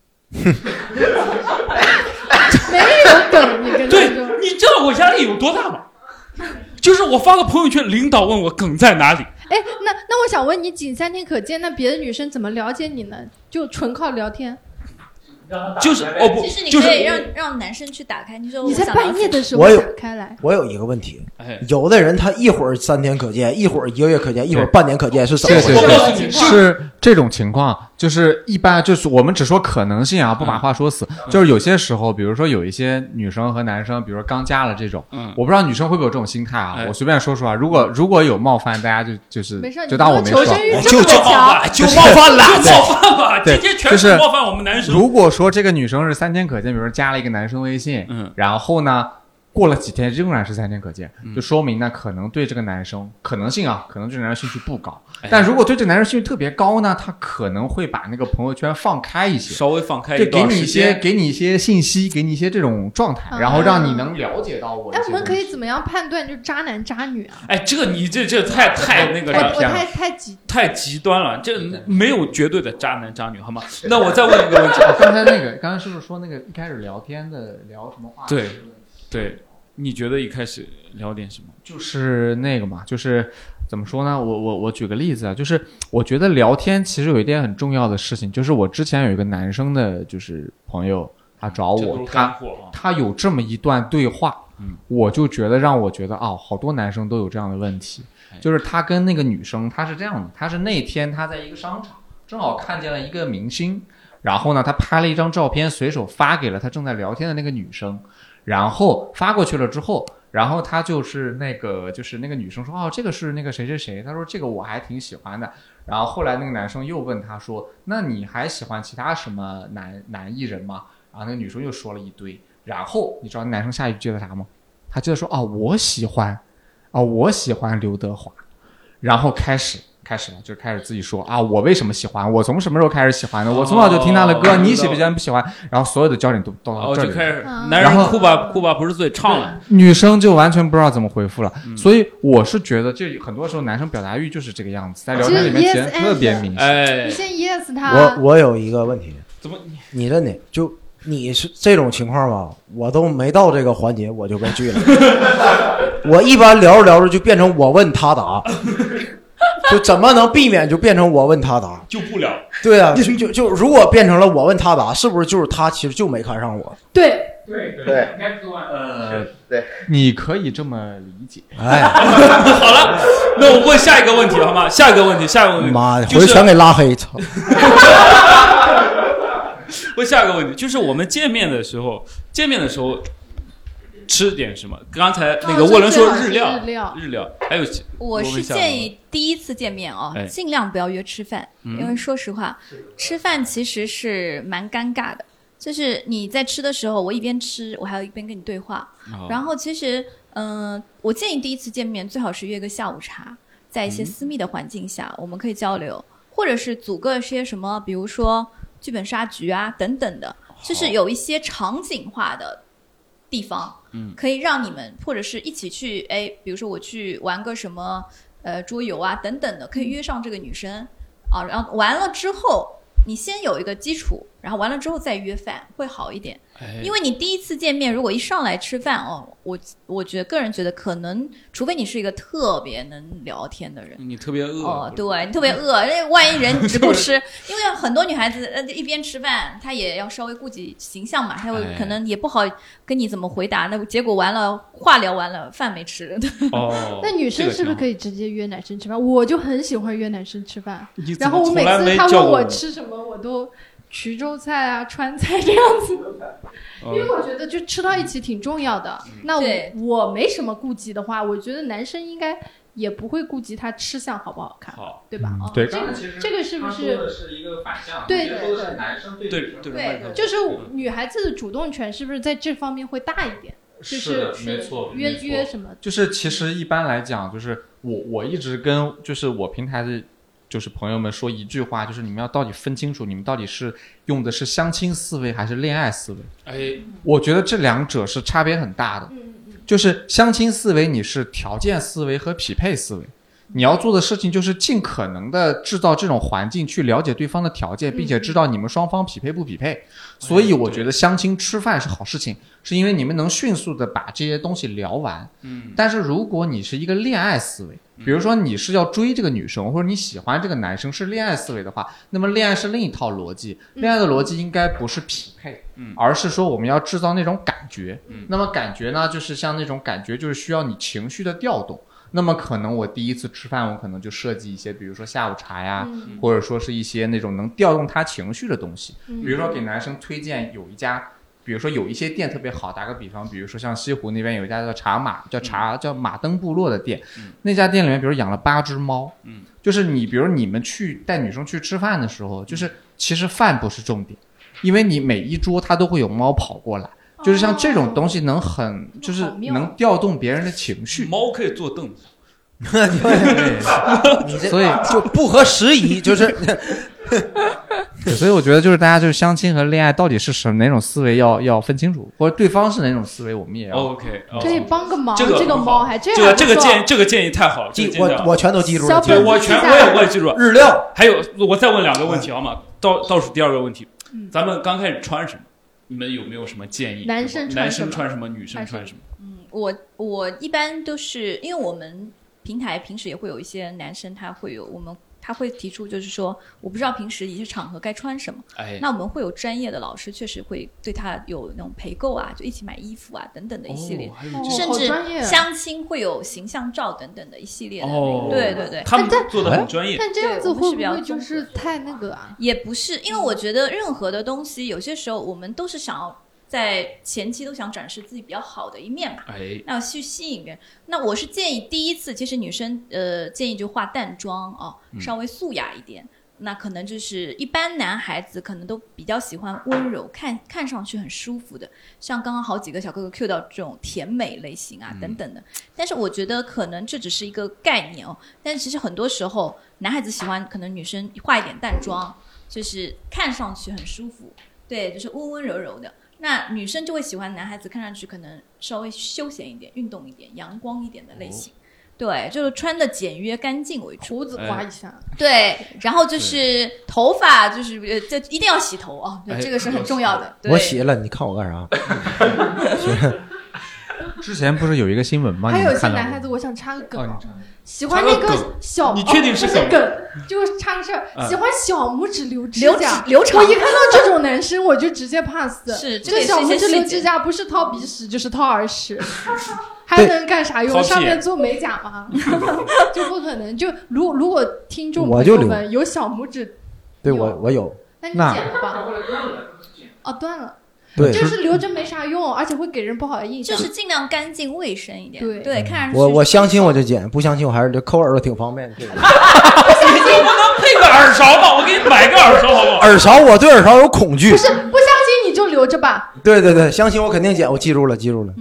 没有梗，你跟对，你知道我压力有多大吗？就是我发个朋友圈，领导问我梗在哪里。 哎，那那我想问你，仅三天可见，那别的女生怎么了解你呢？就纯靠聊天？ 就是哦不， 其实你可以让、就是、让男生去打开。你说你在半夜的时候打开来。 我有一个问题，有的人他一会儿三天可见，一会儿一个月可见，一会儿半年可见，是怎么回事？ 是这种情况，就是一般就是我们只说可能性啊，不把话说死。嗯、就是有些时候，比如说有一些女生和男生，比如说刚加了这种，嗯，我不知道女生会不会有这种心态啊。哎、我随便说说啊，如果如果有冒犯，大家就就是就当我没说， 就就冒犯，就冒犯了， 就冒犯吧。今天全是冒犯我们男生。 如果说这个女生是三天可见，比如说加了一个男生微信，嗯，然后呢，过了几天仍然是三天可见，就说明呢，可能对这个男生可能性啊，可能对男生兴趣不高。但如果对这个男生兴趣特别高呢，他可能会把那个朋友圈放开一些， 稍微放开一段时间，就给你一些给你一些信息，给你一些这种状态，然后让你能了解到我。 哎，我们可以怎么样判断就渣男渣女啊？ 哎，这个你这这太太那个我我太太极太极端了，这没有绝对的渣男渣女，好吗？那我再问一个问题， 刚才那个刚才是不是说那个一开始聊天的聊什么话题？ 对，对。你觉得一开始聊点什么？ 就是那个嘛，就是怎么说呢？我我我举个例子啊，就是我觉得聊天其实有一件很重要的事情，就是我之前有一个男生的，就是朋友，他找我，他他有这么一段对话，嗯，我就觉得让我觉得哦，好多男生都有这样的问题，就是他跟那个女生，他是这样的，他是那天他在一个商场正好看见了一个明星，然后呢，他拍了一张照片，随手发给了他正在聊天的那个女生。然后发过去了之后，然后他就是那个就是那个女生说哦，这个是那个谁谁谁，他说这个我还挺喜欢的。然后后来那个男生又问他说，那你还喜欢其他什么男男艺人吗？然后那个女生又说了一堆。然后你知道男生下一句接的啥吗？他接着说哦，我喜欢，哦，我喜欢刘德华。然后开始。开始了，就开始自己说啊，我为什么喜欢？我从什么时候开始喜欢的？我从小就听他的歌，哦、你喜不喜欢？不喜欢？然后所有的焦点都都到这里， 哦、就开始男人哭吧哭吧不是罪唱了， 女生就完全不知道怎么回复了。嗯、所以我是觉得，这很多时候男生表达欲就是这个样子，在聊天里面显得特别明显。 哎， 你先 yes 他。 我我有一个问题， 怎么你真的就你是这种情况吧？我都没到这个环节，我就被拒了。我一般聊着聊着就变成我问他答。就怎么能避免就变成我问他答？ 就不聊。 对啊，就就就如果变成了我问他答，是不是就是他其实就没看上我？ 对对对， 呃，对， 你可以这么理解。 哎， 好了，那我问下一个问题好吗？下一个问题，下一个问题。 妈的， 就是、 回去全给拉黑，操！ 问下一个问题，就是我们见面的时候，见面的时候。吃点什么？刚才那个沃伦说日料， 日料， 日料，还有我是建议第一次见面哦， 哎、 尽量不要约吃饭， 嗯、 因为说实话，吃饭其实是蛮尴尬的。就是你在吃的时候，我一边吃，我还要一边跟你对话。 哦、 然后其实，嗯、呃，我建议第一次见面最好是约个下午茶。 在一些私密的环境下，嗯、我们可以交流，或者是组个些什么，比如说剧本杀局啊等等的，就是有一些场景化的地方，嗯，可以让你们或者是一起去，哎，比如说我去玩个什么呃桌游啊等等的，可以约上这个女生啊，然后完了之后。你先有一个基础，然后完了之后再约饭会好一点，哎、因为你第一次见面如果一上来吃饭哦，我我觉得个人觉得可能，除非你是一个特别能聊天的人， 你特别饿哦，对你特别饿，因为万一人只顾吃，因为很多女孩子呃一边吃饭，她也要稍微顾及形象嘛，她会可能也不好跟你怎么回答，那结果完了话聊完了饭没吃。 哦，那女生是不是可以直接约男生吃饭？我就很喜欢约男生吃饭，然后我每次他问我吃什么。我都衢州菜啊川菜这样子，因为我觉得就吃到一起挺重要的。嗯、那我我没什么顾忌的话，我觉得男生应该也不会顾及他吃相好不好看，好对吧？嗯、 对， 这个这个是不是是一个反向？ 对对对，男生对对对，就是女孩子的主动权是不是在这方面会大一点？就是没错， 约约什么？ 就是其实一般来讲，就是我我一直跟就是我平台的。就是朋友们说一句话，就是你们要到底分清楚，你们到底是用的是相亲思维还是恋爱思维？哎，我觉得这两者是差别很大的。就是相亲思维，你是条件思维和匹配思维，你要做的事情就是尽可能的制造这种环境，去了解对方的条件，并且知道你们双方匹配不匹配。所以我觉得相亲吃饭是好事情，是因为你们能迅速的把这些东西聊完。嗯，但是如果你是一个恋爱思维，比如说你是要追这个女生，或者你喜欢这个男生是恋爱思维的话，那么恋爱是另一套逻辑。恋爱的逻辑应该不是匹配，嗯，而是说我们要制造那种感觉。嗯，那么感觉呢，就是像那种感觉，就是需要你情绪的调动。那么可能我第一次吃饭，我可能就设计一些，比如说下午茶呀，嗯、或者说是一些那种能调动他情绪的东西。嗯、比如说给男生推荐有一家。比如说有一些店特别好，打个比方，比如说像西湖那边有一家叫茶马，叫茶叫马登部落的店，嗯、那家店里面比如养了八只猫，嗯，就是你比如你们去带女生去吃饭的时候，就是其实饭不是重点，因为你每一桌它都会有猫跑过来，哦、就是像这种东西能很就是能调动别人的情绪， 猫可以坐凳子。 对，所以就不合时宜，就是所以我觉得就是大家就是相亲和恋爱到底是什么哪种思维要要分清楚，或者对方是哪种思维，我们也要 OK 可以帮个忙。 这个这个猫还这样， 这个这个建这个建议太好了， 记我我全都记住了， 对我全我也我也记住了。 日料还有我再问两个问题好吗？倒倒数第二个问题，咱们刚开始穿什么？你们有没有什么建议？ 男生男生穿什么，女生穿什么？ 嗯，我我一般都是因为我们。平台平时也会有一些男生，他会有我们他会提出，就是说我不知道平时一些场合该穿什么，哎，那我们会有专业的老师，确实会对他有那种陪购啊，就一起买衣服啊等等的一系列，哦、甚至相亲会有形象照等等的一系列的、那个哦，对对对， 他们做的很专业。 但这样子会不会就是太那个啊？ 也不是，因为我觉得任何的东西，有些时候我们都是想要。在前期都想展示自己比较好的一面嘛，哎，那去吸引人。那我是建议第一次，其实女生呃建议就化淡妆啊，稍微素雅一点。嗯、那可能就是一般男孩子可能都比较喜欢温柔，看看上去很舒服的，像刚刚好几个小哥哥 cue 到这种甜美类型啊、嗯、等等的。但是我觉得可能这只是一个概念哦，但其实很多时候男孩子喜欢可能女生化一点淡妆，就是看上去很舒服，对，就是温温柔柔的。那女生就会喜欢男孩子看上去可能稍微休闲一点、运动一点、阳光一点的类型，哦、对，就是穿的简约干净为主， 胡子刮一下， 哎、对，然后就是头发就是呃，这一定要洗头啊，对，哎、这个是很重要的。 我洗了，你看我干啥？ 之前不是有一个新闻吗？ 还有一些男孩子，我想插个梗、哦，喜欢那个小， 你确定是梗？梗就是插个事儿， 嗯、 喜欢小拇指留指甲， 留长。 我一看到这种男生，我就直接 pass。 是， 这小拇指留指甲不是掏鼻屎就是掏耳屎，还能干啥用？上面做美甲吗？就不可能。就如如果听众朋友们有小拇指， 对我我有， 那你剪了吧？哦，断了。 对， 就是留着没啥用，而且会给人不好的印象。 就是尽量干净卫生一点。 对对，看上去。 我我相亲我就剪，不相亲我还是抠耳朵挺方便的。 不相亲不能配个耳勺吗？我给你买个耳勺好不好？ 耳勺我对耳勺有恐惧。 不是不相亲你就留着吧。 对对对，相亲我肯定剪，我记住了记住了。 嗯，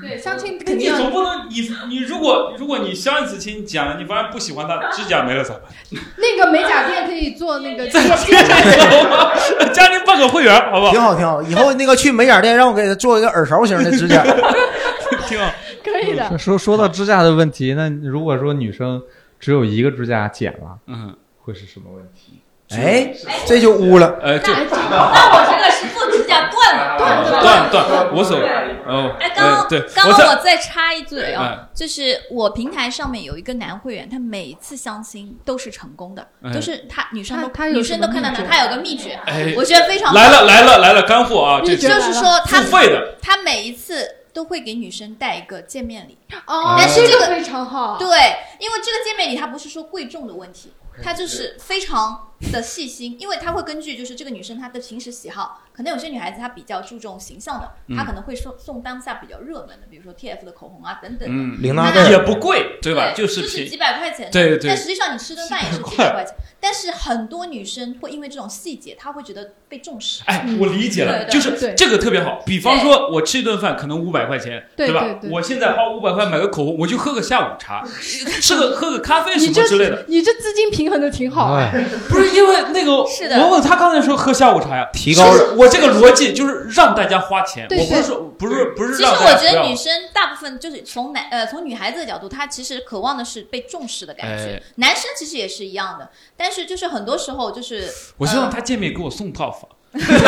对，相亲那肯定要你总不能你你如果如果你相一次亲讲了，你发现不喜欢他，指甲没了咋办？ 那个美甲店可以做那个接加您办个会员，好不好？ 挺好挺好，以后那个去美甲店让我给他做一个耳勺型的指甲， 挺好， 可以的。 说说到指甲的问题，那如果说女生只有一个指甲剪了， 嗯， 会是什么问题？ 哎，这就污了。 哎，就那我这个是做指甲断了，断了， 断断，无所谓。哦， 哎，刚刚对， 刚刚我再插一嘴哦， 哎就是我平台上面有一个男会员，他每次相亲都是成功的， 哎都是他女生都他有女生都看到他， 什么秘诀他有个秘诀哎， 我觉得非常来了来了来了，干货啊！这就是说他付费的， 他每一次都会给女生带一个见面礼。 哦， 但是这个非常好。 对，因为这个见面礼它不是说贵重的问题，它就是非常的细心，因为它会根据就是这个女生她的平时喜好，可能有些女孩子她比较注重形象的， 嗯她可能会送送当下比较热门的，比如说 T F 的口红啊等等的， 嗯， 玲娜那也不贵，对吧？ 对， 是就是几百块钱的， 对对。 但实际上你吃顿饭也是几百块钱，但是很多女生会因为这种细节，她会觉得被重视。 哎，我理解了， 对对就是这个特别好。比方说，我吃一顿饭可能五百块钱，吧对对对？ 我现在花五百块买个口红，我就喝个下午茶，吃个喝个咖啡什你这么之类的。 你这资金平衡的挺好啊。 不是因为那个， 是的我问他刚才说喝下午茶呀， 提高了。 我这个逻辑就是让大家花钱，我对不是说不是不是其实让大我觉家不要得女生大部分就是从男呃从女孩子的角度，她其实渴望的是被重视的感觉。 哎男生其实也是一样的，但是就是很多时候就是我希望他见面给我送套房。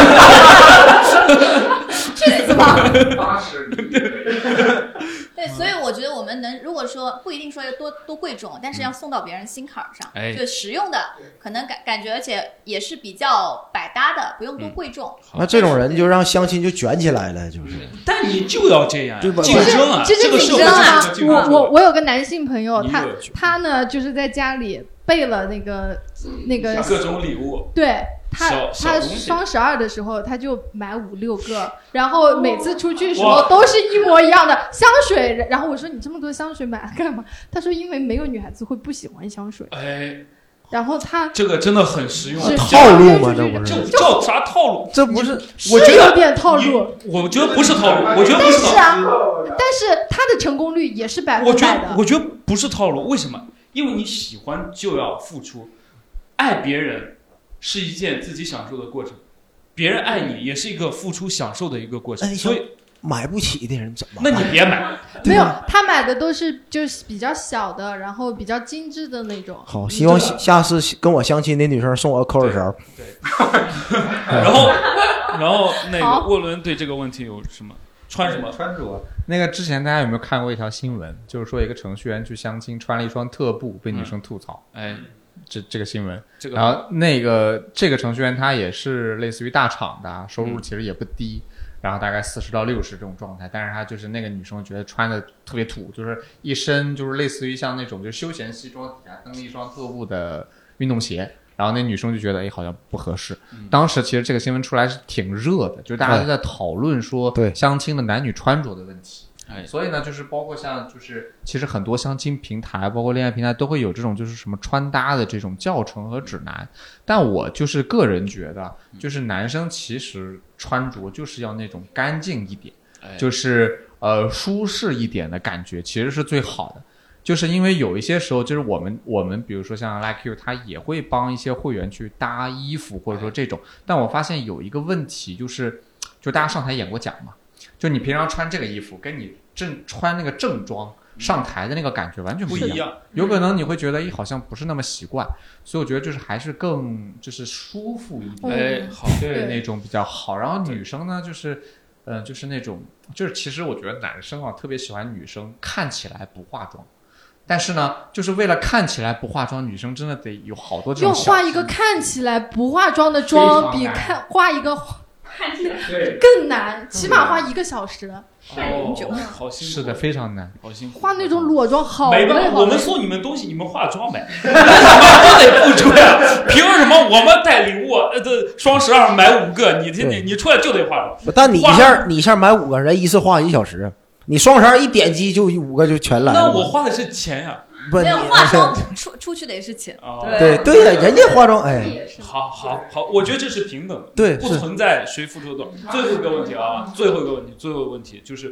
去死吧！ 八十对，所以我觉得我们能，如果说不一定说要多多贵重，但是要送到别人心坎上， 哎就实用的，可能感感觉，而且也是比较百搭的，不用多贵重。 那这种人就让相亲就卷起来了，就是。 但你就要这样， 对吧？ 竞争啊， 其实这个社会竞争啊就是竞争我我我有个男性朋友，他你有他呢就是在家里备了那个那个各种礼物， 对他小小他东西双十二的时候他就买五六个，然后每次出去的时候哇都是一模一样的香水。然后我说你这么多香水买来干嘛？他说因为没有女孩子会不喜欢香水。 哎， 然后他这个真的很实用， 是套路吗？这不是？ 这叫啥套路？ 这不是？ 我觉得有点套路， 我觉得不是套路，我觉得不但是套是啊路。， 但是他的成功率也是百我觉得分百的。 我觉得不是套路，为什么？因为你喜欢就要付出，爱别人是一件自己享受的过程，别人爱你也是一个付出享受的一个过程， 哎所以买不起的人怎么？ 那你别买。 没有，他买的都是就是比较小的，然后比较精致的那种。 好，希望下下次跟我相亲的女生送我抠耳勺。 然后，然后那好个沃伦对这个问题有什么？穿什么？ 穿着？那个之前大家有没有看过一条新闻？就是说一个程序员去相亲，穿了一双特步，被女生吐槽。 哎， 这这个新闻。 这个然后那个这个程序员他也是类似于大厂的，收入其实也不低。嗯，然后大概四十到六十这种状态，但是他就是那个女生觉得穿的特别土，就是一身就是类似于像那种就休闲西装底下蹬了一双特步的运动鞋，然后那女生就觉得哎好像不合适。嗯，当时其实这个新闻出来是挺热的，就是大家都在讨论说相亲的男女穿着的问题。 哎， 所以呢，就是包括像就是其实很多相亲平台，包括恋爱平台都会有这种就是什么穿搭的这种教程和指南。但我就是个人觉得，就是男生其实穿着就是要那种干净一点， 哎、 就是呃舒适一点的感觉，其实是最好的。就是因为有一些时候，就是我们我们比如说像 Like You， 他也会帮一些会员去搭衣服，或者说这种。但我发现有一个问题，就是就大家上台演过讲嘛，就你平常穿这个衣服，跟你正穿那个正装上台的那个感觉完全不一样， 不一样有可能你会觉得，咦，好像不是那么习惯，所以我觉得就是还是更就是舒服一点， 哎，好， 对那种比较好。然后女生呢，就是，嗯、呃，就是那种，就是其实我觉得男生啊特别喜欢女生看起来不化妆。但是呢，就是为了看起来不化妆，女生真的得有好多这种用画一个看起来不化妆的妆，比看画一个看起来更难，起码花一个小时。 哦，好辛苦， 是的，非常难， 好辛苦。 画那种裸妆好累， 没办法， 好累。 我们送你们东西，你们化妆呗，都得付出呀。凭什么我们带礼物？呃，这双十二买五个，你你你出来就得化妆。 但你一下你一下买五个人，一次画一小时，你双十二一点击就五个就全来了。 那我花的是钱呀。 不， 没有化妆出出去的也是钱。 哦、 对对呀，人家化妆哎， 好好好，我觉得这是平等的， 对， 不存在谁付出多少。最后一个问题啊，最后一个问题，最后一个问题就是，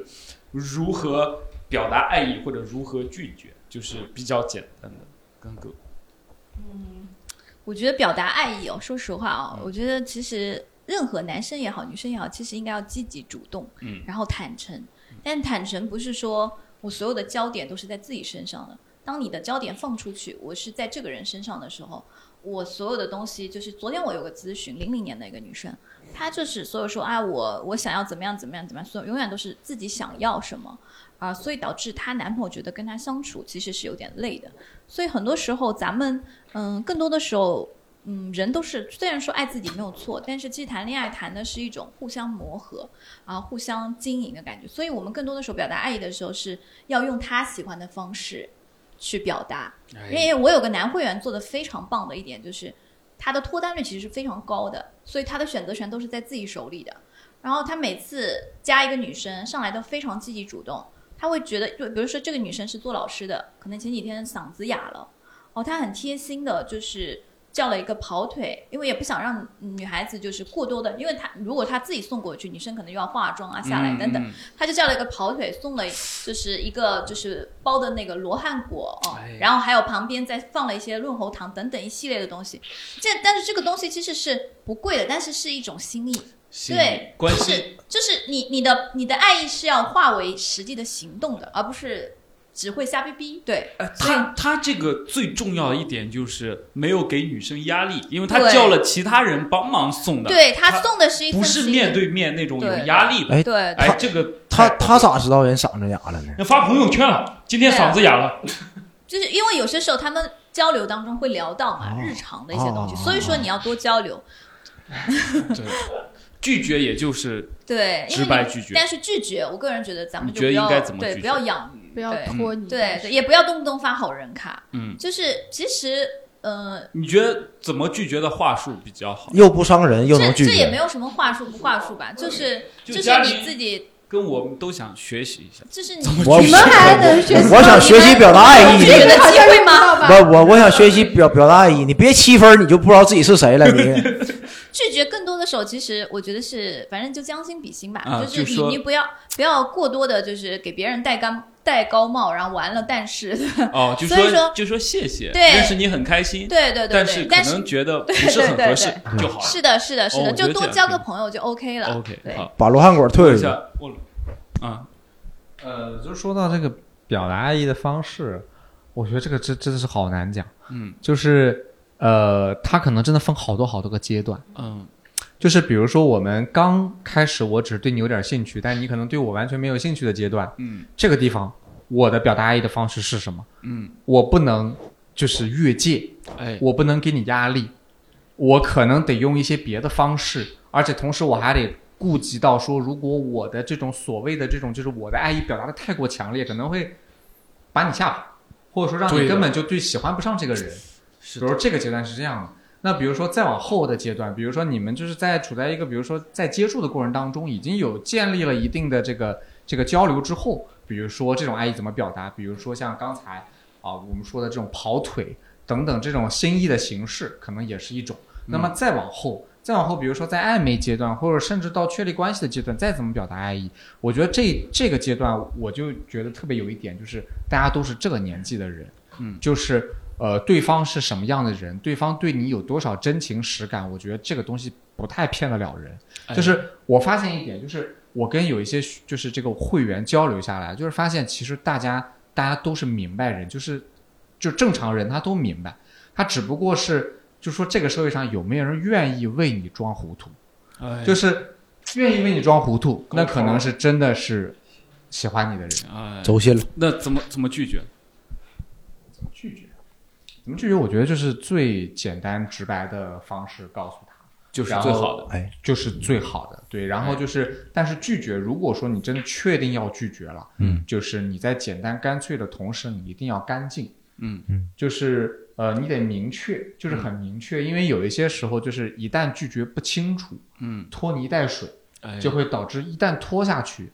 如何表达爱意或者如何拒绝，就是比较简单的跟各。 嗯，我觉得表达爱意哦，说实话啊、哦，我觉得其实任何男生也好，女生也好，其实应该要积极主动， 嗯， 然后坦诚。但坦诚不是说我所有的焦点都是在自己身上的。当你的焦点放出去，我是在这个人身上的时候，我所有的东西就是昨天我有个咨询，零零年的一个女生，她就是所有说啊，我我想要怎么样怎么样怎么样，所有永远都是自己想要什么啊、呃，所以导致她男朋友觉得跟她相处其实是有点累的。所以很多时候咱们嗯，更多的时候。嗯，人都是虽然说爱自己没有错，但是其实谈恋爱谈的是一种互相磨合啊，互相经营的感觉。所以我们更多的时候表达爱意的时候，是要用他喜欢的方式去表达。因为我有个男会员做的非常棒的一点，就是他的脱单率其实是非常高的，所以他的选择权都是在自己手里的。然后他每次加一个女生上来都非常积极主动，他会觉得，就比如说这个女生是做老师的，可能前几天嗓子哑了，哦，他很贴心的，就是叫了一个跑腿，因为也不想让女孩子就是过多的，因为她如果她自己送过去，女生可能又要化妆啊下来等等，她就叫了一个跑腿，送了就是一个就是包的那个罗汉果哦，然后还有旁边再放了一些润喉糖等等一系列的东西。这但是这个东西其实是不贵的，但是是一种心意。对， 关系就是就是你你的你的爱意是要化为实际的行动的，而不是只会瞎逼逼。对， 呃、他他这个最重要的一点就是没有给女生压力，因为他叫了其他人帮忙送的。 对，他送的是一份不是面对面那种有压力的。 哎， 对， 哎，这个他他咋知道人嗓子哑了呢？ 那发朋友圈了，今天嗓子哑了。 就是因为有些时候他们交流当中会聊到嘛、哦、日常的一些东西、哦，所以说你要多交流。 对。拒绝也就是对直白拒绝， 但是拒绝，我个人觉得咱们就不要对，不要养鱼， 不要拖泥， 对对，也不要动不动发好人卡。 嗯， 就是其实呃， 你觉得怎么拒绝的话术比较好？ 又不伤人，又能拒绝， 这也没有什么话术不话术吧，就是就是你自己。 跟我们都想学习一下， 就是你你们还能学习？ 我想学习表达爱意， 你觉得机会吗？ 不，我我想学习表表达爱意，你别七分你就不知道自己是谁了，你。 拒绝更多的时候，其实我觉得是，反正就将心比心吧， 啊、 就是你你不要不要过多的，就是给别人戴高戴高帽，然后完了，但是哦，就说说就说谢谢， 对， 认识你很开心， 对对对， 但是可能觉得不是很合适就好了。 是的，是的，是的， 哦、 就多交个朋友就 OK 了。 OK， 对， 好， 把罗汉果退一下。啊， 呃，就说到这个表达爱意的方式，我觉得这个真真的是好难讲。 嗯， 就是呃，它可能真的分好多好多个阶段。 嗯， 就是比如说我们刚开始，我只是对你有点兴趣，但你可能对我完全没有兴趣的阶段。 嗯， 这个地方我的表达爱意的方式是什么？ 嗯， 我不能就是越界， 哎， 我不能给你压力，我可能得用一些别的方式，而且同时我还得。顾及到说，如果我的这种所谓的这种，就是我的爱意表达的太过强烈，可能会把你吓跑，或者说让你根本就对喜欢不上这个人。比如这个阶段是这样的，那比如说再往后的阶段，比如说你们就是在处在一个，比如说在接触的过程当中，已经有建立了一定的这个这个交流之后，比如说这种爱意怎么表达，比如说像刚才啊我们说的这种跑腿等等这种心意的形式，可能也是一种。那么再往后。再往后，比如说在暧昧阶段，或者甚至到确立关系的阶段，再怎么表达爱意，我觉得这这个阶段，我就觉得特别有一点，就是大家都是这个年纪的人， 嗯， 就是呃，对方是什么样的人，对方对你有多少真情实感，我觉得这个东西不太骗得了人。 哎、 就是我发现一点，就是我跟有一些就是这个会员交流下来，就是发现其实大家大家都是明白人，就是就正常人他都明白，他只不过是。就说这个社会上有没有人愿意为你装糊涂、 哎、 就是愿意为你装糊涂，那可能是真的是喜欢你的人、 哎、 走心了。 那怎么怎么拒绝怎么拒绝怎么拒绝我觉得就是最简单直白的方式告诉他就是最好的， 哎，就是最好的，对。然后就是，但是拒绝，如果说你真的确定要拒绝了， 嗯， 就是你在简单干脆的同时，你一定要干净， 嗯嗯， 就是呃，你得明确，就是很明确，嗯、因为有一些时候就是一旦拒绝不清楚， 嗯， 拖泥带水， 哎、 就会导致一旦拖下去，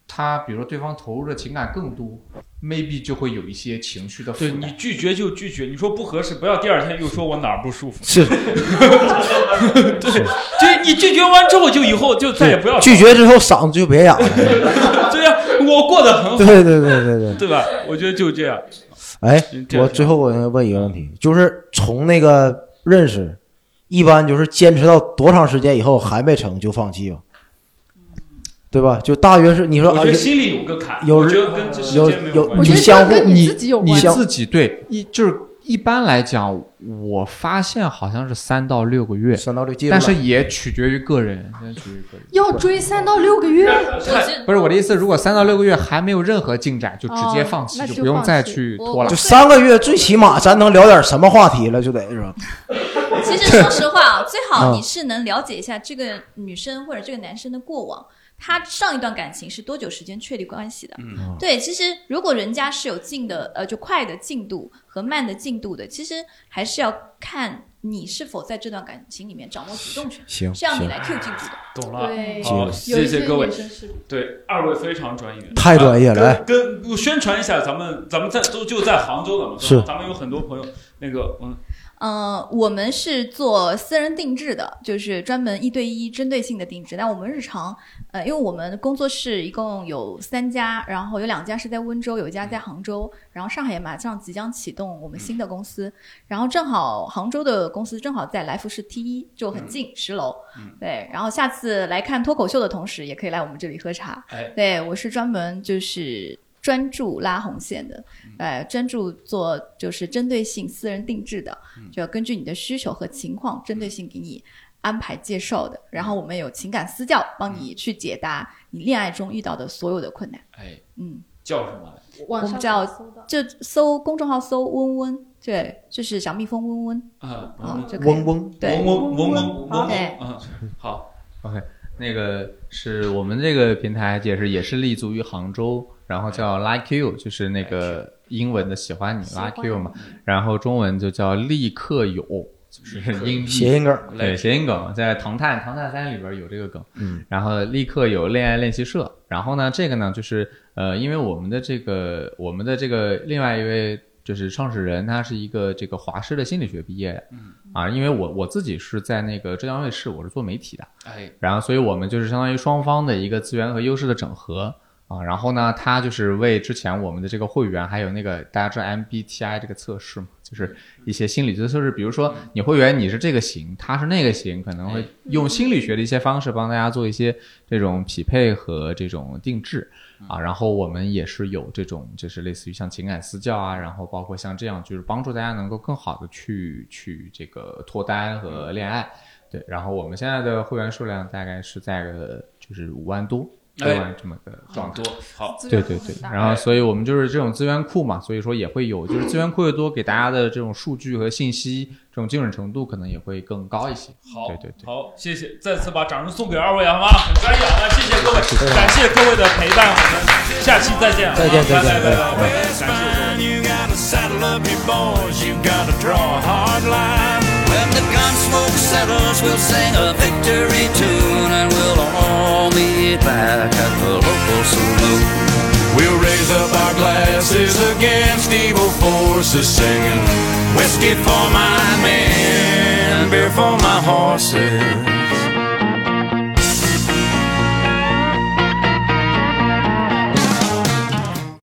他比如说对方投入的情感更多 ，maybe 就会有一些情绪的负担。 对你拒绝就拒绝，你说不合适，不要第二天又说我哪儿不舒服。 是， 对，就你拒绝完之后，就以后就再也不要拒绝之后嗓子就别哑了。 对呀、啊，我过得很好。 对对对对对， 对吧？我觉得就这样。 哎，我最后我问一个问题，就是从那个认识，一般就是坚持到多长时间以后还没成就放弃吧？对吧？就大约是你说， 我觉得心里有个坎， 有我觉得跟这时间没有关系。 你相互你有你自己对一就是一般来讲，我发现好像是三到六个月， 三到六， 但是也取决于个人，取决于个人。 要追三到六个月， 不是我的意思，如果三到六个月还没有任何进展，就直接放弃， 哦、 就不用再去拖了。 就三个月，最起码咱能聊点什么话题了，就得是吧？ 其实说实话啊，最好你是能了解一下这个女生或者这个男生的过往。他上一段感情是多久时间确立关系的？嗯，对，其实如果人家是有进的，呃，就快的进度和慢的进度的，其实还是要看你是否在这段感情里面掌握主动权， 行， 是要你来 Q 进度的。 懂了， 对， 好，谢谢各位。对，二位非常专业， 太专业了。 跟跟宣传一下，咱们咱们在都就在杭州的嘛， 是， 咱们有很多朋友，那个嗯。 呃，我们是做私人定制的，就是专门一对一针对性的定制。那我们日常，呃，因为我们工作室一共有三家，然后有两家是在温州，有一家在杭州，然后上海也马上即将启动我们新的公司，然后正好杭州的公司正好在来福士 T 一，就很近，十楼。对，然后下次来看脱口秀的同时，也可以来我们这里喝茶。对，我是专门就是专注拉红线的，呃，专注做就是针对性私人定制的，就要根据你的需求和情况，针对性给你安排介绍的。然后我们有情感私教，帮你去解答你恋爱中遇到的所有的困难。 哎， 嗯， 叫什么？ 我们叫就搜公众号搜温温，对，就是小蜜蜂温温啊， 嗯，就可以嗡嗡， 对， 嗡嗡嗡嗡嗡， 对， 嗯，好 ，OK， 那个是我们这个平台也是也是立足于杭州。然后叫 Like You， 就是那个英文的喜欢你 Like You 嘛，然后中文就叫立刻有，就是音谐音梗， 对，谐音梗，在唐探唐探三里边有这个梗， 嗯， 然后立刻有恋爱练习社，然后呢，这个呢就是呃，因为我们的这个我们的这个另外一位就是创始人，他是一个这个华师的心理学毕业的，嗯，啊，因为我我自己是在那个浙江卫视，我是做媒体的， 哎， 然后所以我们就是相当于双方的一个资源和优势的整合。啊，然后呢，他就是为之前我们的这个会员，还有那个大家知道 M B T I 这个测试嘛，就是一些心理测试，比如说你会员你是这个型，他是那个型，可能会用心理学的一些方式帮大家做一些这种匹配和这种定制啊。然后我们也是有这种就是类似于像情感私教啊，然后包括像这样就是帮助大家能够更好的去去这个脱单和恋爱。对，然后我们现在的会员数量大概是在个就是五万多。 哎， 这么个状态， 好， 对对对，然后所以我们就是这种资源库嘛，所以说也会有，就是资源库越多，给大家的这种数据和信息，这种精准程度可能也会更高一些。 好， 对对对， 好，谢谢，再次把掌声送给二位好吗？很专业啊，谢谢各位，感谢各位的陪伴，我们下期再见， 再见再见， 拜拜拜拜，感谢。 When the gun smoke settles, we'll sing a victory tune and we'll all meet back at the local saloon. We'll raise up our glasses against evil forces, singing whiskey for my men, beer for my horses.